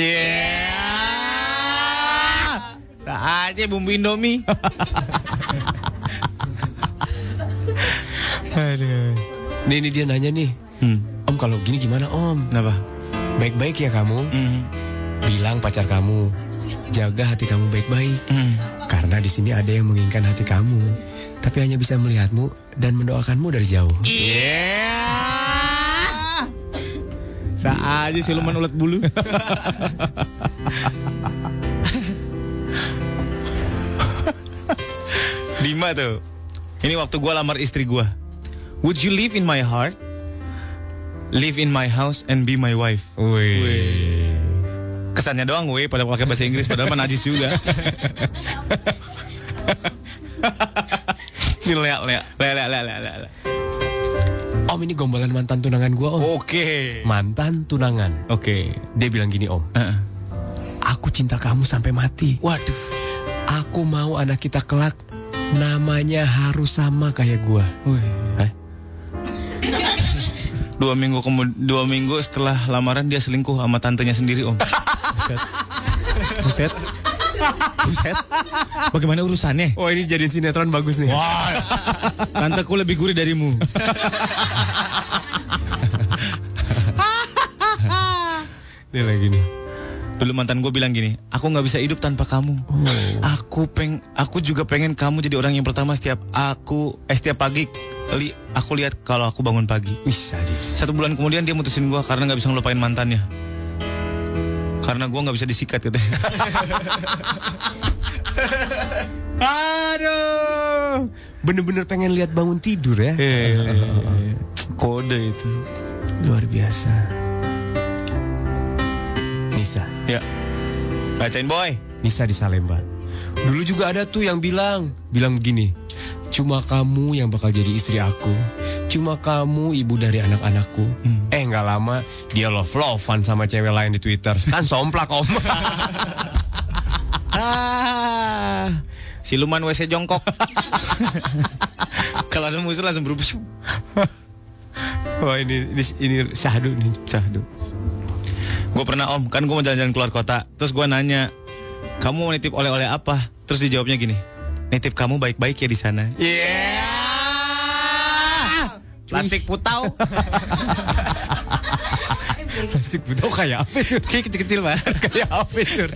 Saatnya bumbu Indomie. Aduh. Ini dia nanya nih. Om kalau gini gimana om? Kenapa? Baik-baik ya kamu. Bilang pacar kamu, jaga hati kamu baik-baik. Karena di sini ada yang menginginkan hati kamu, tapi hanya bisa melihatmu dan mendoakanmu dari jauh. Aja siluman ulat bulu. Dima tuh. Ini waktu gue lamar istri gue. Would you live in my heart, live in my house, and be my wife? Wih. Kesannya doang weh pada pakai bahasa Inggris, padahal mah najis juga. Ini lea. Om ini gombalan mantan tunangan gue om. Oke. Mantan tunangan. Oke. Dia bilang gini om. Aku cinta kamu sampai mati. Waduh. Aku mau anak kita kelak namanya harus sama kayak gue. 2 minggu setelah lamaran dia selingkuh sama tantenya sendiri om. Buset. Bagaimana urusannya? Oh ini jadiin sinetron bagus nih. Wah. Tanteku lebih gurih darimu. Ini lagi nih. Dulu mantan gue bilang gini, aku nggak bisa hidup tanpa kamu. Aku juga pengen kamu jadi orang yang pertama setiap pagi. Aku lihat kalau aku bangun pagi. Wih sadis. 1 bulan kemudian dia mutusin gue karena nggak bisa ngelupain mantannya. Karena gue nggak bisa disikat katanya. Aduh, bener-bener pengen lihat bangun tidur ya. Kode itu luar biasa. Nisa, ya, bacain boy. Nisa di Salemba. Dulu juga ada tuh yang bilang begini. Cuma kamu yang bakal jadi istri aku. Cuma kamu ibu dari anak-anakku. Nggak lama dia love-lovean sama cewek lain di Twitter. Kan somplak om. Siluman WC jongkok. Kalau ada musuh langsung berubah. Wah ini syahdu nih. Syahdu. Gue pernah om, kan gue mau jalan-jalan keluar kota. Terus gue nanya, kamu mau nitip oleh-oleh apa? Terus dijawabnya gini, nitip kamu baik-baik ya di sana. Plastik putau. Plastik putau kayak apa sih? Kayak kecil-kecil banget. Kayak apa sih?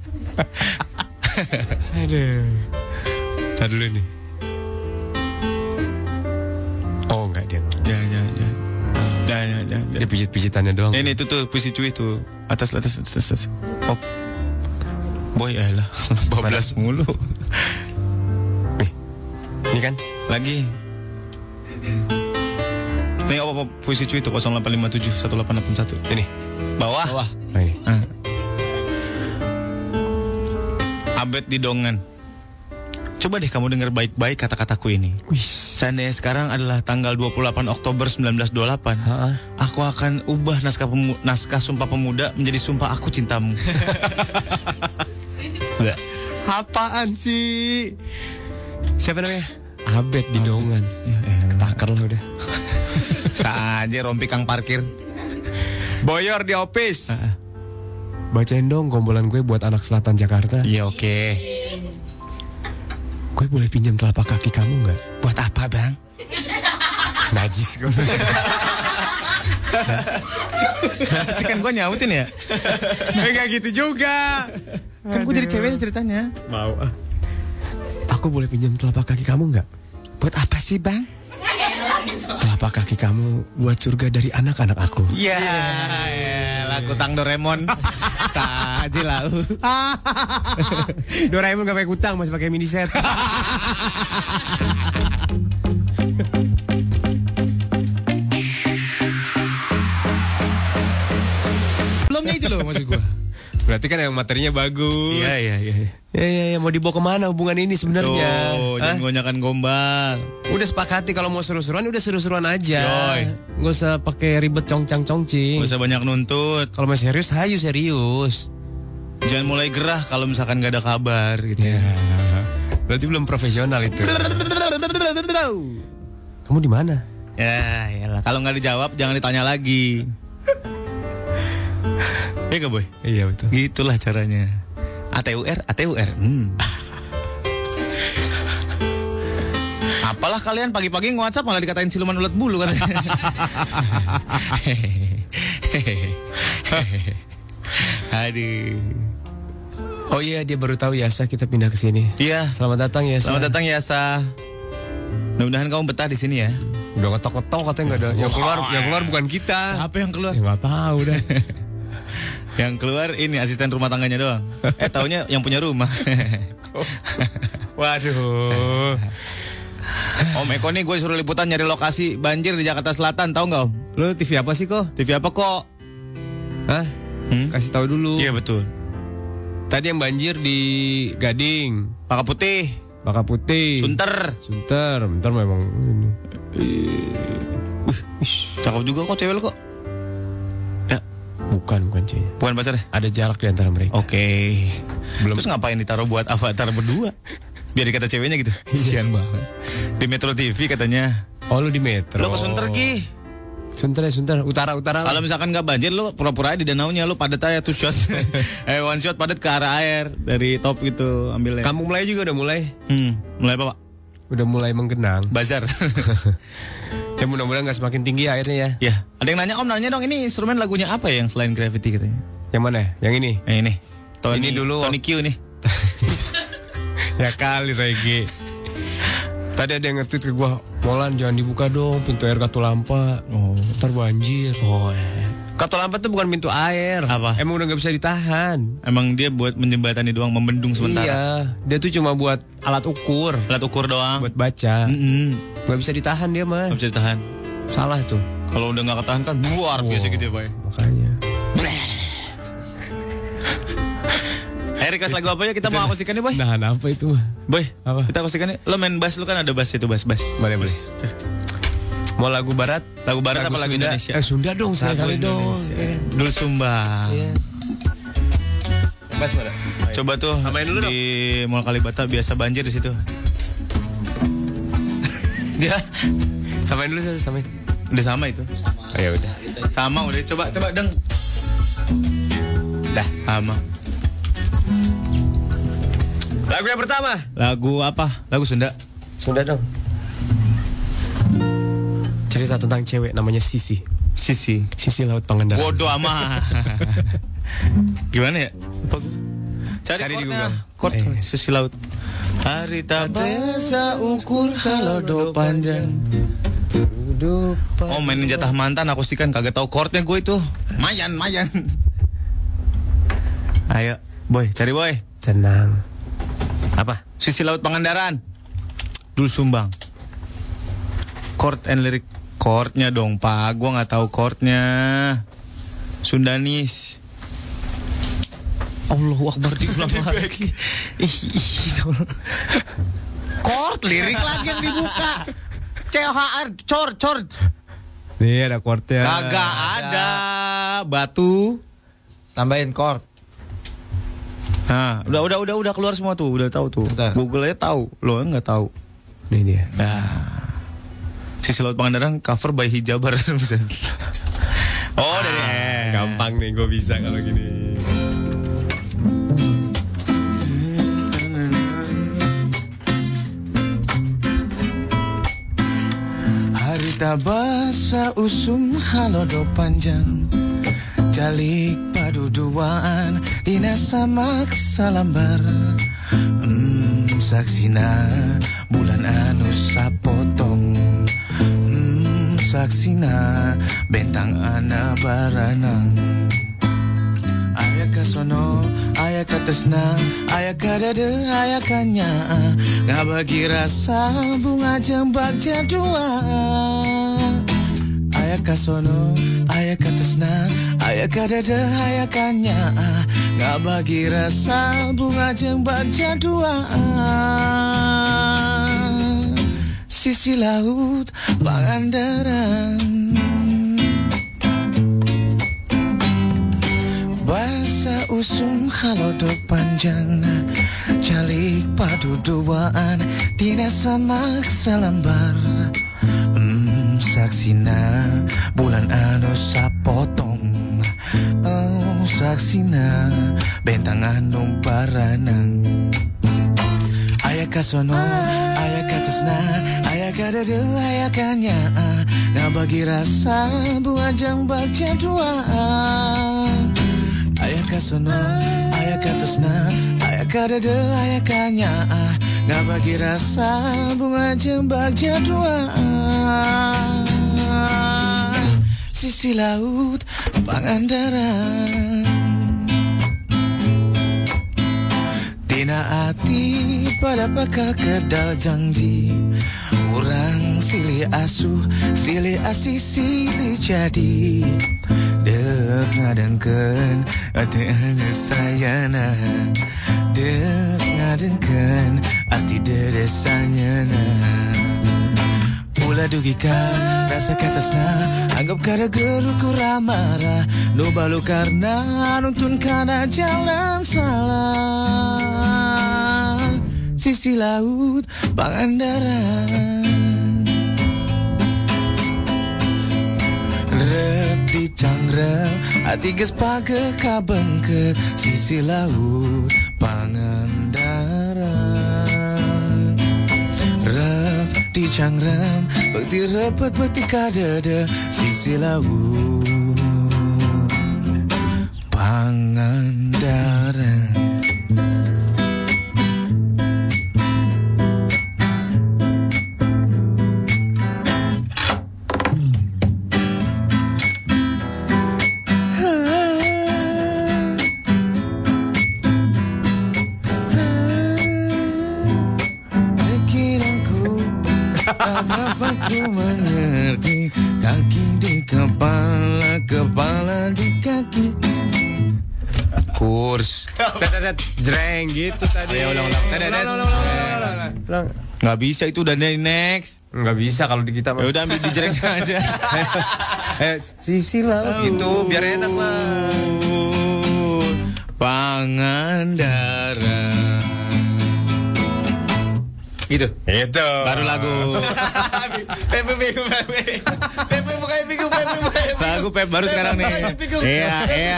Aduh. Ntar dulu nih. Oh enggak dia. Jangan. Dia pijit-pijitannya doang. Ini itu tuh puisi cuy tuh. Atas. Oh. Boy lah. 12 mulu. Nih. Ini kan lagi. Nih apa puisi cuy itu 0857 1881. Ini. Bawah. Oh, ini. Abed di Dongan. Coba deh kamu dengar baik-baik kata-kataku ini. Seandainya sekarang adalah tanggal 28 Oktober 1928, aku akan ubah naskah Sumpah Pemuda menjadi Sumpah Aku Cintamu. Apaan sih? Siapa namanya? Abed di Dongan. Ketakar lah udah. Saja rompi kang parkir. Boyor di office. Bacain dong gombolan gue buat anak selatan Jakarta. Iya oke. Gue boleh pinjam telapak kaki kamu nggak? Buat apa bang? Najis gue. Sih kan gue nyautin ya. Enggak gitu juga. Kan gue jadi ceweknya ceritanya. Mau. Aku boleh pinjam telapak kaki kamu nggak? Buat apa sih bang? Telapak kaki kamu buat surga dari anak-anak aku. Iya. Lagu tang Doraemon. Saji lau. Doraemon gak pakai kutang, masih pakai mini set. Belumnya itu loh maksud gue. Berarti kan yang materinya bagus. Iya. Ya, mau dibawa kemana hubungan ini sebenarnya? Jangan gonyakan gombal. Udah sepakati kalau mau seru-seruan udah seru-seruan aja. Yoy. Nggak usah pakai ribet congcang-congcing. Nggak usah banyak nuntut. Kalau mau serius, hayu serius. Jangan mulai gerah kalau misalkan nggak ada kabar gitu. Ya. Berarti belum profesional itu. Kamu di mana? Ya, iyalah. Kalau nggak dijawab jangan ditanya lagi. Iya gak boy? Iya betul. Gitulah caranya. ATUR. Apalah kalian pagi-pagi nge-WhatsApp malah dikatain siluman ulat bulu katanya. Aduh. Oh iya, dia baru tahu Yasa kita pindah ke sini. Iya. Selamat datang Yasa. Selamat datang Yasa. Mudah-mudahan kamu betah di sini ya. Udah ngetok-ngetok katanya nggak ada. Yang keluar bukan kita. Siapa yang keluar? Nggak tahu dah. Yang keluar ini asisten rumah tangganya doang. Taunya yang punya rumah. Waduh. Om Eko nih gue suruh liputan nyari lokasi banjir di Jakarta Selatan, tahu nggak Om? Lu TV apa sih kok? TV apa kok? Hah? Kasih tahu dulu. Iya betul. Tadi yang banjir di Gading, Baka Putih, Sunter. Bentar memang ini. Cakep juga kok cewek lo kok. Ya, bukan cewek. Bukan pacarnya? Ada jarak di antara mereka. Oke. Belum. Terus ngapain ditaruh buat avatar berdua? Biar dikata ceweknya gitu. Kasian banget. Di Metro TV katanya. Oh lu di Metro. Lo ke Sunter Ki. Sunter. Utara. Kalau misalkan nggak banjir lo pura-pura aja di danaunya lo padat aja tuh shot. One shot padat ke arah air dari top gitu ambilnya. Kampung Melayu juga udah mulai. Mulai apa Pak? Udah mulai menggenang. Bazar. Ya mudah-mudahan nggak semakin tinggi airnya ya. Ya. Ada yang nanya dong ini instrumen lagunya apa ya yang selain Gravity katanya? Yang mana? Yang ini? Ini. Ini dulu. Tony Q nih. Ya kali Regi. Tadi ada yang nge-tweet ke gua, Molan jangan dibuka dong pintu air Katulampa. Ntar banjir. Katulampa tuh bukan pintu air. Apa? Emang udah gak bisa ditahan. Emang dia buat menjembatani doang, membendung sementara. Iya, dia tuh cuma buat alat ukur. Alat ukur doang. Buat baca. Gak bisa ditahan dia mah. Gak bisa ditahan. Salah tuh. Kalau udah gak ketahan kan luar biasa gitu ya, Boy. Makanya. Ayo request lagu apa ya, kita mau akustikan nih, Boy. Nah, apa itu mah? Boy, apa? Kita akustikan nih. Lo main bass, lu kan ada bass itu, bass. Boleh. Mau lagu barat? Lagu barat apa lagu Indonesia? Sunda dong, sekali dong. Dul Sumbang. Bass mana? Coba tuh samain dulu di Mall Kalibata biasa banjir di situ. Dia samain dulu, samain. Udah sama itu. Oh, ya udah. Sama udah. Coba deng. Dah, sama. Lagu yang pertama. Lagu apa? Lagu Sunda. Sunda dong. Cerita tentang cewek namanya Sisi Laut Pangandaran. Bodoh amat. Gimana ya? Cari di Google. Chord Sisi Laut. Hari tak bisa ukur kalau do panjang. Oh, mainin Jatah Mantan akustikan kagak tahu chordnya gue itu. Mayan. Ayo, Boy, cari Boy. Senang. Apa? Sisi Laut Pangandaran. Dul Sumbang. Chord and lyric. Chordnya dong, Pak. Gua nggak tahu chordnya. Sundanis. Allahu Akbar diulang lagi. Chord, lirik lagi yang dibuka. CHR, chord. Nih ada chordnya. Kagak ada. Batu. Tambahin chord. Nah, udah keluar semua tuh, udah tahu tuh. Google aja tahu, lo nggak tahu. Ini dia. Nah. Sisi Laut Pangandaran cover by Hijabar. Oh, dari gampang nih, gue bisa kalau gini. Hari tabasa usum halodo panjang, jalik padu duaan dina sama kesalambar. Saksina bulan anu sapotong. Saksina bentang ana baranang. Aya kasono, aya katesna, aya kadade, aya kanya. Ngabagi rasa bunga jembak jadua. Aya kasono, aya katesna, aya kadade, aya kanya. Ngabagi rasa bunga jembak jadua. Sisi Laut Pangandaran. Bahasa usum halodo panjang, calik padu duaan dina sama kesalambar. Saksina bulan anu sapotong. Oh, saksina bentang anu baranang. Aya kasono, aya katesna, aya kadade, aya kanya. Ngabagi rasa buah jambak jadua. Aya kasono, aya katesna, aya kadade, aya kanya. Ngabagi rasa bunga jembak jadua. Sisi Laut Pangandaran. Tina ati pada pakal kedal janji. Urang silih asuh, silih asih, silih jadi. Dek ngadengkeun ati sayana. Dek ngadengkeun arti dedesanya. Ulah dugikan rasa katesna, anggap kada geruku ramara. Nu balu karena nuntun kana jalan salah. Sisi Laut Pangandaran. Rep di cangrem, hati geus page kabengke. Sisi Laut Pangandaran. Rep di cangrem, bekti repet bekti kadede. Sisi Laut Pangandaran. mengerti. Kaki di kepala, kepala di kaki. Kurs. Jreng gitu tadi. Ayo ulang. Nggak bisa itu udah next. Nggak bisa kalau di kita mah. Ya udah ambil di jreng aja. Sisi lah gitu biar enak lah. Pangandaran. Gitu. Itu. Baru lagu. Lagu Pep baru sekarang nih. Iya.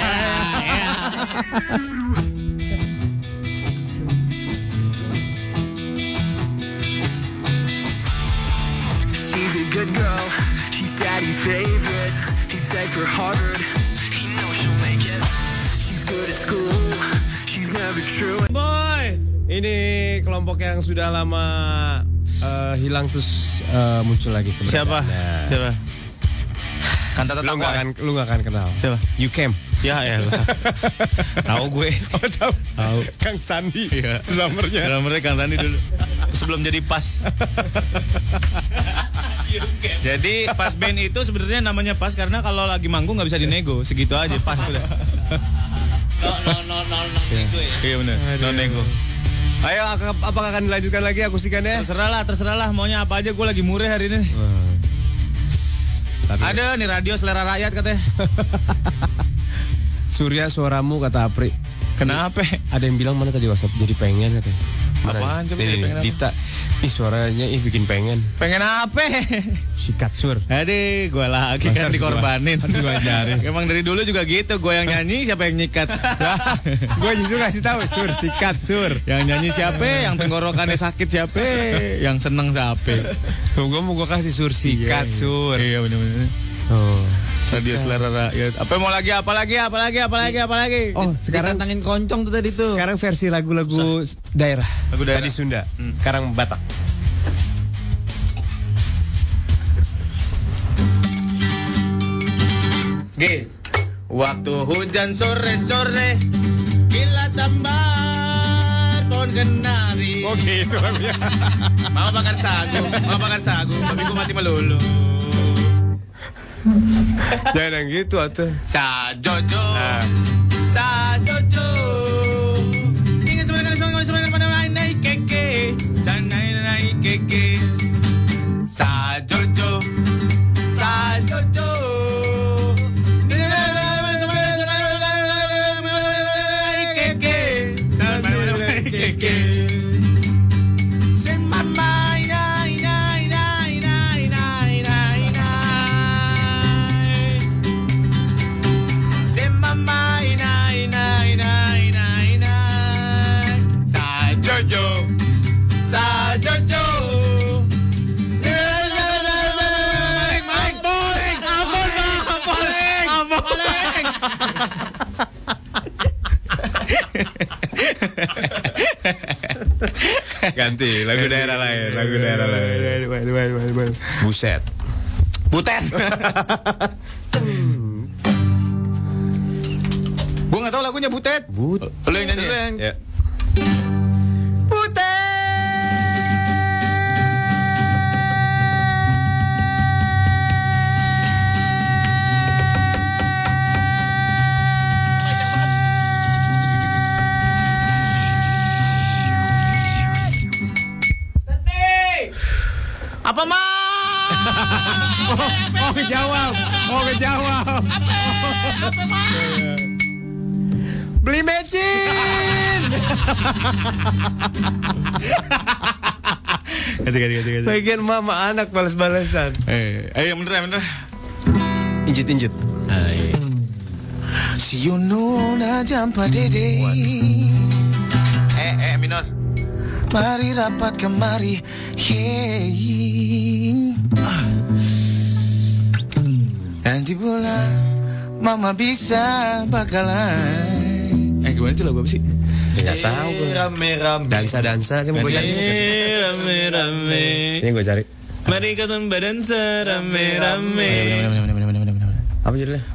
She's a good girl, she's daddy's favorite. He said for Harvard, he knows she'll make it. She's good at school, she's never true. Boy, ini kelompok yang sudah lama hilang terus muncul lagi kembali. Siapa? Kantata tetangga. Lu gak akan kenal. Siapa? You Cam. Ya elah. Tahu gue. Tahu. Kang Sandi. Iya. Drummernya Kang Sandi dulu. Sebelum jadi pas. Jadi pas band itu sebenarnya namanya pas karena kalau lagi manggung nggak bisa dinego, segitu aja pas udah. No. Iya benar. No nego. Ayo, apakah akan dilanjutkan lagi akustikannya? Terserah lah. Maunya apa aja, gue lagi murah hari ini. Ada nih radio selera rakyat katanya. Surya suaramu kata Apri. Kenapa? Ada yang bilang mana tadi WhatsApp jadi pengen katanya. Apaan coba jadi pengen apa? Dita. Suaranya bikin pengen. Pengen apa? Sikat sur. Aduh, gue lagi kan dikorbanin. Harus gue ajarin. Emang dari dulu juga gitu, gue yang nyanyi siapa yang nyikat. Gue justru kasih tahu sur, sikat sur. Yang nyanyi siapa, yang tenggorokannya sakit siapa, yang seneng siapa. Gue mau gue kasih sur, sikat sur. Iya bener-bener. Oh. Radio selera rakyat. Apa mau lagi? Oh, sekarang ditantangin koncong tuh tadi tuh. Sekarang versi lagu-lagu daerah. Lagu daerah Tadi Sunda. Sekarang Batak. G. Waktu hujan sore-sore kilat tambar pohon kenari. Oh gitu lagunya. Mau bakar sagu, babiku mati melulu. Jangan gitu atuh. Sajojo. Ingin sebenarnya pada naik keke. Naik keke. Sajojo. Ganti lagu daerah lain. Buset. Butet. Gue nggak tahu lagunya Butet. Lu yang nyanyi. Ya. Butet. Apa mah? Kejawab. Apa mah? Beli mecin. Ganti. Bagian mama anak balas-balasan. Ayo bener. Injit. Si Yununa jampa dede. Minor. Mari rapat kemari. Nanti pulang mama bisa bakalan. Gimana itu lagu apa sih? Nggak tahu gue. Rame-rame. Dansa aja mau gue cari. Rame-rame. Ini gue cari. Mari kita berdansa rame-rame. Apa judulnya?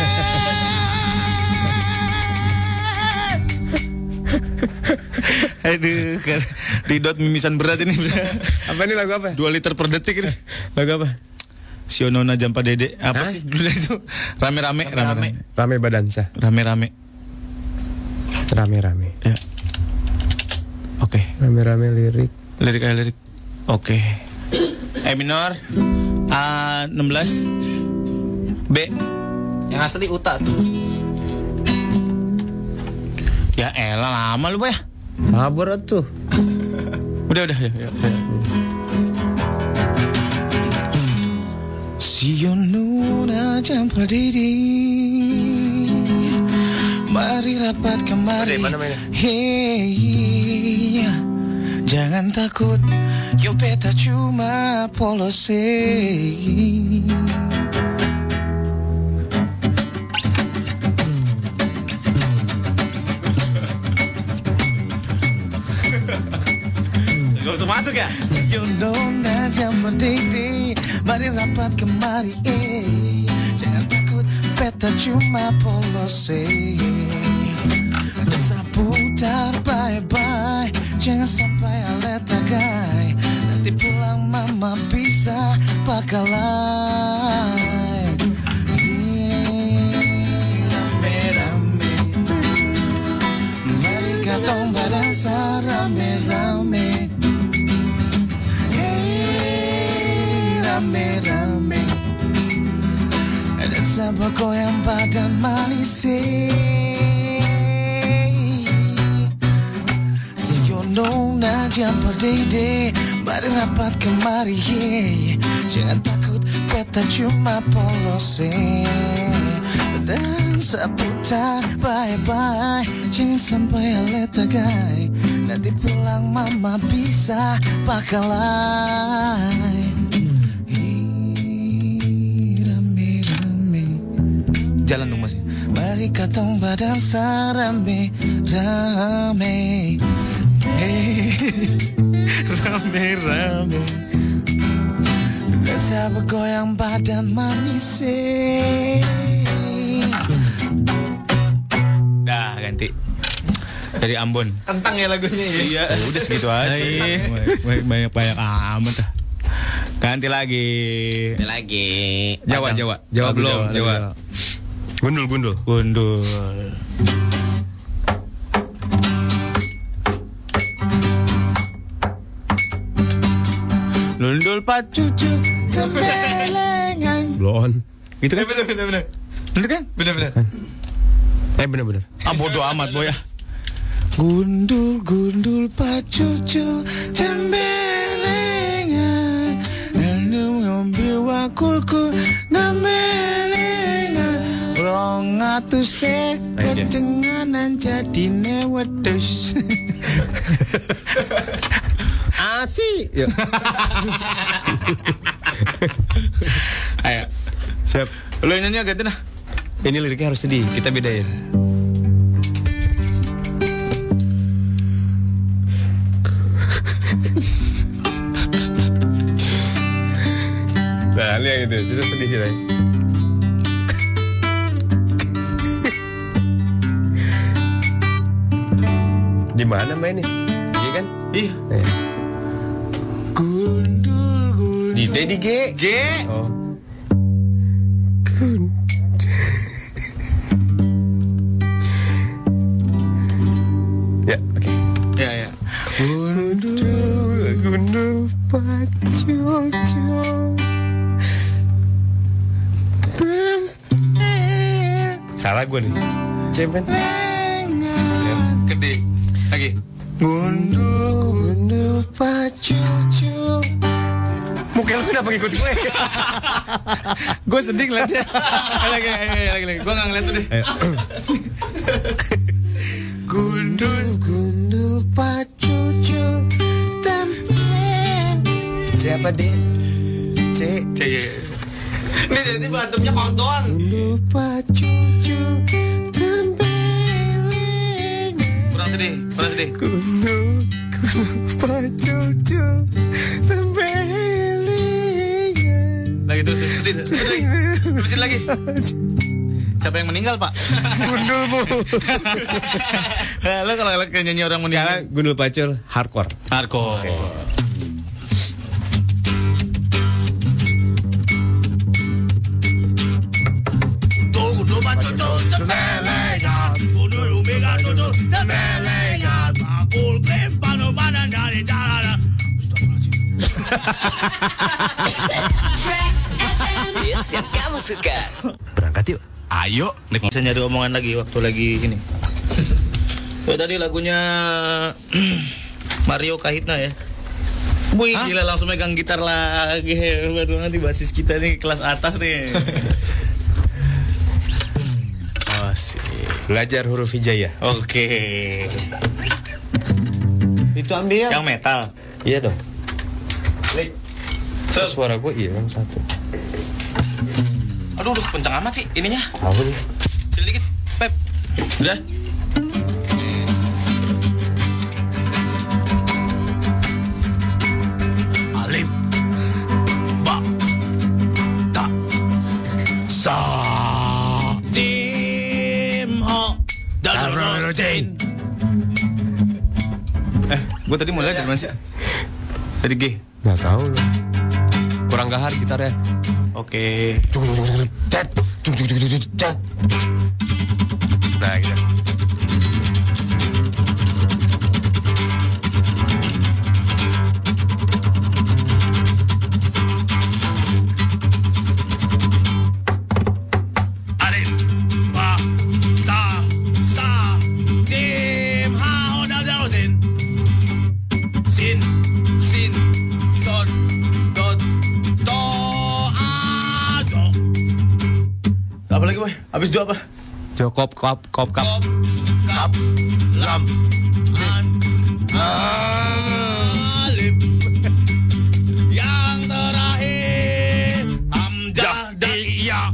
Butet. Aduh, Ridot mimisan berat ini. Apa ini lagu apa? 2 liter per detik ini. Lagu apa? Sionona Jampa Dede. Apa sih dulu itu? Rame-rame. Rame badansa. Rame-rame. Ya. Oke. Rame-rame lirik. Lirik. Oke. E minor. A16. B. Yang asli Uta tuh. Ya elah lama lu Boy. Sabar tuh. Udah ya. Sionona Jampa Dede, mari rapat kemari. Hey, jangan takut, yo beta cuma polose. Gak usah masuk ya? Sionona Jampa Dede, mari rapat kemari. Jangan takut, beta cuma polose. Dan putar bye-bye, jangan sampai ale tagai. Nanti pulang mama bisa pakalai. Rame-rame, mari katong badansa rame-rame. Rame-rame, dan sampai goyang badan manis. Sionona Jampa Dede, mari rapat kemari. Jangan takut, beta cuma polose. Dan seputar bye-bye, jangan sampai ale tagai. Nanti pulang mama bisa pakalai. Jalan dong Mas. Mari katong badansa rame-rame. Hey, rame-rame. Dan sahabat goyang badan manis. Dah ganti. Dari Ambon. Kentang ya lagunya ya. Iya, udah segitu aja. Banyak amat dah. Ganti lagi. Jawa belum. Jawa. Gundul. Lundul pacucu tembelengan. Blon. Gitu kan? Bener. Bener kan? Bener. Bener. Bodo amat Boy ya. Gundul pacucu tembelengan. Lalu ngambil wakulku namelengan. Rongatu kedenganan jadine wedhus. Asik. Ayo. Siap. Lu nyanyi ganti nah. Ini liriknya harus sedih, kita bedain. Nah, lihat gitu. Itu sedih sih, Ray. Di mana mainnya? Iya kan? Iya. Gundul. Di D di G. Oh. Ya, oke. Ya. Gundul pacul. Salah gue nih. Cem kan? Gede. Lagi. Gundul pacul. Muka lu kenapa ngikut gue? Gue sedih ngeliatnya. Lagi. Gue gak ngeliat tuh deh. Gundul pacul. Siapa D? C. Ini jadi bantemnya kok doang. Gundul pacul. Kurang sedih. Gundul pacul. Lagi terus sedih. Terusin lagi. Siapa yang meninggal, Pak? Gundulmu. Lo kalau nyanyi orang meninggal. Sekarang Gundul Pacul hardcore. Hardcore. Okay. Gundul Pacul cemelengan, Gundul Mega Cucul cemelengan, Pakul Kempano badan dari jalan. Tracks FM. Hits yang kamu suka. Berangkat yuk. Ayo, bisa nyari omongan lagi waktu lagi ini. Oh, tadi lagunya Mario Kahitna ya. Wih, gila langsung megang gitar lagi. Baru nanti basis kita nih kelas atas nih. Oh, sih. Belajar huruf hijaya. Oke. Itu ambil. Yang metal. Iya dong. Suara gue hilang satu. Aduh, kencang amat sih ininya. Apa nih? Sedikit, Pep. Udah. Alif, ba, ta, sa, tim, ho, dan Jane. Gue tadi mulai dari mana sih? Dari G. Nggak tahu loh. Kurang gahar gitarnya. Oke. Nah, gitu. Alif, ba, ta, sa, tim, ha, ho, dan Jane. Sin, son, dot, do, a, do. Apa lagi, boy? Habis do apa? Kop, kap. Kap, lam, an, alif. Yang terakhir hamzah dan iya.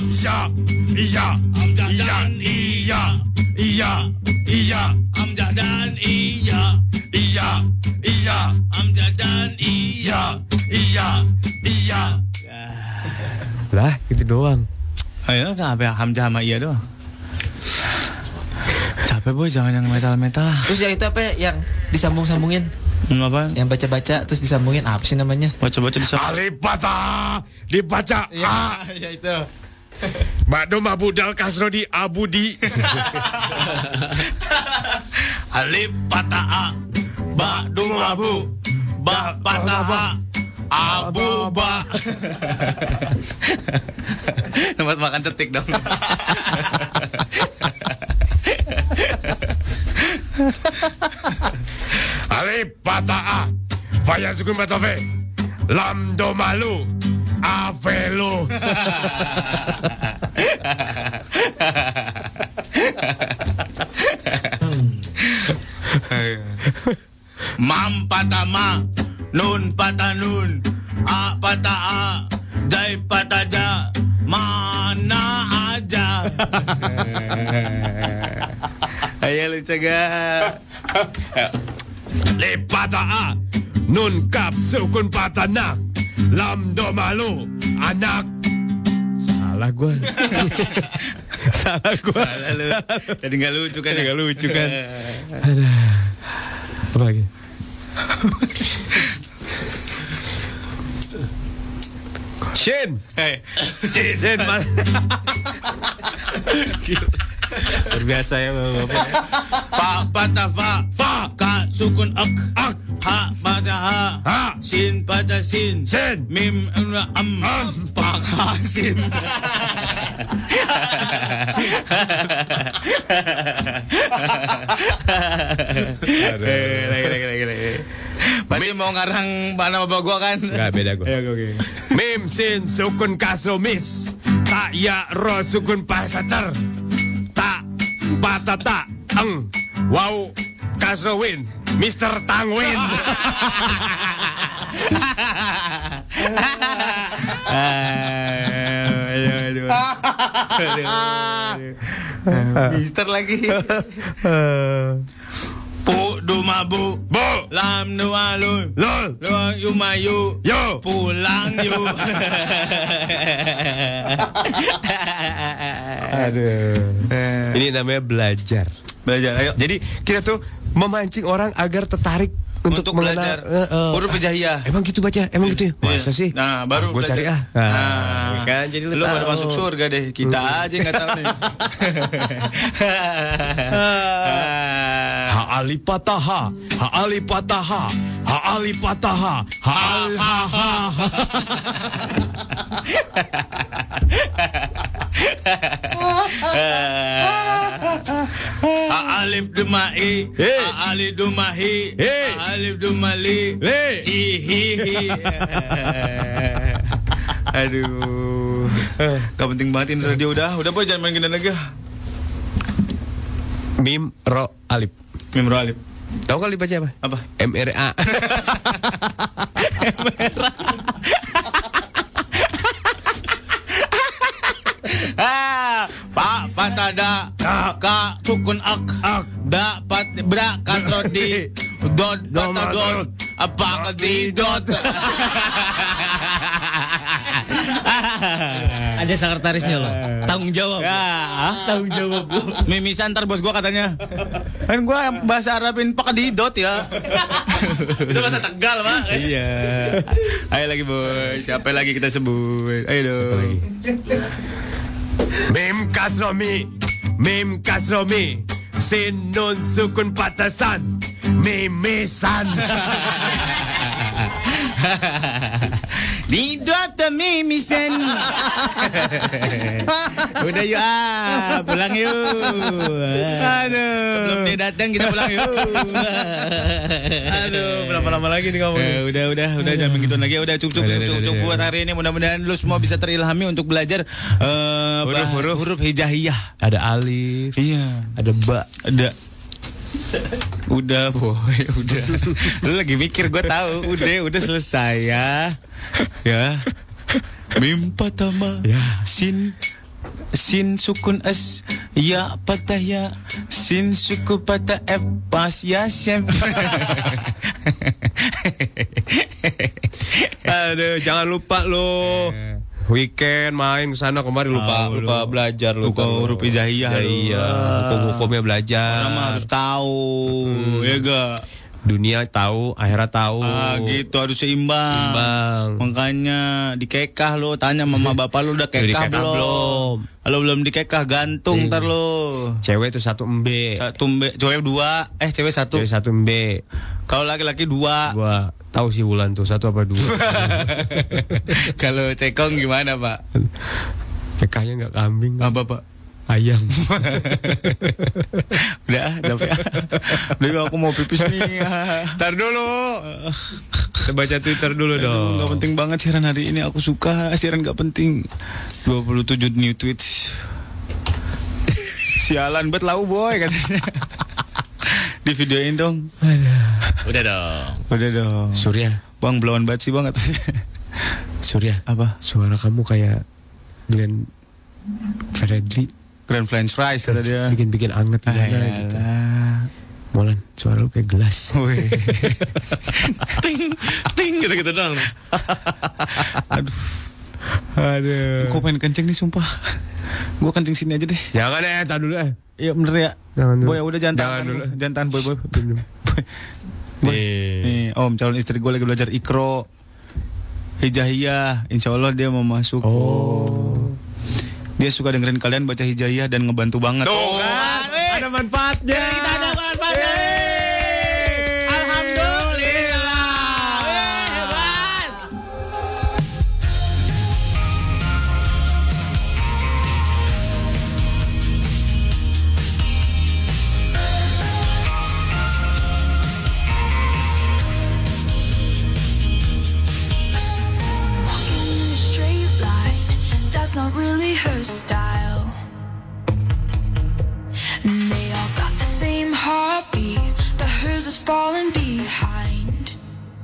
Hamzah dan iya. Hamzah dan iya. Hamzah dan iya. Lah, itu doang. Ayo, kenapa ya? Hamzah sama iya doang. Capek boy, jangan yang metal-metal lah. Terus yang itu apa ya? Yang disambung-sambungin? Apa? Yang baca-baca terus disambungin apa sih namanya? Baca-baca disambung. Alif patah dibaca A. Ya itu. Ba'du mabudal kasrodi abudi. Alif patah A. Ba'du mabu. Ba patah A. Abu ba. Tempat makan cetik dong. Alif patah A. Faya sukun batofe. Lam do malu. Avelu. Mam patah ma. Nun patah nun. A patah A. Jai patah ja. Mana aja. Ayo lu cegah. Le patah A. Nun kap sukun patah nak. Lam do malu. Anak. Salah gue. Salah lu. Jadi nggak lucu kan? Nggak lucu kan? Ada. Apa lagi? Shin. Shin. Terbiasa ya Bapak. Fa patah fa. Fa. Ka sukun ak. Ak. Ha patah ha. Ha. Sin patah sin. Sin. Mim am. Pakasin. Lagi. Pasti mau ngarang nama bapak gua kan? Enggak, beda gua. Oke. Mim sin sukun kasomis. Ta ya ro sukun pasater. Ta patata eng. Wow kasowin. Mr. Tangwin. Mister lagi. Pu du mabu. Bo. Lam nu alun. Lol. Luang yu mayu. Yo. Pulang yu. Aduh. Ini namanya belajar. Belajar, ayo. Jadi kita tuh memancing orang agar tertarik untuk belajar huruf hijaiyah. Emang gitu baca? Emang gitu ya? Masa sih? Nah, baru gue cari kan jadi lu baru masuk surga deh. Kita aja enggak tahu nih. Ha alif patah ha. Ha alif patah ha. Ha alif patah ha. Ha al ha ha. Ha alif dumai, ha alif dumahi, ha alif dumali, hi hi hi. Aduh, gak penting banget ini radio udah boy, jangan main gini lagi. Mim ro alif. Mim ro alif. Tahu kali baca apa? Apa? MRA. Pak patada ka sukun ak dapat bra kasrodi dot patadot apa kadidot. Ada sekretarisnya loh. Tanggung jawab. Tanggung jawab lu. Mimisan ntar bos gua katanya. Kan gua yang bahasa Arabin pakadidot ya. Itu bahasa Tegal, Pak. Iya. Ayo lagi boy. Siapa lagi kita sebut? Ayo dong. Mim kasromi, sin nun sukun patasan, mimisan. Didot mimisan. Udah yuk pulang yuk. Aduh. Sebelum dia datang kita pulang yuk. Aduh, berapa lama lagi nih kamu? Udah jangan begitu lagi. Udah cukup buat hari ini. Mudah-mudahan lu semua bisa terilhami untuk belajar huruf hijaiyah. Ada alif. Iya. Ada ba. Ada. Udah boy, udah. Lu lagi mikir, gue tahu. Udah selesai ya. Ya. Mim patama. Ya. Sin sukun S, ya patah ya. Sin suku patah F, pas ya syem. Aduh, jangan lupa lo. Weekend main kesana kemari lupa belajar lupa huruf hijaiyah. Iya, hukum-hukumnya belajar. Orang mah harus tahu, ya ga? Dunia tahu, akhirat tahu. Gitu harus seimbang. Makanya dikekah lo, tanya mama bapak lo udah kekah belum? Kalau belum dikekah gantung ntar lo. Cewek itu 1 embe. 1 embe, cewek 2, cewek 1. Cewek 1 embe. Kalau laki-laki 2. Tahu sih Wulan tuh 1 apa 2. Kalau cekong gimana Pak? Cekahnya nggak kambing. Apa Pak? Ayam. Udah aku mau pipis nih. Ntar dulu. Kita baca Twitter dulu dong. Gak penting banget siaran hari ini. Aku suka siaran gak penting. 27 new tweets. Sialan bet lau boy katanya. Di videoin dong. Udah dong. Surya. Bang belum banget sih banget. Surya. Apa? Suara kamu kayak Glenn Fredly. Grand French fries kata dia. Bikin anget gimana gitu. Molan, suara lu kayak gelas. ting gitu dong. Aduh. Kok pengen kencing nih sumpah. Gua kencing sini aja deh. Jangan tahan dulu Iya bener ya. Jangan dulu. Boy udah jangan tahan boy. Nih, Om calon istri gue lagi belajar Iqra hijaiyah. Insya Allah dia mau masuk. Dia suka dengerin kalian baca hijaiyah dan ngebantu banget. Tuh kan, ada manfaatnya. Ada manfaatnya. Alhamdulillah. Hebat. Walking in a straight line, that's not really her style. And they all got the same heartbeat, but hers is falling behind.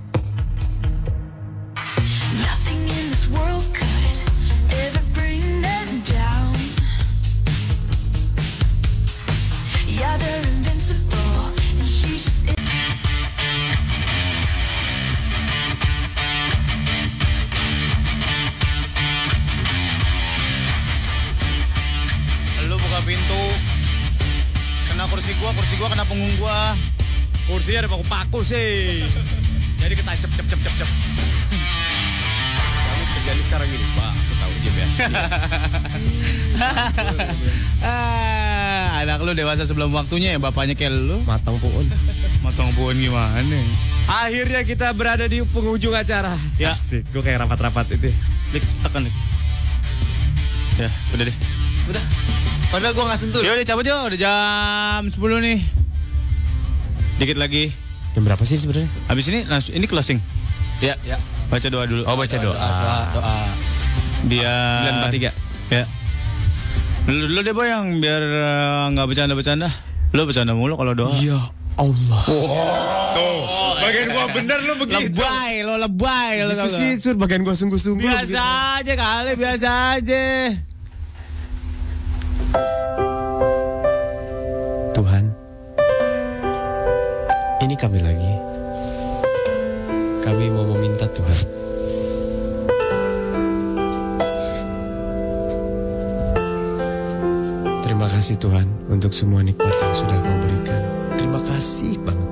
Nothing in this world could ever bring them down. Yeah, they're invincible, and she's just kursi gua kena punggung gua. Kursinya ada paku-paku sih. Jadi ketancep cep. Kami kerjaan sekarang gini, Pak. Aku tahu dia ya. Anak lu dewasa sebelum waktunya ya, bapaknya kayak lu. Matang puun gimana? Akhirnya kita berada di penghujung acara. Ya. Asik, gue kayak rapat-rapat itu. Tekan. Ya, udah deh. Udah. Padahal gue gak sentuh. Ya udah cabut yuk, udah jam 10 nih. Dikit lagi. Jam berapa sih sebenarnya? Habis ini langsung ini closing. Ya. Baca doa dulu. Oh, baca doa. Doa. Dia 943. Ya. Lu deh boy yang biar nggak bercanda-bercanda. Lu bercanda mulu kalau doa. Ya Allah. Tuh, bagian gua bener lu begitu. Lebay lo. Itu sih sur bagian gua sungguh-sungguh. Biasa aja kali, biasa aja. Tuhan, ini kami lagi. Kami mau meminta Tuhan. Terima kasih Tuhan untuk semua nikmat yang sudah Kau berikan. Terima kasih banget.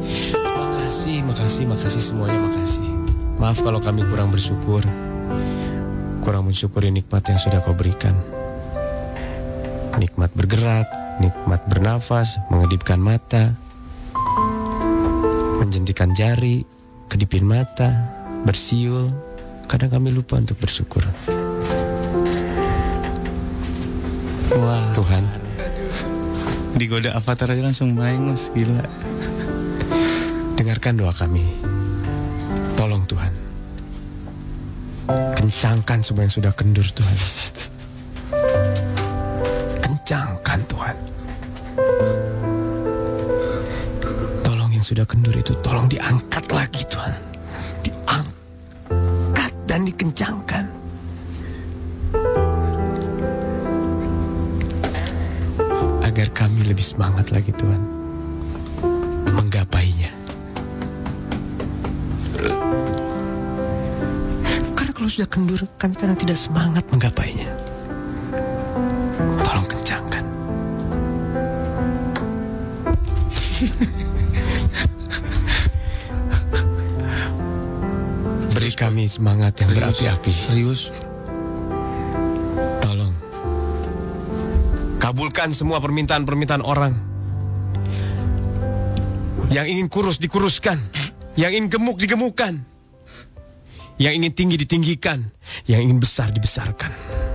Makasih semuanya, makasih. Maaf kalau kami kurang bersyukur, kurang mensyukuri nikmat yang sudah Kau berikan. Nikmat bergerak, nikmat bernafas, mengedipkan mata, menjentikan jari, kedipin mata, bersiul. Kadang kami lupa untuk bersyukur. Wah, Tuhan, digoda avatar aja langsung menengos, gila. dengarkan doa kami. Tolong Tuhan, kencangkan semua yang sudah kendur Tuhan. Kencangkan Tuhan. Tolong yang sudah kendur itu tolong diangkat lagi Tuhan. Diangkat dan dikencangkan. Agar kami lebih semangat lagi Tuhan menggapainya. Karena kalau sudah kendur, kami kadang tidak semangat menggapainya. Tolong kencangkan. Beri kami semangat yang berapi-api. Serius. Tolong kabulkan semua permintaan-permintaan orang. Yang ingin kurus dikuruskan, yang ingin gemuk digemukkan, yang ingin tinggi ditinggikan, yang ingin besar dibesarkan.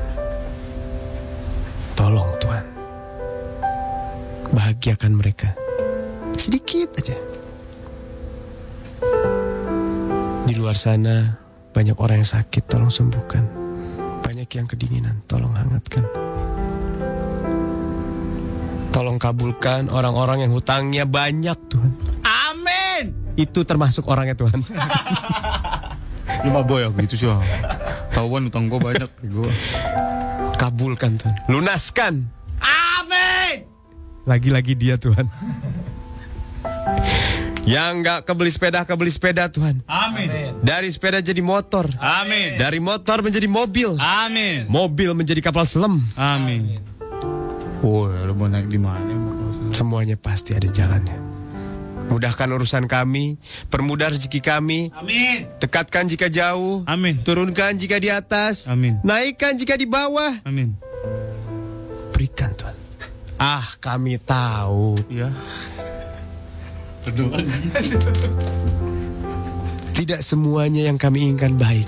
Tolong Tuhan, bahagiakan mereka sedikit aja. Di luar sana banyak orang yang sakit, tolong sembuhkan. Banyak yang kedinginan, tolong hangatkan. Tolong kabulkan orang-orang yang hutangnya banyak Tuhan. Amin. Itu termasuk orangnya Tuhan. Lu mah boy gitu sih. Tauan utang gue banyak gue. Kabulkan Tuhan. Lunaskan. Amin. Lagi-lagi dia Tuhan. Yang gak kebeli sepeda Tuhan. Amin. Dari sepeda jadi motor. Amin. Dari motor menjadi mobil. Amin. Mobil menjadi kapal selam. Amin. Oh, lu mau naik di mana? Semuanya pasti ada jalannya. Mudahkan urusan kami, permudah rezeki kami. Amin. Dekatkan jika jauh. Amin. Turunkan jika di atas. Amin. Naikkan jika di bawah. Amin. Berikan Tuhan. Kami tahu. Ya. Berdoa. Tidak semuanya yang kami inginkan baik.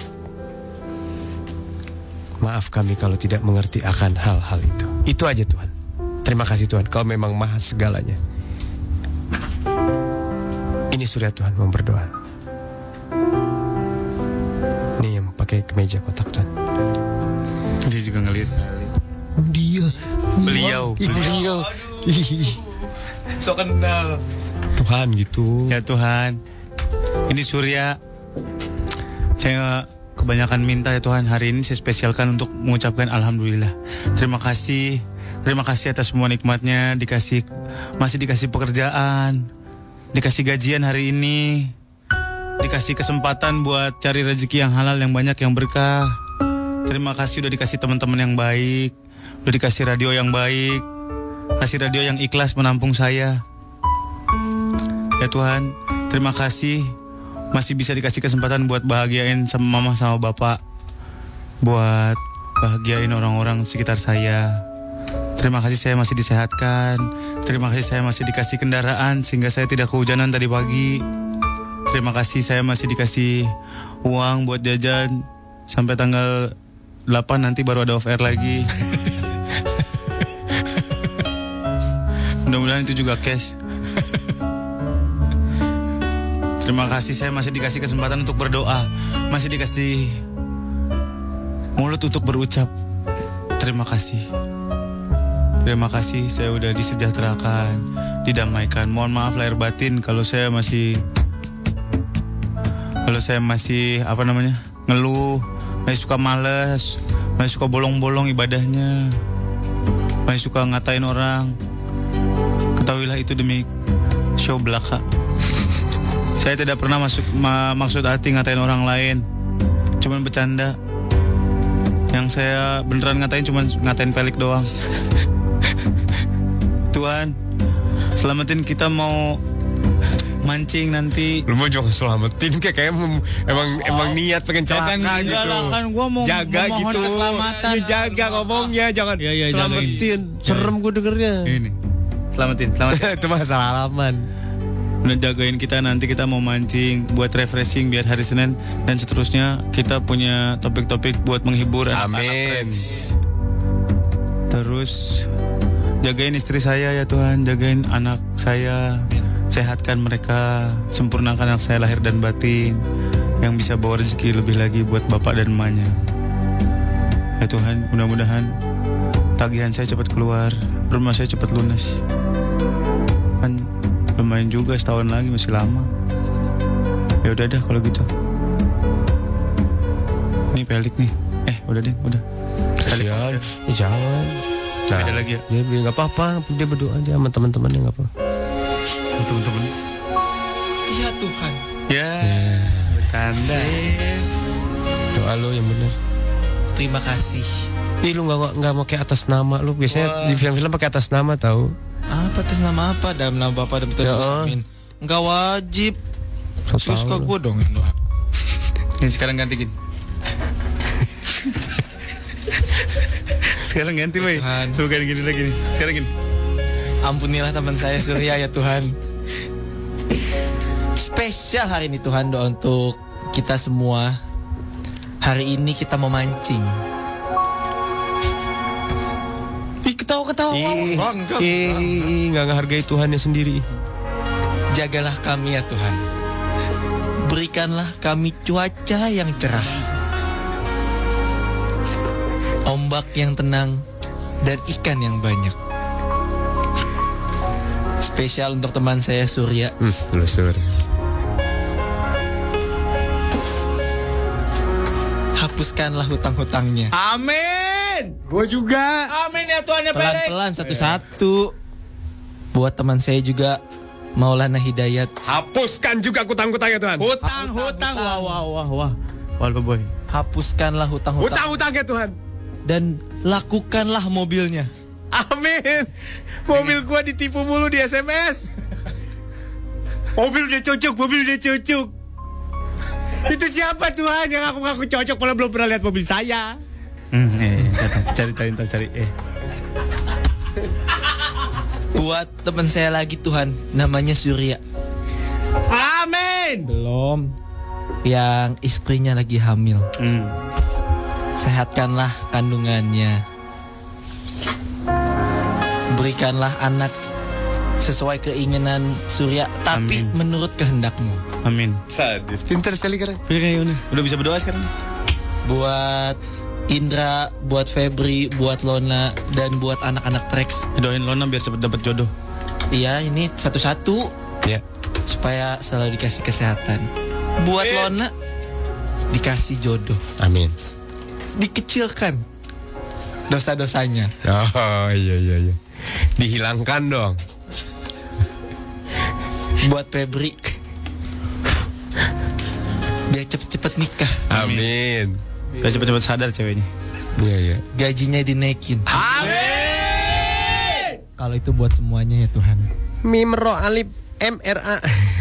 Maaf kami kalau tidak mengerti akan hal-hal itu. Itu aja Tuhan. Terima kasih Tuhan, Kau memang maha segalanya. Ini Surya Tuhan mau berdoa. Nih yang pakai kemeja kotak Tuhan. Dia juga ngeliat. Beliau. So kenal. Tuhan gitu. Ya Tuhan. Ini Surya. Saya kebanyakan minta ya Tuhan, hari ini saya spesialkan untuk mengucapkan alhamdulillah. Terima kasih atas semua nikmatnya, masih dikasih pekerjaan, dikasih gajian hari ini, dikasih kesempatan buat cari rezeki yang halal, yang banyak, yang berkah. Terima kasih udah dikasih teman-teman yang baik, udah dikasih radio yang baik. Kasih radio yang ikhlas menampung saya. Ya Tuhan, terima kasih masih bisa dikasih kesempatan buat bahagiain sama mama sama bapak. Buat bahagiain orang-orang sekitar saya. Terima kasih saya masih disehatkan. Terima kasih saya masih dikasih kendaraan sehingga saya tidak kehujanan tadi pagi. Terima kasih saya masih dikasih uang buat jajan. Sampai tanggal 8 nanti baru ada off air lagi. Mudah-mudahan itu juga cash. Terima kasih saya masih dikasih kesempatan untuk berdoa. Masih dikasih mulut untuk berucap. Terima kasih. Terima kasih saya udah disejahterakan, didamaikan. Mohon maaf lahir batin kalau saya masih ngeluh, masih suka malas, masih suka bolong-bolong ibadahnya, masih suka ngatain orang. Ketahuilah itu demi show belaka. Saya tidak pernah maksud hati ngatain orang lain, cuman bercanda. Yang saya beneran ngatain cuman ngatain pelik doang. Tuhan, selamatin kita mau mancing nanti. Lu mau jangan selamatin kayak emang niat pengen celaka gitu. Kan gua mau jaga gitu. Keselamatan. Ya, jaga ngomongnya, jangan selamatin. Jagain. Serem gue dengernya. Ini. Selamatin. Itu masalah halaman. Udah jagain kita nanti kita mau mancing buat refreshing biar hari Senin dan seterusnya kita punya topik-topik buat menghibur amin. Terus jagain istri saya ya Tuhan, jagain anak saya, sehatkan mereka, sempurnakan anak saya lahir dan batin, yang bisa bawa rezeki lebih lagi buat bapak dan emaknya. Ya Tuhan, mudah-mudahan tagihan saya cepat keluar, rumah saya cepat lunas. Kan lumayan juga, setahun lagi masih lama. Ya udah dah kalau gitu. Ini pelik nih. Udah deh, udah. Kasihan, jangan. Nah, ada lagi ya? Dia nggak apa-apa, dia berdoa aja sama teman-temannya nggak apa. Teman-teman. Ya Tuhan. Ya. Bercanda. Doa lo yang benar. Terima kasih. Ih, lu nggak mau kayak atas nama lu. Biasanya di film-film pakai atas nama tahu. Apa atas nama apa? Dalam nama Bapak dan Putra Muslimin. Nggak wajib. Lu suka gue dong yang doa. Ini sekarang ganti gini. Sekarang ganti boy. Bukan gini lagi nih. Sekarang gini. Ampunilah teman saya Surya ya Tuhan. Spesial hari ini Tuhan, doa untuk kita semua. Hari ini kita mau mancing. Ketawa-ketawa. Nggak ngehargai Tuhannya sendiri. Jagalah kami ya Tuhan. Berikanlah kami cuaca yang cerah, ombak yang tenang, dan ikan yang banyak. Spesial untuk teman saya Surya. Lu Surya. Hapuskanlah hutang-hutangnya. Amin. Gue juga. Amin ya Tuhan ya Pelek. Pelan-pelan satu-satu. Buat teman saya juga, Maulana Hidayat. Hapuskan juga hutang-hutangnya Tuhan. Hutang. Wah. Wah boy. Hapuskanlah hutang-hutang. Hutang-hutangnya Tuhan. Dan lakukanlah mobilnya. Amin. Mobil gua ditipu mulu di SMS. Mobil udah cocok. Itu siapa Tuhan yang ngaku-ngaku cocok kalau belum pernah lihat mobil saya? Cari. Buat teman saya lagi Tuhan, namanya Surya. Amin. Belum. Yang istrinya lagi hamil. Sehatkanlah kandungannya. Berikanlah anak sesuai keinginan Surya, tapi menurut kehendakmu. Amin. Sadis. Pintar sekali kan? Udah bisa berdoa sekarang. Buat Indra, buat Febri, buat Lona, dan buat anak-anak Trax. Doain Lona biar cepat dapat jodoh. Iya, ini satu-satu. Ya. Supaya selalu dikasih kesehatan. Buat Lona dikasih jodoh. Amin. Dikecilkan dosa-dosanya. Oh iya. Dihilangkan dong. Buat Febri, biar cepet-cepet nikah. Amin. Biar cepet-cepet sadar ceweknya. Iya. Gajinya dinaikin. Amin. Kalau itu buat semuanya ya Tuhan. Mim ro alif MRA.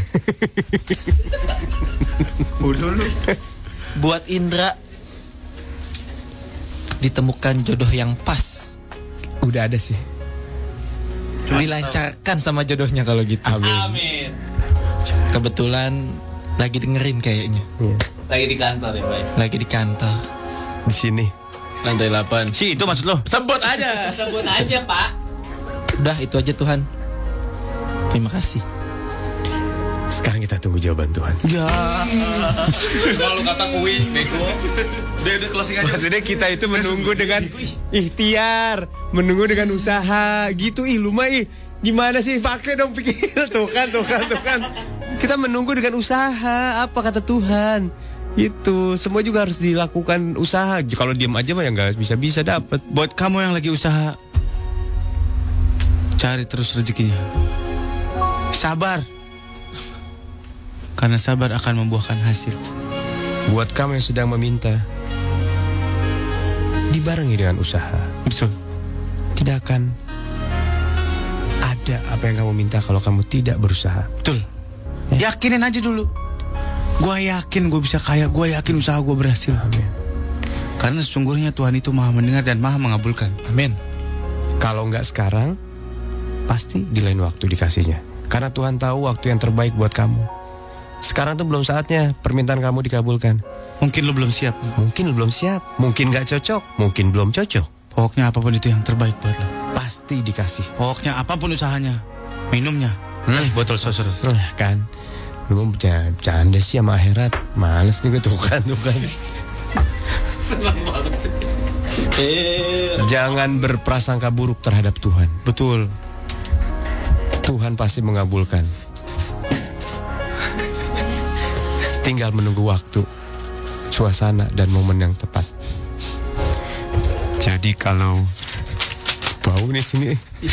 Udah lu. Buat Indra ditemukan jodoh yang pas. Udah ada sih. Dilancarkan sama jodohnya kalau gitu. Amin. Kebetulan lagi dengerin kayaknya. Lagi di kantor ya, Bay. Lagi di kantor. Di sini. Lantai 8. Si itu maksud lo? Sebut aja. Sebut aja, Pak. Udah itu aja Tuhan. Terima kasih. Sekarang kita tunggu jawaban Tuhan. Ya. Kalau kata kuis, bego. Udah closing aja. Maksudnya kita itu menunggu dengan ikhtiar, menunggu dengan usaha, gitu. Lu mah gimana sih? Pakai dong pikir. Tuh kan. Kita menunggu dengan usaha. Apa kata Tuhan? Itu semua juga harus dilakukan usaha. Kalau diam aja mah ya nggak bisa dapat. Buat kamu yang lagi usaha, cari terus rezekinya. Sabar. Karena sabar akan membuahkan hasil. Buat kamu yang sedang meminta, dibarengi dengan usaha. Betul. Tidak akan ada apa yang kamu minta kalau kamu tidak berusaha. Betul. Yakinin aja dulu. Gua yakin gue bisa kaya. Gua yakin usaha gue berhasil. Amin. Karena sesungguhnya Tuhan itu maha mendengar dan maha mengabulkan. Amin. Kalau nggak sekarang, pasti di lain waktu dikasihnya. Karena Tuhan tahu waktu yang terbaik buat kamu. Sekarang tuh belum saatnya permintaan kamu dikabulkan. Mungkin lu belum siap. Mungkin lu belum siap. Mungkin gak cocok. Mungkin belum cocok. Pokoknya apapun itu yang terbaik buat lo. Pasti dikasih. Pokoknya apapun usahanya. Minumnya. Botol sos. Kan. Lu mau bercanda sih sama akhirat. Males juga tuh kan. Senang banget. Jangan berprasangka buruk terhadap Tuhan. Betul. Tuhan pasti mengabulkan. Tinggal menunggu waktu, suasana, dan momen yang tepat. Jadi kalau bau nih sini,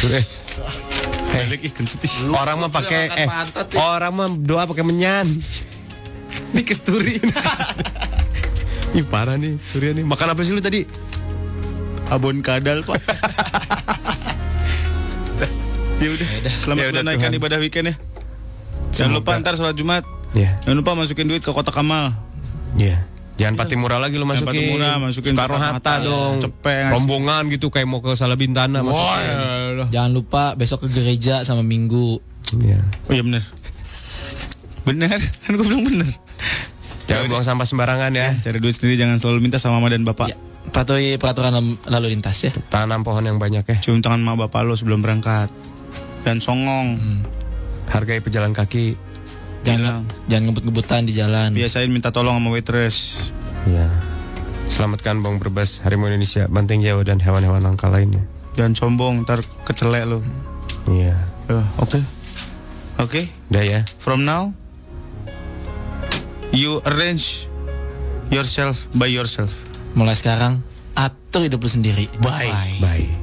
orang mah pakai orang mah doa pakai menyan. Ini kesturi. Ini parah nih, Surya nih. Makan apa sih lu tadi? Abon kadal Pak. Ya udah, selamat menunaikan ibadah weekend ya. Jangan lupa ntar sholat Jumat. Ya. Jangan lupa masukin duit ke kotak amal. Iya. Jangan pati murah lagi lo masukin. Pati murah masukin Soekarno Hatta dong. Cepet. Rombongan gitu kayak mau ke Salabintana masukin. Jangan lupa besok ke gereja sama Minggu. Iya. Oh iya benar. Benar, kan gue bilang benar. Jangan buang sampah sembarangan ya. Cari duit sendiri, jangan selalu minta sama mama dan bapak. Ya. Patuhi peraturan lalu lintas ya. Tanam pohon yang banyak ya. Cium tangan sama bapak lo sebelum berangkat. Dan songong. Hargai pejalan kaki. Jangan ngebut-ngebutan di jalan. Biasain minta tolong sama waitress. Iya. Selamatkan bawang berbas, harimau Indonesia, banteng Jawa dan hewan-hewan langka lainnya. Jangan sombong, ntar kecelek lo. Iya. Oke. Udah ya. From now, you arrange yourself by yourself. Mulai sekarang atur hidup lu sendiri. Bye.